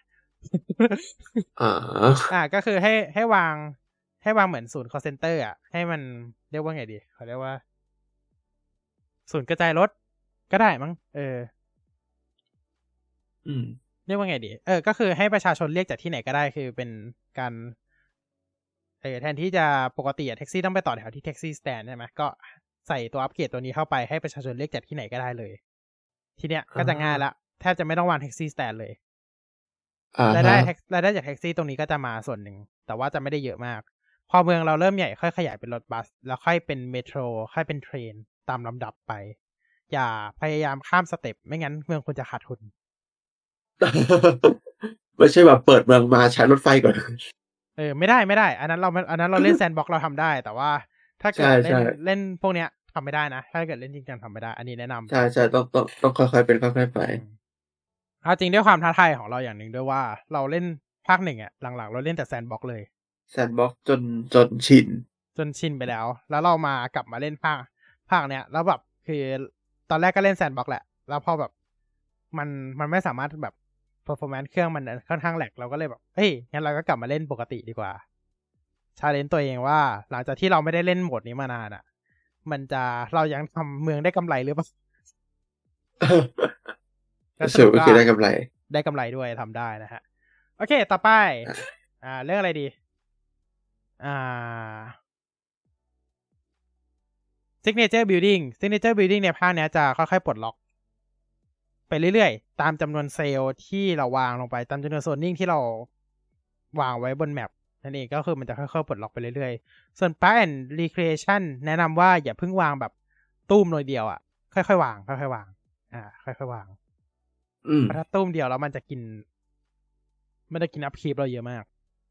ก็คือให้วางเหมือนศูนย์ call center ให้มันเรียกว่าไงดีเขาเรียกว่าศูนย์กระจายรถก็ได้มั้งอืมเรียกว่าไงดีก็คือให้ประชาชนเรียกจากที่ไหนก็ได้คือเป็นการแทนที่จะปกติแท็กซี่ต้องไปต่อแถวที่แท็กซี่สแตนใช่ไหมก็ใส่ตัวอัปเกรดตัวนี้เข้าไปให้ประชาชนเรียกจากที่ไหนก็ได้เลยทีเนี้ยก็จะง่ายละแทบจะไม่ต้องวางแท็กซี่สแตนเลยรายได้จากแท็กซี่ตรงนี้ก็จะมาส่วนหนึ่งแต่ว่าจะไม่ได้เยอะมากพอเมืองเราเริ่มใหญ่ค่อยขยายเป็นรถบัสแล้วค่อยเป็นเมโทรค่อยเป็นเทรนตามลำดับไปอย่าพยายามข้ามสเต็ปไม่งั้นเมืองคุณจะขาดทุนไม่ใช่แบบเปิดเมืองมาใช้รถไฟก่อนไม่ได้อันนั้นเราเล่นแซนด์บ็อกซ์เราทำได้แต่ว่าถ้าเกิดเล่นพวกเนี้ยทำไม่ได้นะถ้าเกิดเล่นจริงจังทำไม่ได้อันนี้แนะนำใช่ต้องค่อยๆเป็นค่อยๆไปเอาจริงด้วยความท้าทายของเราอย่างหนึ่งด้วยว่าเราเล่นภาคหนึ่งหลังๆเราเล่นแต่แซนด์บ็อกซ์เลยแซนด์บ็อกซ์จนชินไปแล้วเรามากลับมาเล่นภาคเนี้ยแล้วแบบคือตอนแรกก็เล่นแซนด์บ็อกซ์แหละแล้วพอแบบมันไม่สามารถแบบperformance เครื่องมันค่อนข้างแหลกเราก็เลยแบบเฮ้ยงั้นเราก็กลับมาเล่นปกติดีกว่าชาเลนจ์ตัวเองว่าหลังจากที่เราไม่ได้เล่นโหมดนี้มานานเรายังทำเมืองได้กำไรหรือเปล่าสรุปก็คือได้กำไรด้วยทำได้นะฮะโอเคต่อไปเรื่องอะไรดีsignature building ในภาคนี้จะค่อยๆปลดล็อกไปเรื่อยๆตามจำนวนเซลล์ที่เราวางลงไปตามจำนวนโซนนิ่งที่เราวางไว้บนแมปนั่นเองก็คือมันจะค่อยๆปลดล็อกไปเรื่อยๆส่วน Park and Recreation แนะนำว่าอย่าเพิ่งวางแบบตุ้มหน่อยเดียวค่อยๆวางค่อยๆวางค่อยๆวางเพราะถ้าตุ้มเดียวแล้วมันจะกินอัพคีปเราเยอะมาก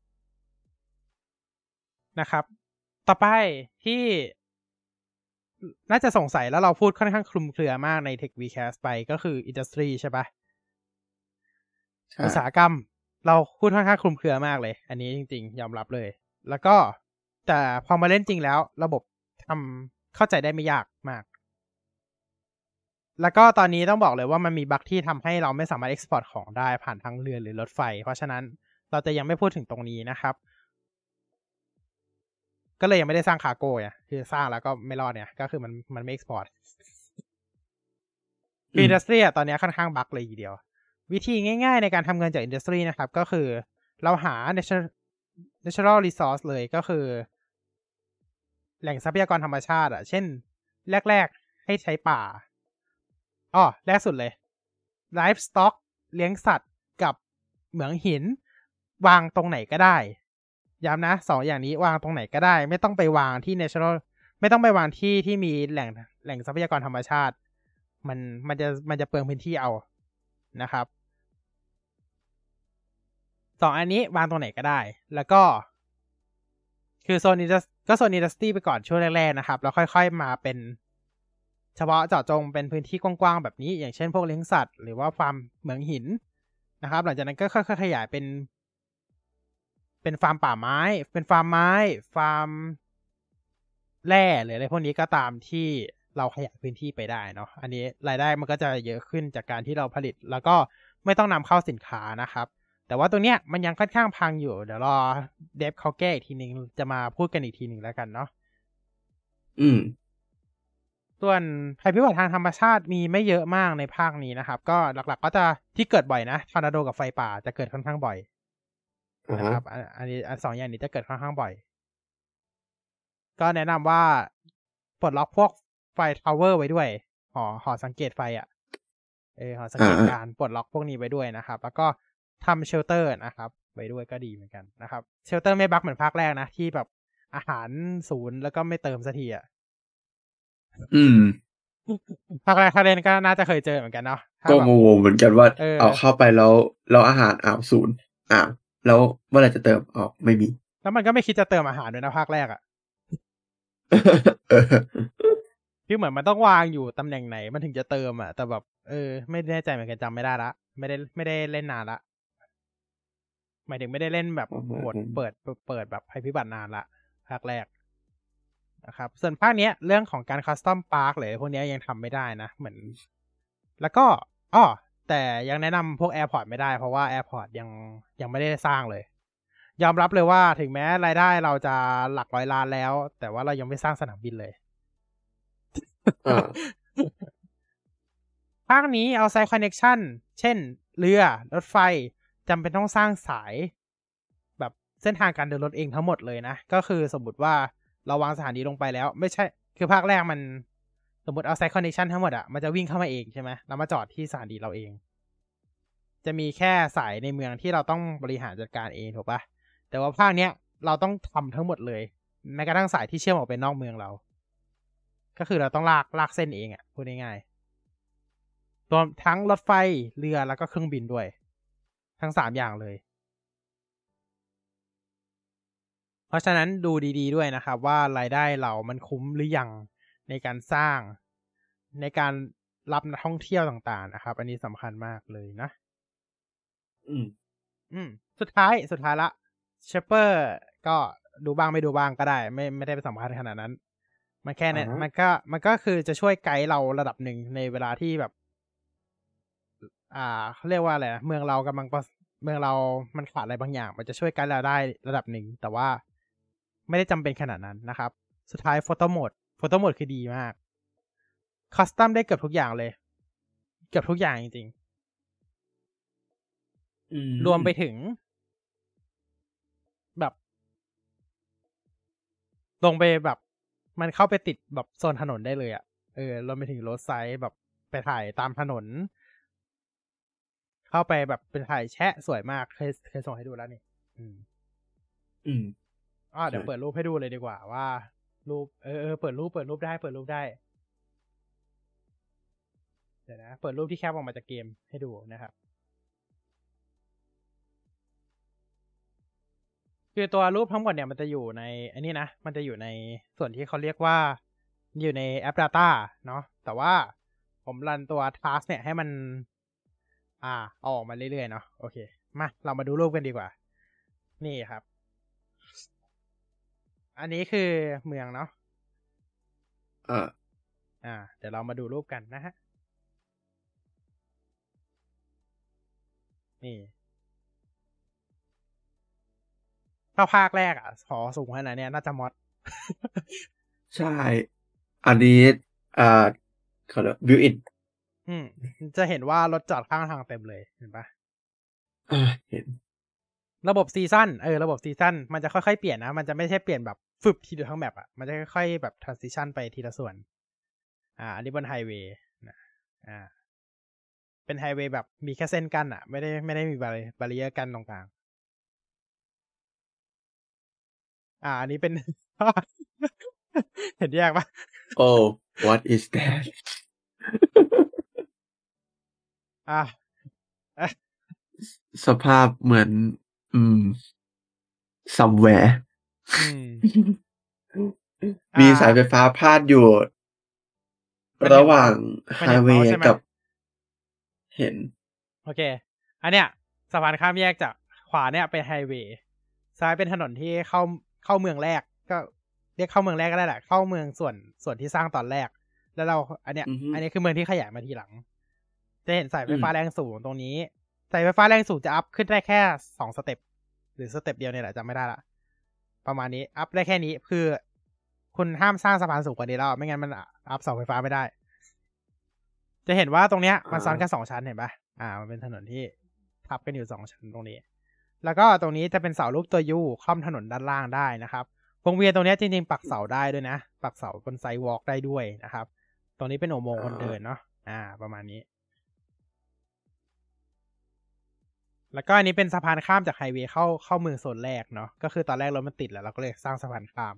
นะครับต่อไปที่น่าจะสงสัยแล้วเราพูดค่อนข้างคลุมเครือมากใน Tech Vcast ไปก็คือ Industry ใช่ปะอุตสาหกรรมเราพูดค่อนข้างคลุมเครือมากเลยอันนี้จริงๆยอมรับเลยแล้วก็แต่พอมาเล่นจริงแล้วระบบทำเข้าใจได้ไม่ยากมากแล้วก็ตอนนี้ต้องบอกเลยว่ามันมีบั๊กที่ทำให้เราไม่สามารถ export ของได้ผ่านทางเรือหรือรถไฟเพราะฉะนั้นเราจะยังไม่พูดถึงตรงนี้นะครับก็เลยยังไม่ได้สร้างคาร์โก้คือสร้างแล้วก็ไม่รอดเนี่ยก็คือมันไม่ export อินดัสทรีตอนนี้ค่อนข้างบั๊กเลยทีเดียววิธีง่ายๆในการทำเงินจากอินดัสทรีนะครับก็คือเราหา natural resource เลยก็คือแหล่งทรัพยากรธรรมชาติเช่นแรกๆให้ใช้ป่าแรกสุดเลย livestock เลี้ยงสัตว์กับเหมืองหินวางตรงไหนก็ได้ย้ำนะ2อย่างนี้วางตรงไหนก็ได้ไม่ต้องไปวางที่ natural ไม่ต้องไปวางที่มีแหล่งทรัพยากรธรรมชาติมันจะเปลืองพื้นที่เอานะครับ2อันนี้วางตรงไหนก็ได้แล้วก็คือโซนอินดัสทรีไปก่อนช่วงแรกๆนะครับแล้วค่อยๆมาเป็นเฉพาะเจาะจงเป็นพื้นที่กว้างๆแบบนี้อย่างเช่นพวกเลี้ยงสัตว์หรือว่าฟาร์มเหมืองหินนะครับหลังจากนั้นก็ค่อยๆขยายเป็นฟาร์มป่าไม้เป็นฟาร์มไม้ฟาร์มแร่หรืออะไรพวกนี้ก็ตามที่เราขยายพื้นที่ไปได้เนาะอันนี้รายได้มันก็จะเยอะขึ้นจากการที่เราผลิตแล้วก็ไม่ต้องนำเข้าสินค้านะครับแต่ว่าตัวเนี้ยมันยังค่อนข้างพังอยู่เดี๋ยวรอเดฟเขาแก้อีกทีนึงจะมาพูดกันอีกทีนึงแล้วกันเนาะส่วนภัยพิบัติทางธรรมชาติมีไม่เยอะมากในภาคนี้นะครับก็หลักๆก็จะที่เกิดบ่อยนะทอร์นาโดกับไฟป่าจะเกิดค่อนข้างบ่อยนะครับอันนี้2อย่างนี้จะเกิดค่อนข้างบ่อยก็แนะนำว่าปลดล็อกพวกไฟทาวเวอร์ไว้ด้วยหอสังเกตไฟหอสังเกตการปลดล็อกพวกนี้ไว้ด้วยนะครับแล้วก็ทำเชลเตอร์นะครับไว้ด้วยก็ดีเหมือนกันนะครับเชลเตอร์ไม่บั๊กเหมือนภาคแรกนะที่แบบอาหารศูนย์แล้วก็ไม่เติมสักทีภาคแรกถ้าเล่นก็น่าจะเคยเจอเหมือนกันเนาะก็งงเหมือนกันว่าเอาเข้าไปแล้วอาหารศูนย์แล้วเมื่อไหร่จะเติมไม่มีแล้วมันก็ไม่คิดจะเติมอาหารด้วยนะภาคแรกคือเหมือนมันต้องวางอยู่ตำแหน่งไหนมันถึงจะเติมแต่แบบไม่แน่ใจเหมือนกันจำไม่ได้ละไม่ได้เล่นนานละหมายถึงไม่ได้เล่นแบบโหมดเปิดแบบภัยพิบัตินานละภาคแรกนะครับส่วนภาคเนี้ยเรื่องของการคัสตอมพาร์คหรือพวกนี้ยังทำไม่ได้นะเหมือนแล้วก็แต่ยังแนะนำพวกแอร์พอร์ตไม่ได้เพราะว่าแอร์พอร์ตยังไม่ได้สร้างเลยยอมรับเลยว่าถึงแม้รายได้เราจะหลัก100 ล้านแล้วแต่ว่าเรายังไม่สร้างสนามบินเลยภาคนี้เอาไซด์คอนเนคชั่นเช่นเรือรถไฟจำเป็นต้องสร้างสายแบบเส้นทางการเดินรถเองทั้งหมดเลยนะก็คือสมมติว่าเราวางสถานีลงไปแล้วไม่ใช่คือภาคแรกมันสมมติเอาไซด์คอนเนคชั่นทั้งหมดอะมันจะวิ่งเข้ามาเองใช่ไหมแล้วมาจอดที่สถานีเราเองจะมีแค่สายในเมืองที่เราต้องบริหารจัดการเองถูกปะแต่ว่าภาคเนี้ยเราต้องทำทั้งหมดเลยแม้กระทั่งสายที่เชื่อมออกไปนอกเมืองเราก็คือเราต้องลากเส้นเองอะพูดง่ายๆรวมทั้งรถไฟเรือแล้วก็เครื่องบินด้วยทั้ง3อย่างเลยเพราะฉะนั้นดูดีๆด้วยนะครับว่ารายได้เรามันคุ้มหรือยังในการสร้างในการรับนักท่องเที่ยวต่างๆนะครับอันนี้สำคัญมากเลยนะสุดท้ายละเชปเปอร์ก็ดูบ้างไม่ดูบ้างก็ได้ไม่ได้เป็นสำคัญขนาดนั้นมันแค่เนี่ยมันก็คือจะช่วยไกด์เราระดับหนึ่งในเวลาที่แบบเขาเรียกว่าอะไรนะเมืองเรามันขาดอะไรบางอย่างมันจะช่วยไกด์เราได้ระดับหนึ่งแต่ว่าไม่ได้จำเป็นขนาดนั้นนะครับสุดท้ายโฟโต้โหมดคือดีมากคัสตอมได้เกือบทุกอย่างเลยเกือบทุกอย่างจริงๆรวมไปถึงแบบลงไปแบบมันเข้าไปติดแบบโซนถนนได้เลยอ่ะรวมไปถึงโรดไซด์แบบไปถ่ายตามถนนเข้าไปแบบเป็นถ่ายแชะสวยมากเคยส่งให้ดูแล้วนี่เดี๋ยวเปิดรูปให้ดูเลยดีกว่าว่ารูปเปิดรูปได้เดี๋ยวนะเปิดรูปที่แคปออกมาจากเกมให้ดูนะครับคือตัวรูปทั้งหมดเนี่ยมันจะอยู่ในอันนี้นะมันจะอยู่ในส่วนที่เขาเรียกว่าอยู่ในแอป Data เนาะแต่ว่าผมรันตัว Task เนี่ยให้มันออกมาเรื่อยๆเนาะโอเคมาเรามาดูรูปกันดีกว่านี่ครับอันนี้คือเมืองเนาะเดี๋ยวเรามาดูรูปกันนะฮะนี่ถ้าภาคแรกขอสูงขนาดนี้น่าจะมอดใช่อันนี้เขาเรียกบิวอินจะเห็นว่ารถจอดข้างทางเต็มเลยเห็นปะเห็นระบบซีซั่นระบบซีซั่นมันจะค่อยๆเปลี่ยนนะมันจะไม่ใช่เปลี่ยนแบบฟึบทีเดียวทั้งแบบมันจะค่อยๆแบบ transition ไปทีละส่วนอันนี้บนไฮเวย์นะเป็นไฮเวย์แบบมีแค่เส้นกั้นไม่ได้มีบารีเออร์กั้นตรงกลางอันนี้เป็น เห็นแยกปะ what is that สภาพเหมือนsomewhere มีสายไฟฟ้าพาดอยู่ระหว่างไฮเวย์กับเห็นโอเคอันเนี้ยสะพานข้ามแยกจากขวาเนี่ยเป็นไฮเวย์ซ้ายเป็นถนนที่เข้าเมืองแรกก็เรียกเข้าเมืองแรกก็ได้แหละเข้าเมืองส่วนที่สร้างตอนแรกแล้วเราอันเนี้ยคือเมืองที่ขยายมาทีหลังจะเห็นสายไฟฟ้าแรงสูงตรงนี้สายไฟฟ้าแรงสูงจะอัพขึ้นได้แค่2 สเต็ปหรือสเต็ปเดียวเนี่ยแหละจำไม่ได้ละประมาณนี้อัพได้แค่นี้คือคุณห้ามสร้างสะพานสูงกว่านี้แล้วไม่งั้นมันอัพเสาไฟฟ้าไม่ได้จะเห็นว่าตรงเนี้ยมันซ้อนกัน2 ชั้นเห็นปะมันเป็นถนนที่ทับกันอยู่2 ชั้นตรงนี้แล้วก็ตรงนี้จะเป็นเสารูปตัวยูค่อมถนนด้านล่างได้นะครับวงเวียนตรงนี้จริงๆปักเสาได้ด้วยนะปักเสาบนไซด์วอล์กได้ด้วยนะครับตรงนี้เป็นอุโมงค์คนเดินเนาะประมาณนี้แล้วก็อันนี้เป็นสะพานข้ามจากไฮเวย์เข้าเมืองโซนแรกเนาะก็คือตอนแรกรถมันติดแล้วเราก็เลยสร้างสะพานข้าม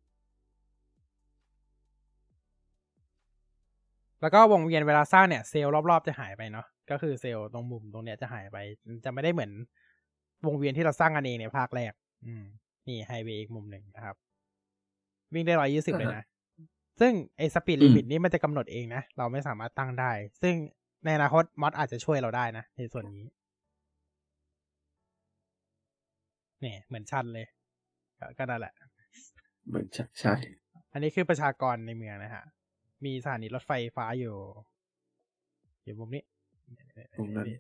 แล้วก็วงเวียนเวลาสร้างเนี่ยเซลล์รอบๆจะหายไปเนาะก็คือเซลล์ตรงมุมตรงเนี้ยจะหายไปจะไม่ได้เหมือนวงเวียนที่เราสร้างกันเองในภาคแรกนี่ไฮเวย์อีกมุมหนึ่งนะครับวิ่งได้120เลยนะซึ่งไอ้สปีดลิมิตนี้มันจะกำหนดเองนะเราไม่สามารถตั้งได้ซึ่งในอนาคตมอดอาจจะช่วยเราได้นะในส่วนนี้เนี่ยเหมือนชันเลยก็นั่นแหละเหมือนใช่อันนี้คือประชากรในเมืองนะฮะมีสถานีรถไฟฟ้าอยู่มุมนี้ตรงนี้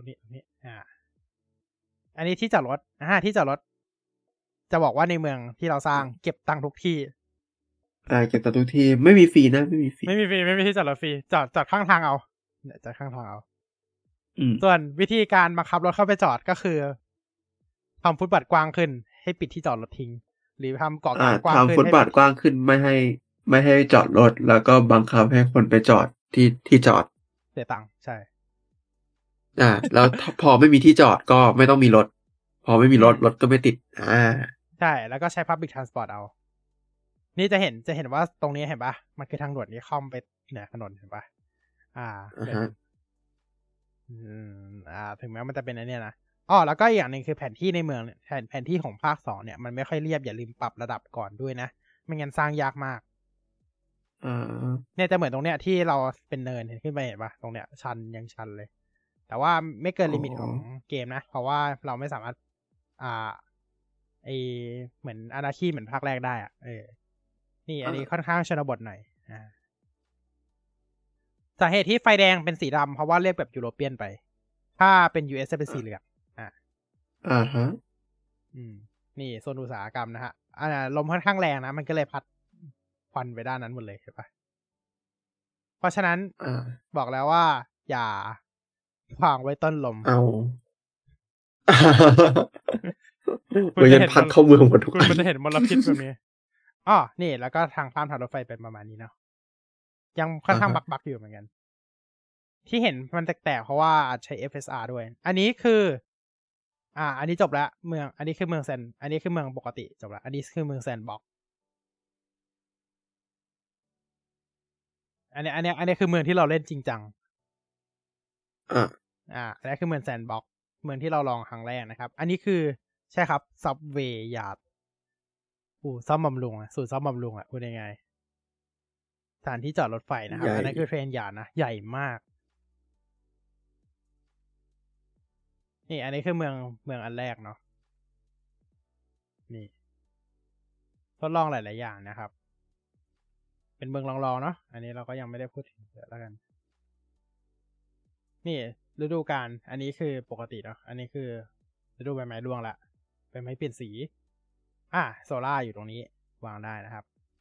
อันนี้ที่จอดรถที่จอดรถจะบอกว่าในเมืองที่เราสร้างเก็บตังค์ทุกที่เก็บตัดทุกที่ไม่มีฟรีนะไม่มีฟรีไม่มีที่จอดรถฟรีจอดข้างทางเอาเนี่ยจอดข้างทางเอาอืมส่วนวิธีการบังคับรถเข้าไปจอดก็คือทำฟุตบาทกว้างขึ้นให้ปิดที่จอดรถทิ้งหรือทำเกาะกลางกว้างขึ้นทำฟุตบาทกว้างขึ้นไม่ให้จอดรถแล้วก็บังคับให้คนไปจอดที่จอดเสียตังค์ใช่แล้วพอไม่มีที่จอดก็ไม่ต้องมีรถพอไม่มีรถก็ไม่ติดใช่แล้วก็ใช้ Public Transport เอานี่จะเห็นว่าตรงนี้เห็นปะมันคือทางด่วนที่ค่อมไปเหนือถนนเห็นปะถึงแม้มันจะเป็นอันนี้นะแล้วก็อีกอย่างหนึ่งคือแผนที่ในเมืองแผนที่ของภาค 2เนี่ยมันไม่ค่อยเรียบอย่าลืมปรับระดับก่อนด้วยนะไม่งั้นสร้างยากมากเนี่ยจะเหมือนตรงเนี้ยที่เราเป็นเนินเห็นขึ้นไปเห็นปะตรงเนี้ยชันยังชันเลยแต่ว่าไม่เกินลิมิตของเกมนะเพราะว่าเราไม่สามารถเหมือนอาณาคีเหมือนภาคแรกได้นี่อันนี้ค่อนข้างชนบทหน่อยสาเหตุที่ไฟแดงเป็นสีดำเพราะว่าเรียกแบบยุโรเปียนไปถ้าเป็น US จะเป็นสีเหลืองฮะนี่โซนอุตสาหกรรมนะฮะลมค่อนข้างแรงนะมันก็เลยพัดควันไปด้านนั้นหมดเลยใช่ปะเพราะฉะนั้นบอกแล้วว่าอย่าวางไว้ต้นลมมันจะพัดเข้าเมืองหมดทุกคนมันจะเห็นมลพิษแบบนี้นี่แล้วก็ทางข้ามทางรถไฟเป็นประมาณนี้เนาะยังค่อนข้างบักอยู่เหมือนกันที่เห็นมันแตกๆเพราะว่าใช้ FSR ด้วยอันนี้คืออันนี้จบแล้วเมืองอันนี้คือเมืองแซนอันนี้คือเมืองปกติจบแล้วอันนี้คือเมืองแซนบ็อกอันนี้คือเมืองที่เราเล่นจริงจังอันนี้คือเมืองแซนบ็อกเมืองที่เราลองครั้งแรกนะครับอันนี้คือใช่ครับซับเวย์ยาร์ดซ่อมบำรุงศูนย์ซ่อมบำรุงพูดยังไงสถานที่จอดรถไฟนะครับอันนั้นคือเทรนยาร์ดนะใหญ่มากนี่อันนี้คือเมืองอันแรกเนาะนี่ทดลองหลายๆอย่างนะครับเป็นเมืองลองๆเนาะอันนี้เราก็ยังไม่ได้พูดถึงเยอะแล้วกันนี่ฤดูกาลอันนี้คือปกติเนาะอันนี้คือฤดูใบไม้ร่วงละใบไม้เปลี่ยนสีโซล่าอยู่ตรงนี้วางได้นะครับ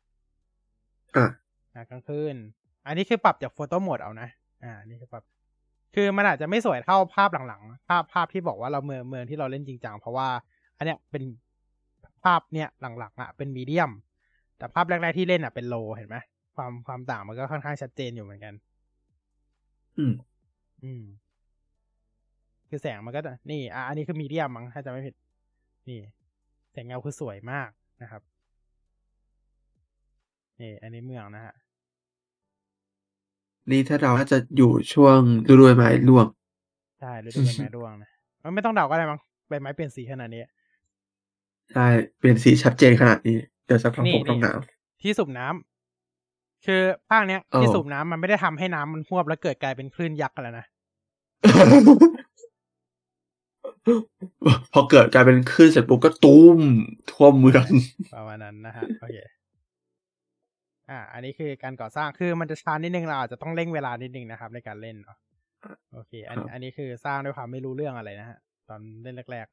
กลางคืนอันนี้คือปรับจากโฟโต้โหมดเอานะนี่คือปรับคือมันอาจจะไม่สวยเท่าภาพหลังๆภาพที่บอกว่าเราเมืองที่เราเล่นจริงจังเพราะว่าอันเนี้ยเป็นภาพเนี้ยหลังๆเป็นมีเดียมแต่ภาพแรกๆที่เล่นเป็นโลเห็นไหมความต่างมันก็ค่อนข้างชัดเจนอยู่เหมือนกันคือแสงมันก็นี่อันนี้คือมีเดียมมั้งถ้าจะไม่ผิดนี่แสงเงาคือสวยมากนะครับนี่อันนี้เมืองนะฮะนี่ถ้าเราจะอยู่ช่วงฤดูใบไม้ร่วงใช่ฤดูใบไม้ร่วงนะมันไม่ต้องเดาก็ได้มั้งใบไม้เปลี่ยนสีขนาดนี้ใช่เปลี่ยนสีชัดเจนขนาดนี้เดี๋ยวสักพักผมต้องหนาวที่สูบน้ำคือภาคเนี้ยที่สูบน้ำมันไม่ได้ทำให้น้ำมันหวบแล้วเกิดกลายเป็นคลื่นยักษ์อะไรนะพอเกิดกลายเป็นคลื่นเสร็จปุ๊บก็ตุ้มท่วมเมืองประมาณนั้นนะฮะโอเคอันนี้คือการก่อสร้างคือมันจะช้านิดนึงเราอาจจะต้องเร่งเวลานิดนึงนะครับในการเล่นเนาะโอเคอันนี้คือสร้างด้วยความไม่รู้เรื่องอะไรนะฮะตอนเล่นแรก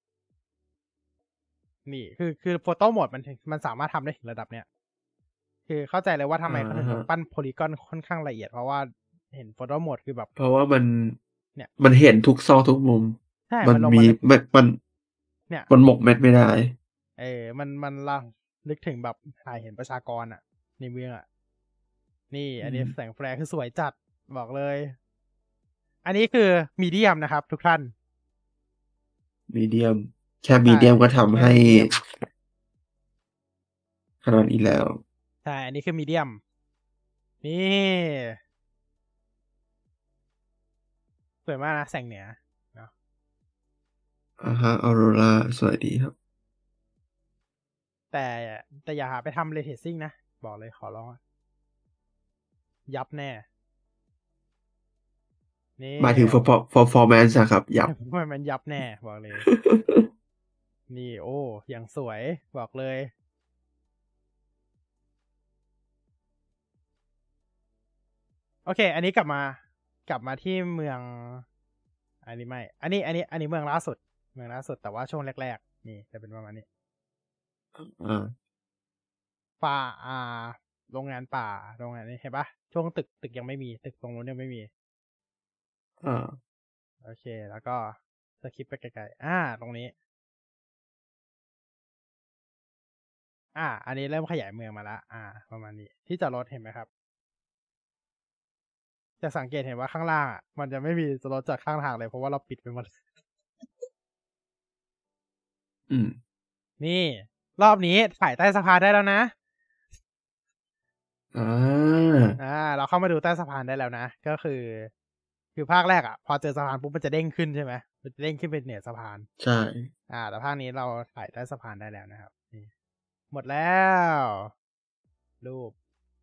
ๆนี่คือโฟโต้โหมดมันสามารถทำได้ถึงระดับเนี้ยคือเข้าใจเลยว่าทำไมเขาถึงปั้นโพลีกอนค่อนข้างละเอียดเพราะว่าเห็นโฟโต้โหมดคือแบบเพราะว่ามันเห็นทุกซอกทุกมุมมันมีมันหมกเม็ดไม่ได้มันลึกถึงแบบถ่ายเห็นประชากรในเมืองนี่อันนี้แสงแฟลร์คือสวยจัดบอกเลยอันนี้คือมีเดียมนะครับทุกท่านมีเดียมแค่มีเดียมก็ทำให้ขนาดนี้แล้วใช่อันนี้คือมีเดียมนี่สวยมากนะแสงเหนือเนาะออโรราสวยดีครับแต่อย่าหาไปทำเรเทซิ่งนะบอกเลยขอร้องยับแน่นี่หมายถึง performance ครับยับมันยับแน่บอกเลยนี่โอ้อย่างสวยบอกเลยโอเคอันนี้กลับมาที่เมืองอันนี้ไม่อันนี้เมืองล่าสุดแต่ว่าช่วงแรกๆนี่จะเป็นประมาณนี้โรงงานป่าโรงงานนี้เห็นปะช่วงตึกยังไม่มีตึกตรงนู้นยังไม่มีโอเคแล้วก็สคิปไปไกลๆตรงนี้อันนี้เริ่มขยายเมืองมาแล้วประมาณนี้ที่จอดรถเห็นไหมครับจะสังเกตเห็นว่าข้างล่างมันจะไม่มีรถจอดข้างทางเลยเพราะว่าเราปิดไปหมดนี่รอบนี้ถ่ายใต้สะพานได้แล้วนะเราเข้ามาดูใต้สะพานได้แล้วนะก็คือภาคแรกพอเจอสะพานปุ๊บมันจะเด้งขึ้นใช่ไหมมันจะเด้งขึ้นเป็นเนี่ยสะพานใช่แต่ภาคนี้เราถ่ายใต้สะพานได้แล้วนะครับนี่หมดแล้วรูป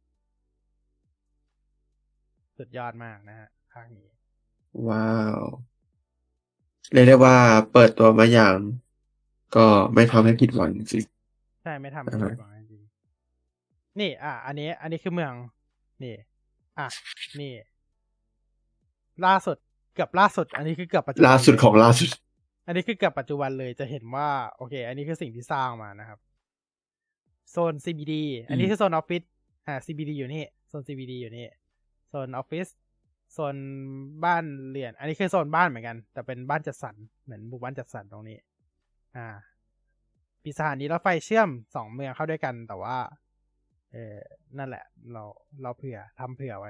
สุดยอดมากนะฮะภาคนี้ว้าวเรียกได้ว่าเปิดตัวมาอย่างก็ไม่ทำให้ผิดหวังจริงใช่ไม่ทำให้ผิดหวังจริงนี่อันนี้คือเมืองนี่นี่ล่าสุดเกือบล่าสุดอันนี้คือเกือบปัจจุบันล่าสุดของล่าสุดอันนี้คือเกือบปัจจุบันเลยจะเห็นว่าโอเคอันนี้คือสิ่งที่สร้างมานะครับโซน CBD อันนี้คือโซนออฟฟิศCBD อยู่นี่โซน CBD อยู่นี่โซนออฟฟิศโซนบ้านเรียนอันนี้คือโซนบ้านเหมือนกันแต่เป็นบ้านจัดสรรเหมือนหมู่บ้านจัดสรรตรงนี้ปีสถานีรถไฟเชื่อม2เมืองเข้าด้วยกันแต่ว่านั่นแหละเราเผื่อทำเผื่อไว้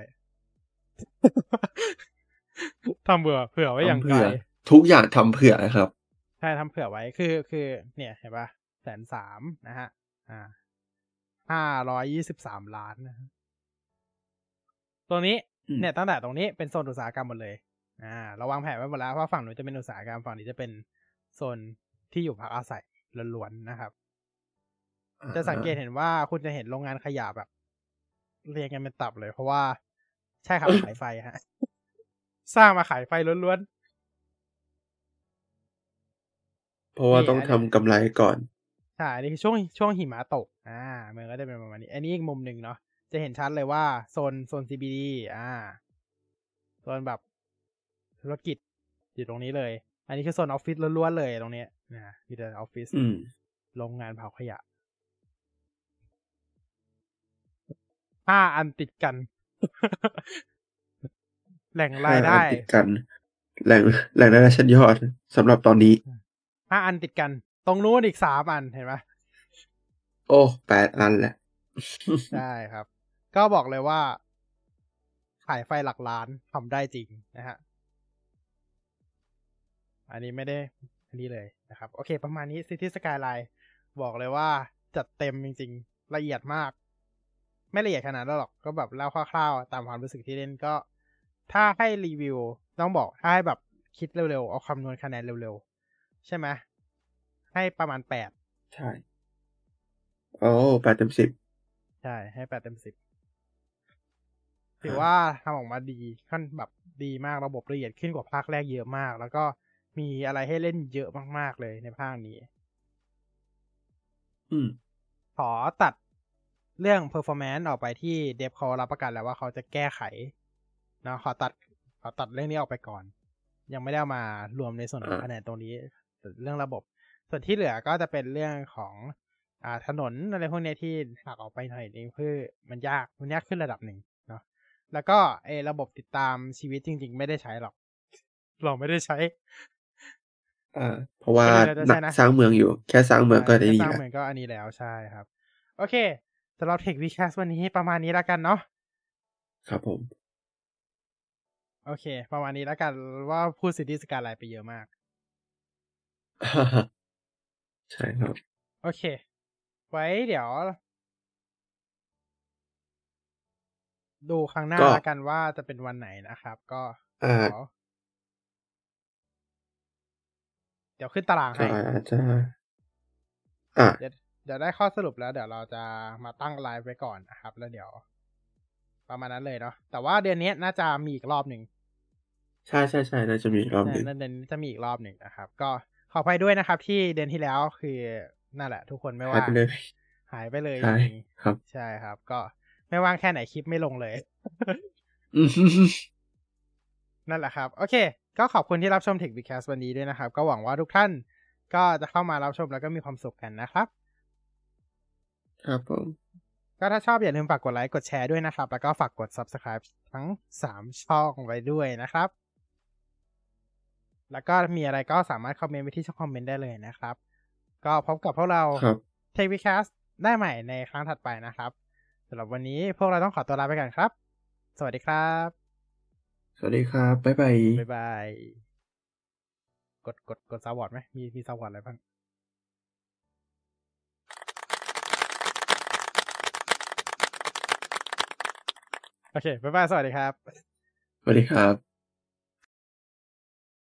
ทำเผื่อไว้อย่างไรทุกอย่างทำเผื่อครับใช่ทำเผื่อไว้คือเนี่ยเห็นปะ130,000,000นะฮะ523 ล้านนะฮะตัวนี้เนี่ยตั้งแต่ตรงนี้เป็นโซนอุตสาหกรรมหมดเลยเราวางแผนไว้หมดแล้วว่าฝั่งนู้นจะเป็นอุตสาหกรรมฝั่งนี้จะเป็นโซนที่อยู่พักอาศัยล้วนๆนะครับจะสังเกตเห็นว่าคุณจะเห็นโรงงานขยะแบบเรียงกันเป็นตับเลยเพราะว่าใช่ครับขายไฟฮะสร้างมาขายไฟล้วนๆเพราะว่าต้องทำกำไรก่อนใช่อันนี้คือช่วงหิมะตกมันก็จะเป็นประมาณนี้อันนี้อีกมุมหนึ่งเนาะจะเห็นชัดเลยว่าโซน CBD โซนแบบธุรกิจอยู่ตรงนี้เลยอันนี้คือโซนออฟฟิศล้วนๆเลยตรงนี้มีแต่ออฟฟิศโรงงานเผาขยะ5 อันติดกัน แหล่งรายได้ติดกันแหล่งรายได้ชั้นยอดสำหรับตอนนี้ 5 อันติดกันตรงนู้นอีก3 อันเห็นไหมโอ้8 อันแหละใช่ครับก็บอกเลยว่าขายไฟหลักล้านทำได้จริงนะฮะอันนี้ไม่ได้อันนี้เลยนะครับโอเคประมาณนี้ City Skyline บอกเลยว่าจัดเต็มจริงๆละเอียดมากไม่ละเอียดขนาดนั้นหรอกก็แบบเล่าคร่าวๆตามความรู้สึกที่เล่นก็ถ้าให้รีวิวต้องบอกถ้าให้แบบคิดเร็วๆเอาคำนวณคะแนนเร็วๆใช่ไหมให้ประมาณ8ใช่โอ้8/10 ใช่ให้8/10ถือว่าทำออกมาดีขั้นแบบดีมากระบบละเอียดขึ้นกว่าภาคแรกเยอะมากแล้วก็มีอะไรให้เล่นเยอะมากๆเลยในภาคนี้ขอตัดเรื่อง performance ออกไปที่เดฟเขารับประกันแล้วว่าเขาจะแก้ไขเนาะขอตัดเรื่องนี้ออกไปก่อนยังไม่ได้เอามารวมในส่วนของคะแนนตรงนี้เรื่องระบบส่วนที่เหลือก็จะเป็นเรื่องของถนนอะไรพวกนี้ที่หักออกไปหน่อยนึงเพื่อมันยากขึ้นระดับหนึ่งเนาะแล้วก็ระบบติดตามชีวิตจริงๆไม่ได้ใช้หรอกเราไม่ได้ใช้เพราะว่าสร้างเมืองอยู่แค่สร้างเมืองก็ได้สร้างเมืองก็อันนี้แล้วใช่ครับโอเคสำหรับ Tech Vcast วันนี้ประมาณนี้แล้วกันเนาะครับผมโอเคประมาณนี้แล้วกันว่าพูด City Skyline ไปเยอะมากใช่ครับโอเคไว้เดี๋ยวดูครั้งหน้าแล้วกันว่าจะเป็นวันไหนนะครับก็เดี๋ยวขึ้นตารางให้อาจจะเดี๋ยวได้ข้อสรุปแล้วเดี๋ยวเราจะมาตั้งไลฟ์ไว้ก่อนนะครับแล้วเดี๋ยวประมาณนั้นเลยเนาะแต่ว่าเดือนนี้น่าจะมีอีกรอบหนึ่งใช่น่าจะมีอีกรอบหนึ่งเดือนนี้จะมีอีกรอบหนึ่งนะครับก็ขออภัยด้วยนะครับที่เดือนที่แล้วคือนั่นแหละทุกคนไม่ว่างหายไปเลยจริงๆครับใช่ครับก็ไม่ว่างแค่ไหนคลิปไม่ลงเลยนั่นแหละครับโอเคก็ขอบคุณที่รับชม Tech Vcast วันนี้ด้วยนะครับก็หวังว่าทุกท่านก็จะเข้ามารับชมแล้วก็มีความสุขกันนะครับครับผมโอก็ถ้าชอบอย่าลืมฝากกดไลค์กดแชร์ด้วยนะครับแล้วก็ฝากกด Subscribe ทั้ง3ช่องไว้ด้วยนะครับแล้วก็มีอะไรก็สามารถคอมเมนต์ไว้ที่ช่องคอมเมนต์ได้เลยนะครับก็พบกับพวกเรา TechWeCast ได้ใหม่ในครั้งถัดไปนะครับสำหรับวันนี้พวกเราต้องขอตัวลาไปก่อนครับสวัสดีครับสวัสดีครับบ๊ายบายบ๊ายบายกดซาวอร์ดไหมมีซาวอร์ดอะไรบ้างโอเคบ๊ายบายสวัสดีครับสวัสดีครับ